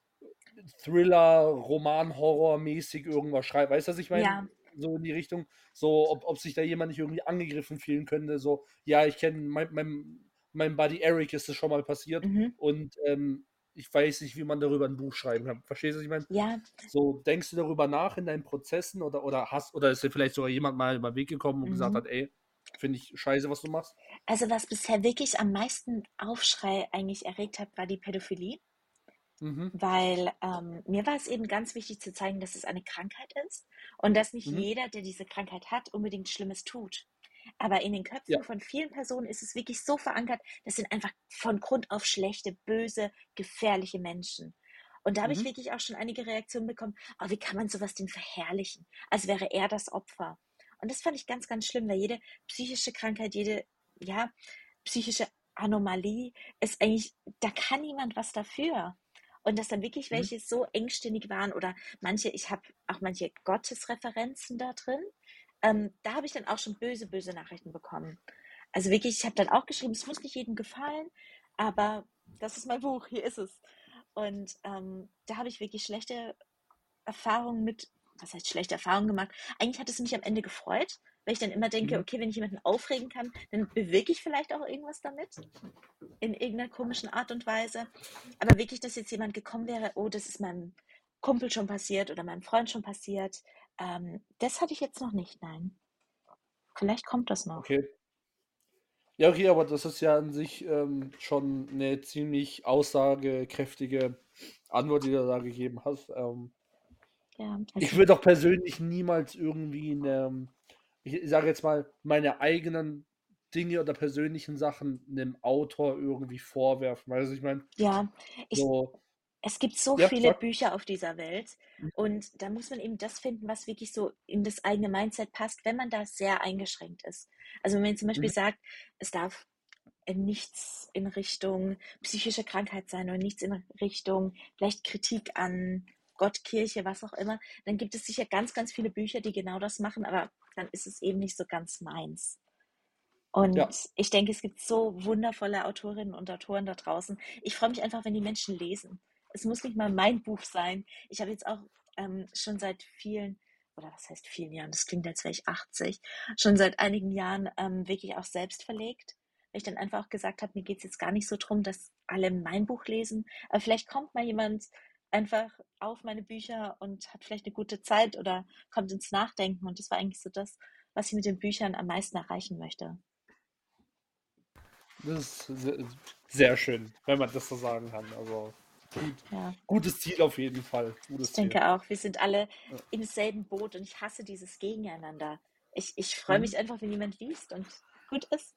Thriller, Roman, Horror-mäßig irgendwas schreiben? Weißt du, was ich meine? Ja. So in die Richtung, so, ob, ob sich da jemand nicht irgendwie angegriffen fühlen könnte, so, ja, ich kenne, mein, mein, mein Buddy Eric ist das schon mal passiert Mhm. und ähm, ich weiß nicht, wie man darüber ein Buch schreiben kann. Verstehst du, was ich meine? Ja. So, denkst du darüber nach in deinen Prozessen oder, oder hast, oder ist dir vielleicht sogar jemand mal über den Weg gekommen und gesagt Mhm. hat, ey, finde ich scheiße, was du machst? Also was bisher wirklich am meisten Aufschrei eigentlich erregt hat, war die Pädophilie. Mhm. Weil ähm, mir war es eben ganz wichtig zu zeigen, dass es eine Krankheit ist und dass nicht Mhm. jeder, der diese Krankheit hat, unbedingt Schlimmes tut. Aber in den Köpfen Ja. von vielen Personen ist es wirklich so verankert, das sind einfach von Grund auf schlechte, böse, gefährliche Menschen. Und da habe ich Mhm. wirklich auch schon einige Reaktionen bekommen, oh, wie kann man sowas denn verherrlichen, als wäre er das Opfer. Und das fand ich ganz, ganz schlimm, weil jede psychische Krankheit, jede, ja, psychische Anomalie ist eigentlich, da kann niemand was dafür. Und dass dann wirklich Mhm. welche so engstirnig waren oder manche, ich habe auch manche Gottesreferenzen da drin. Ähm, da habe ich dann auch schon böse, böse Nachrichten bekommen. Also wirklich, ich habe dann auch geschrieben, es muss nicht jedem gefallen, aber das ist mein Buch, hier ist es. Und ähm, da habe ich wirklich schlechte Erfahrungen mit, was heißt schlechte Erfahrungen gemacht? Eigentlich hat es mich am Ende gefreut, weil ich dann immer denke, Mhm. okay, wenn ich jemanden aufregen kann, dann bewirke ich vielleicht auch irgendwas damit in irgendeiner komischen Art und Weise. Aber wirklich, dass jetzt jemand gekommen wäre, oh, das ist meinem Kumpel schon passiert oder meinem Freund schon passiert, ähm, das hatte ich jetzt noch nicht, nein. Vielleicht kommt das noch. Okay. Ja, okay, aber das ist ja an sich ähm, schon eine ziemlich aussagekräftige Antwort, die du da gegeben hast. Ähm, Ja, Ich also, würde auch persönlich niemals irgendwie in ähm, ich sage jetzt mal, meine eigenen Dinge oder persönlichen Sachen 'nem Autor irgendwie vorwerfen. Weißt du, was ich meine? ja, ich So es gibt so ja, viele sag. Bücher auf dieser Welt Mhm, und da muss man eben das finden, was wirklich so in das eigene Mindset passt, wenn man da sehr eingeschränkt ist. Also, wenn man zum Beispiel mhm. sagt, es darf, äh, nichts in Richtung psychische Krankheit sein oder nichts in Richtung vielleicht Kritik an Gott, Kirche, was auch immer, dann gibt es sicher ganz, ganz viele Bücher, die genau das machen, aber dann ist es eben nicht so ganz meins. Und Ja, ich denke, es gibt so wundervolle Autorinnen und Autoren da draußen. Ich freue mich einfach, wenn die Menschen lesen. Es muss nicht mal mein Buch sein. Ich habe jetzt auch ähm, schon seit vielen, oder was heißt vielen Jahren, das klingt, als wäre ich achtzig, schon seit einigen Jahren ähm, wirklich auch selbst verlegt. Weil ich dann einfach auch gesagt habe, mir geht es jetzt gar nicht so drum, dass alle mein Buch lesen, aber vielleicht kommt mal jemand einfach auf meine Bücher und hat vielleicht eine gute Zeit oder kommt ins Nachdenken. Und das war eigentlich so das, was ich mit den Büchern am meisten erreichen möchte. das ist se sehr schön, wenn man das so sagen kann. Also, gut Ja, gutes Ziel auf jeden Fall. ich Gutes Ziel. denke auch, wir sind alle Ja. im selben Boot und ich hasse dieses Gegeneinander. Ich, ich freue Mhm. mich einfach, wenn jemand liest und gut ist.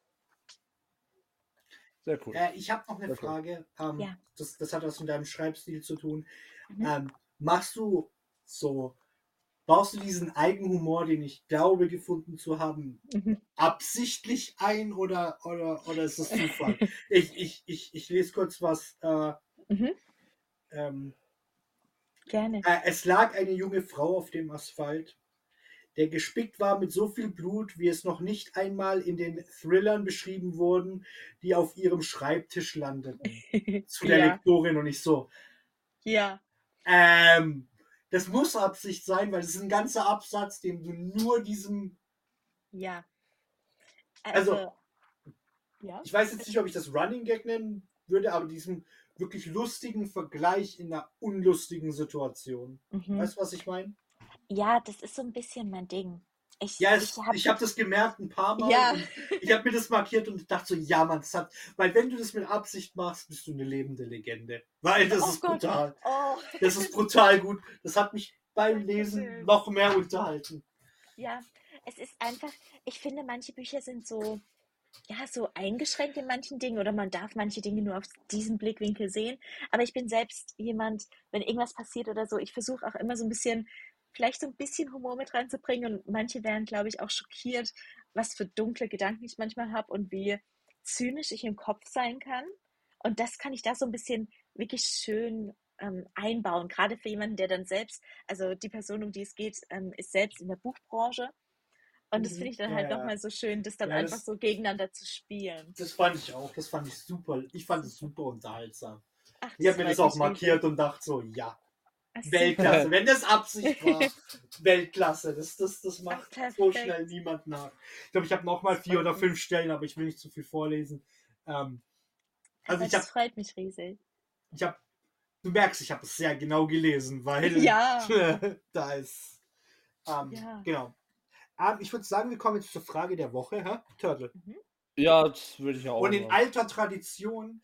Sehr cool. Äh, ich habe noch eine Sehr cool. Frage. Ähm, Ja. das, das hat was mit deinem Schreibstil zu tun. Mhm. Ähm, machst du so, baust du diesen Eigenhumor, den ich glaube gefunden zu haben, Mhm. absichtlich ein oder, oder, oder ist das Zufall? Ich, ich, ich, ich lese kurz was. Äh, Mhm. ähm, Gerne. äh, es lag eine junge Frau auf dem Asphalt, der gespickt war mit so viel Blut, wie es noch nicht einmal in den Thrillern beschrieben wurden, die auf ihrem Schreibtisch landeten. Zu der Ja, Lektorin und ich so, ja, ähm, das muss Absicht sein, weil es ist ein ganzer Absatz, den du nur diesem, ja. also Also, ja. ich weiß jetzt nicht, ob ich das Running Gag nennen würde, aber diesen wirklich lustigen Vergleich in einer unlustigen Situation. Mhm. Weißt du, was ich meine? Ja, das ist so ein bisschen mein Ding. Ich, Ja, ich es, habe, ich habe das gemerkt ein paar Mal ja, und ich habe mir das markiert und dachte so, ja, man, das hat, weil wenn du das mit Absicht machst, bist du eine lebende Legende. Weil das oh ist Gott, brutal. oh, Das ist brutal gut. Das hat mich beim Lesen Dankeschön. noch mehr unterhalten. Ja, es ist einfach, ich finde, manche Bücher sind so, ja, so eingeschränkt in manchen Dingen oder man darf manche Dinge nur aus diesem Blickwinkel sehen. Aber ich bin selbst jemand, wenn irgendwas passiert oder so, ich versuche auch immer so ein bisschen, vielleicht so ein bisschen Humor mit reinzubringen. Und manche werden, glaube ich, auch schockiert, was für dunkle Gedanken ich manchmal habe und wie zynisch ich im Kopf sein kann. Und das kann ich da so ein bisschen wirklich schön ähm, einbauen, gerade für jemanden, der dann selbst, also die Person, um die es geht, ähm, ist selbst in der Buchbranche. Und das finde Mhm. ich dann Ja, halt ja. nochmal so schön, das dann Ja, einfach das, so gegeneinander zu spielen. das fand ich auch. Das fand ich super. Ich fand es Super. super unterhaltsam. Ach, Ich das habe mir das freut auch mich markiert riesig. und dachte so, ja, Ach, Weltklasse. super. Wenn das Absicht war, Weltklasse. Das, das, das Ach, macht so perfekt. schnell niemand nach. Ich glaube, ich habe noch mal Das vier freut oder mich. fünf Stellen, aber ich will nicht zu viel vorlesen. Ähm, also Aber ich das habe, freut mich riesig. ich habe, du merkst, ich habe es sehr genau gelesen, weil Ja, da ist, ähm, ja. genau. Ähm, ich würde sagen, wir kommen jetzt zur Frage der Woche, hä? Turtle. Mhm. Ja, das würde ich ja auch Und in sagen. alter Tradition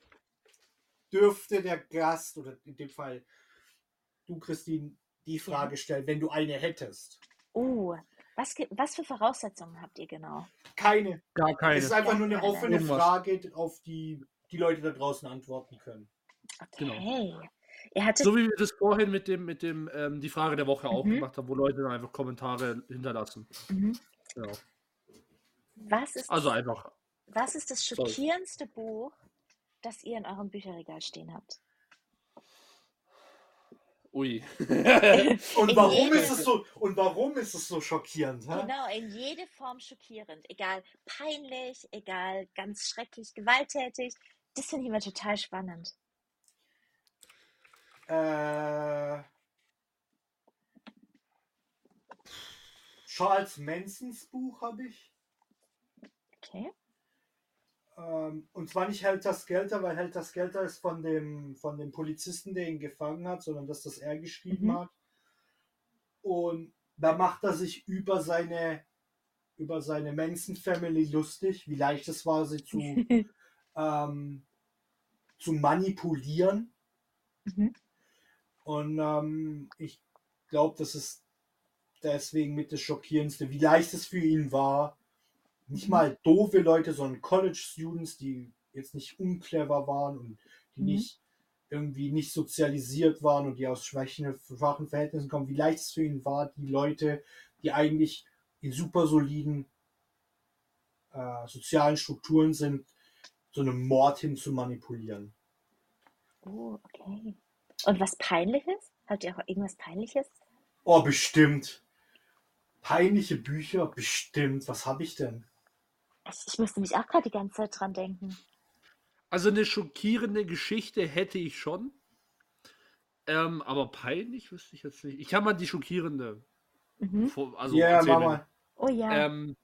dürfte der Gast, oder in dem Fall du, Christine, die Ja. Frage stellen, wenn du eine hättest. Oh, was, ge- was für Voraussetzungen habt ihr genau? Keine. Gar keine. Es ist einfach Gar nur eine keine. offene Irgendwas. Frage, auf die die Leute da draußen antworten können. Genau. Okay. Ihr hattet. So wie wir das vorhin mit dem, mit dem ähm, die Frage der Woche auch Mhm. gemacht haben, wo Leute dann einfach Kommentare hinterlassen. Mhm. Genau. Was ist, Also einfach. was ist das Sorry. schockierendste Buch, das ihr in eurem Bücherregal stehen habt? Ui. Und In warum jede, ist es so, und warum ist es so schockierend? Hä? genau, in jede Form schockierend. Egal peinlich, egal ganz schrecklich gewalttätig. Das finde ich immer total spannend. Äh, Charles Mansons Buch habe ich. Okay. Ähm, und zwar nicht Helter Skelter, weil Helter Skelter ist von dem, von dem Polizisten, der ihn gefangen hat, sondern dass das er geschrieben Mhm. hat. Und da macht er sich über seine, über seine Manson Family lustig, wie leicht es war, sie zu, ähm, zu manipulieren. Mhm. Und ähm, ich glaube, das ist deswegen mit das Schockierendste, wie leicht es für ihn war. Nicht mal doofe Leute, sondern College-Students, die jetzt nicht unclever waren und die Mhm. nicht irgendwie nicht sozialisiert waren und die aus schwachen, schwachen Verhältnissen kommen, wie leicht es für ihn war, die Leute, die eigentlich in super soliden äh, sozialen Strukturen sind, so einem Mord hin zu manipulieren. Oh, okay. Und was Peinliches? Habt ihr auch irgendwas Peinliches? Oh, bestimmt. Peinliche Bücher, bestimmt. Was habe ich denn? Ich, ich musste mich auch gerade die ganze Zeit dran denken. Also eine schockierende Geschichte hätte ich schon. Ähm, aber peinlich wüsste ich jetzt nicht. Ich kann mal die schockierende. Mhm. vor- Also Ja, erzählen. Mama. Oh ja. Ähm,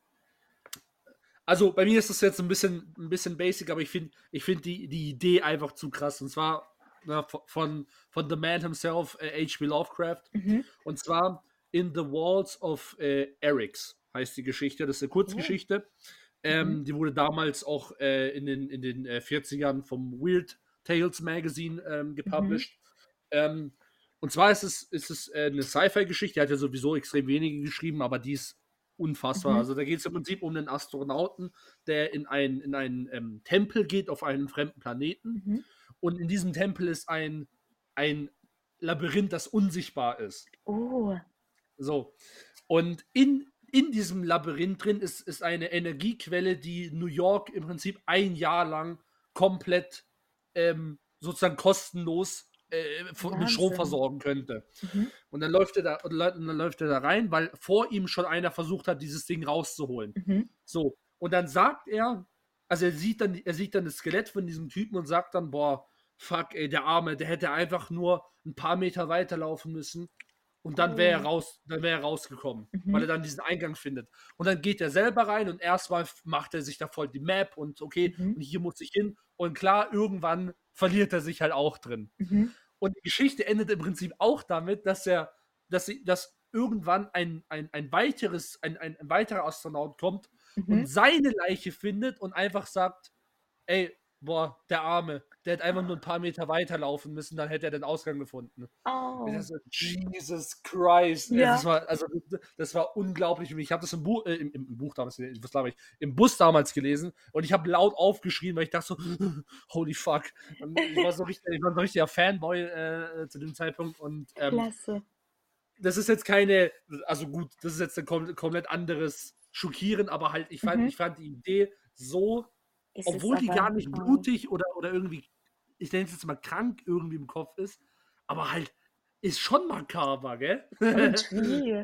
also bei mir ist das jetzt ein bisschen, ein bisschen basic, aber ich finde ich find die, die Idee einfach zu krass. Und zwar na, von, von The Man himself, äh, H P Lovecraft. Mhm. Und zwar In the Walls of äh, Eryx heißt die Geschichte. Das ist eine Kurzgeschichte. Ähm, Mhm. Die wurde damals auch äh, in den, in den äh, vierzigern vom Weird Tales Magazine ähm, gepublished. Ähm, und zwar ist es, ist es äh, eine Sci-Fi-Geschichte. Er hat ja sowieso extrem wenige geschrieben, aber die ist unfassbar. Mhm. Also da geht es im Prinzip um einen Astronauten, der in, ein, in einen ähm, Tempel geht auf einen fremden Planeten. Mhm. Und in diesem Tempel ist ein, ein Labyrinth, das unsichtbar ist. Oh. So. Und in, in diesem Labyrinth drin ist, ist eine Energiequelle, die New York im Prinzip ein Jahr lang komplett ähm, sozusagen kostenlos äh, f- mit Strom Wahnsinn. versorgen könnte. Mhm. Und dann läuft er da, und dann läuft er da rein, weil vor ihm schon einer versucht hat, dieses Ding rauszuholen. Mhm. So. Und dann sagt er, also er sieht dann, er sieht dann das Skelett von diesem Typen und sagt dann, boah, fuck, ey, der Arme, der hätte einfach nur ein paar Meter weiterlaufen müssen. Und dann wäre er Oh. raus, dann wäre er rausgekommen, Mhm. weil er dann diesen Eingang findet. Und dann geht er selber rein und erstmal macht er sich da voll die Map und okay, Mhm. und hier muss ich hin. Und klar, irgendwann verliert er sich halt auch drin. Mhm. Und die Geschichte endet im Prinzip auch damit, dass er, dass, sie, dass irgendwann ein, ein, ein weiteres, ein, ein, ein weiterer Astronaut kommt und Mhm. seine Leiche findet und einfach sagt, ey, boah, der Arme, der hätte einfach nur ein paar Meter weiterlaufen müssen, dann hätte er den Ausgang gefunden. Und ich Oh. dachte so, Jesus Christ. Ja. Das war, also, das war unglaublich. Ich habe das im, Bu äh, im, im Buch damals gelesen, was glaube ich, im Bus damals gelesen und ich habe laut aufgeschrien, weil ich dachte so, holy fuck. Und ich war so richtig, ich war so ein richtiger Fanboy äh, zu dem Zeitpunkt und ähm, Klasse. das ist jetzt keine, also gut, das ist jetzt ein kom komplett anderes Schockieren, aber halt, ich fand, Mhm. ich fand die Idee so, Ist es obwohl die aber. gar nicht Oh. blutig oder, oder irgendwie, ich nenne es jetzt mal krank irgendwie im Kopf ist, aber halt ist schon makaber, gell? Und wie?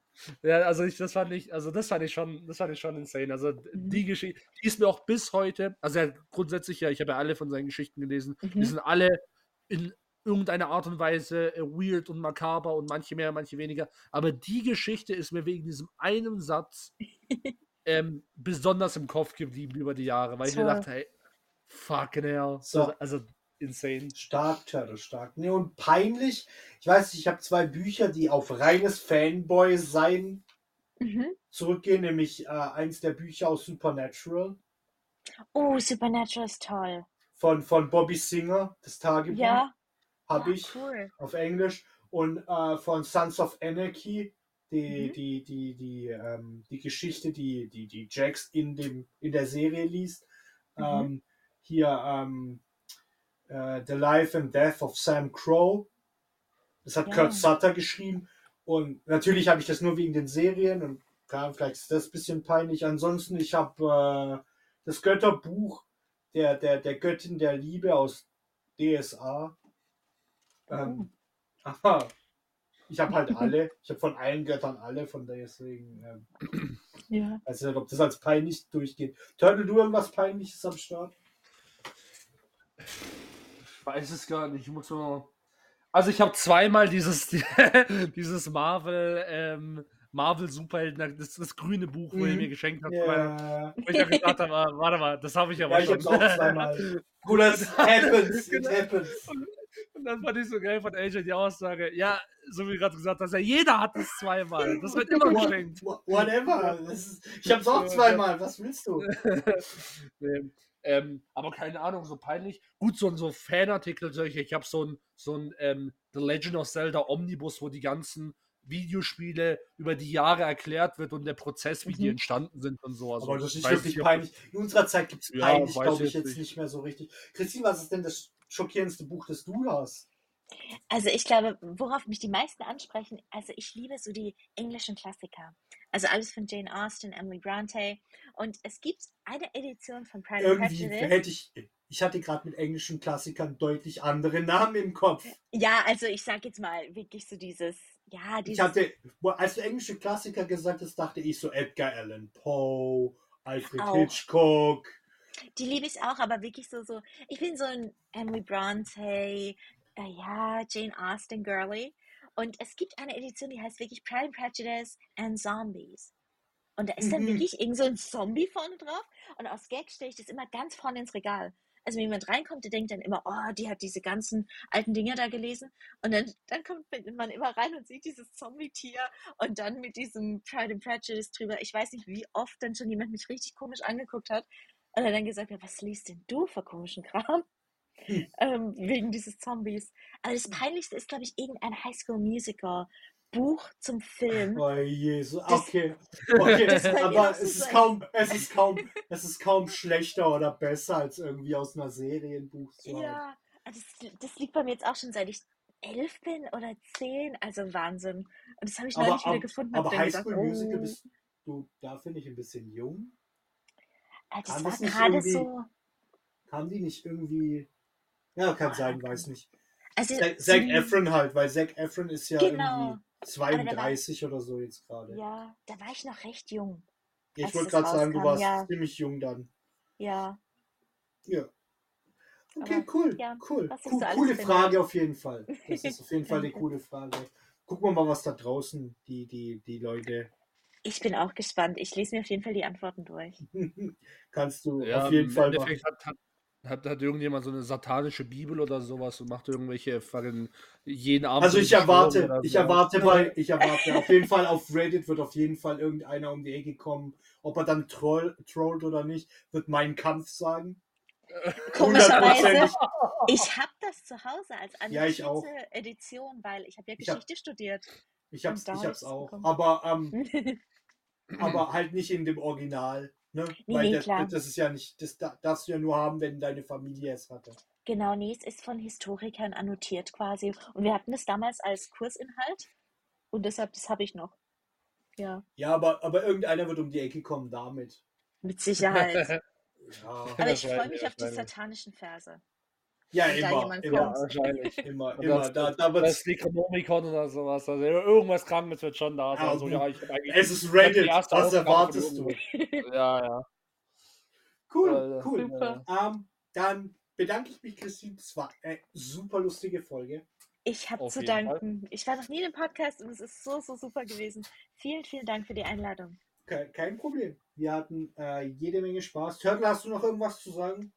Ja, also ich, das fand ich, also das fand ich schon, das fand ich schon insane. Also Mhm. die Geschichte, die ist mir auch bis heute, also er grundsätzlich ja, ich habe ja alle von seinen Geschichten gelesen, die Mhm. sind alle in irgendeiner Art und Weise äh, weird und makaber und manche mehr, manche weniger. Aber die Geschichte ist mir wegen diesem einen Satz ähm, besonders im Kopf geblieben über die Jahre, weil ich mir Toll. dachte, hey, fucking hell. So. Also, also insane. Stark, Turtle, stark. Nee, und peinlich. Ich weiß nicht, ich habe zwei Bücher, die auf reines Fanboy-Sein Mhm. zurückgehen, nämlich äh, eins der Bücher aus Supernatural Oh, Supernatural ist toll. von, von Bobby Singer, das Tagebuch, Ja. habe Ja, ich cool. auf Englisch, und äh, von Sons of Anarchy, die, Mhm. die, die, die, ähm, die Geschichte, die, die, die Jax in, dem, in der Serie liest. Mhm. Ähm, hier ähm, äh, The Life and Death of Sam Crow. Das hat Ja. Kurt Sutter geschrieben. Und natürlich habe ich das nur wegen den Serien und klar, vielleicht ist das ein bisschen peinlich. Ansonsten, ich habe äh, das Götterbuch der, der, der Göttin der Liebe aus D S A. Ähm, aha. Ich habe halt alle. Ich habe von allen Göttern alle, von deswegen. Ähm, Ja. weiß nicht, ob das als peinlich durchgeht. Turtle, du irgendwas Peinliches am Start? Ich weiß es gar nicht. Ich muss mal. Also ich habe zweimal dieses, dieses Marvel, ähm, Marvel Superhelden, das, das grüne Buch, wo ihr Mhm. mir geschenkt habt. Ja. Wo ich dann gesagt habe, ah, warte mal, das habe ich aber Ja, ich schon. hab's auch zweimal. Bruder, it happens. It Genau. happens. Und dann fand ich so geil von A J die Aussage, ja, so wie du gerade gesagt hast, ja, jeder hat es zweimal. Das wird immer What- geschenkt. wha- Whatever. Das ist, ich hab's auch zweimal. Was willst du? Nee. Ähm, aber keine Ahnung, so peinlich. Gut, so ein so Fanartikel, solche. Ich habe so ein, so ein ähm, The Legend of Zelda Omnibus, wo die ganzen Videospiele über die Jahre erklärt wird und der Prozess, wie die Mhm. entstanden sind und so. Also, Aber das ist weiß wirklich nicht, ob- peinlich. In unserer Zeit gibt es Ja, peinlich, weiß glaube ich ich, jetzt jetzt nicht. nicht mehr so richtig. Christine, was ist denn das schockierendste Buch, das du hast? Also ich glaube, worauf mich die meisten ansprechen, also ich liebe so die englischen Klassiker. Also alles von Jane Austen, Emily Bronte. Und es gibt eine Edition von Pride and Irgendwie Prejudice. hätte ich, ich hatte gerade mit englischen Klassikern deutlich andere Namen im Kopf. Ja, also ich sag jetzt mal wirklich so dieses, ja, Ich dieses, hatte, als du englische Klassiker gesagt hast, dachte ich so Edgar Allan Poe, Alfred Auch. Hitchcock. die liebe ich auch, aber wirklich so, so, ich bin so ein Emily Bronte, äh, ja, Jane Austen Girly. Und es gibt eine Edition, die heißt wirklich Pride and Prejudice and Zombies. Und da ist dann Mhm. wirklich irgend so ein Zombie vorne drauf. Und aus Gag stelle ich das immer ganz vorne ins Regal. Also wenn jemand reinkommt, der denkt dann immer, oh, die hat diese ganzen alten Dinger da gelesen. Und dann, dann kommt man immer rein und sieht dieses Zombie-Tier und dann mit diesem Pride and Prejudice drüber. Ich weiß nicht, wie oft dann schon jemand mich richtig komisch angeguckt hat. Und er dann gesagt hat, was liest denn du für komischen Kram? Hm. Ähm, wegen dieses Zombies. Aber das Peinlichste ist, glaube ich, irgendein Highschool-Musical. Buch zum Film. Oh Jesus, Das- okay. okay. das fällt mir Aber noch so es ist sein. kaum, es ist kaum, es ist kaum schlechter oder besser als irgendwie aus einer Serie ein Buch zu haben. Ja, also das, das liegt bei mir jetzt auch schon seit ich elf bin oder zehn. Also Wahnsinn. Und das habe ich neulich wieder Aber, gefunden. aber hab dann gedacht, Highschool Musical oh, bist du, da finde ich ein bisschen jung. ah, das kann war das nicht gerade irgendwie- so. Haben die nicht irgendwie. Ja, kann Ah, sein, kann- weiß nicht. Also, Zac Zac zum- Efron halt, weil Zac Efron ist ja Genau. irgendwie zweiunddreißig oder so jetzt gerade. Ja, da war ich noch recht jung. Ich als wollte das gerade sagen, du rauskam, warst ja. ziemlich jung dann. Ja. Ja. Okay, Aber, cool, ja, cool. was ich cool so alles coole finde. Frage auf jeden Fall. Das ist auf jeden Fall eine Danke. coole Frage. Gucken wir mal, was da draußen die, die, die Leute. Ich bin auch gespannt. Ich lese mir auf jeden Fall die Antworten durch. Kannst du Ja, auf jeden im Fall Endeffekt machen. hat, hat, hat, hat irgendjemand so eine satanische Bibel oder sowas und macht irgendwelche fucking jeden Abend. Also so eine ich erwarte, Beschwörung oder ich so. erwarte bei, ich erwarte auf jeden Fall auf Reddit wird auf jeden Fall irgendeiner um die Ecke kommen. Ob er dann troll, trollt oder nicht, wird mein Kampf sagen. Komischerweise, Hundertprozentig. ich habe das zu Hause als Ja, ich auch. annotierte Edition, weil ich habe ja Ich hab- Geschichte studiert. Ich hab's, Und da ich hab hab's ich's auch. bekommen. Aber, ähm, aber halt nicht in dem Original. Ne? Nee, Weil nee, das, klar. das ist ja nicht, das da- darfst du ja nur haben, wenn deine Familie es hatte. Genau, nee, es ist von Historikern annotiert quasi. Und wir hatten das damals als Kursinhalt. Und deshalb, das habe ich noch. Ja, Ja, aber, aber irgendeiner wird um die Ecke kommen damit. mit Sicherheit. Ja, Aber ich freue Wahrscheinlich, mich auf die wahrscheinlich. satanischen Verse. ja Wenn da immer, jemand immer, Ja, kommt. wahrscheinlich. immer, Und immer. das, Da, das, da das wird's, Necronomicon oder sowas. Also irgendwas Krankes wird schon da sein. Ja, Also, du- ja, ich hab eigentlich. es ist ich hab die Reddit, erste was Ausgabe erwartest von du? irgendwo. Ja, ja. Cool, Äh, cool. Super. Ähm, dann bedanke ich mich, Christine. Das war eine super lustige Folge. Ich habe Auf um zu jeden Fall. danken. Ich war noch nie in einem Podcast und es ist so, so super gewesen. Vielen, vielen Dank für die Einladung. Ke- Kein Problem. Wir hatten äh, jede Menge Spaß. Turtle, hast du noch irgendwas zu sagen?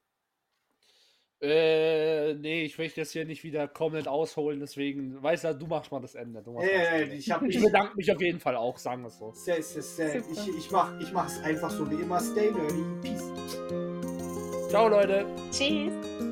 Äh, nee, ich möchte jetzt hier nicht wieder komplett ausholen, deswegen, weißt du, du machst mal das Ende. Du machst mal das Äh, Ende. ich habe Ich ich, bedanke mich auf jeden Fall auch, sagen wir es so. sehr, sehr, sehr, Super. ich, ich mach ich mach's einfach so wie immer. Stay nerdy. Peace. Ciao, Leute. Tschüss.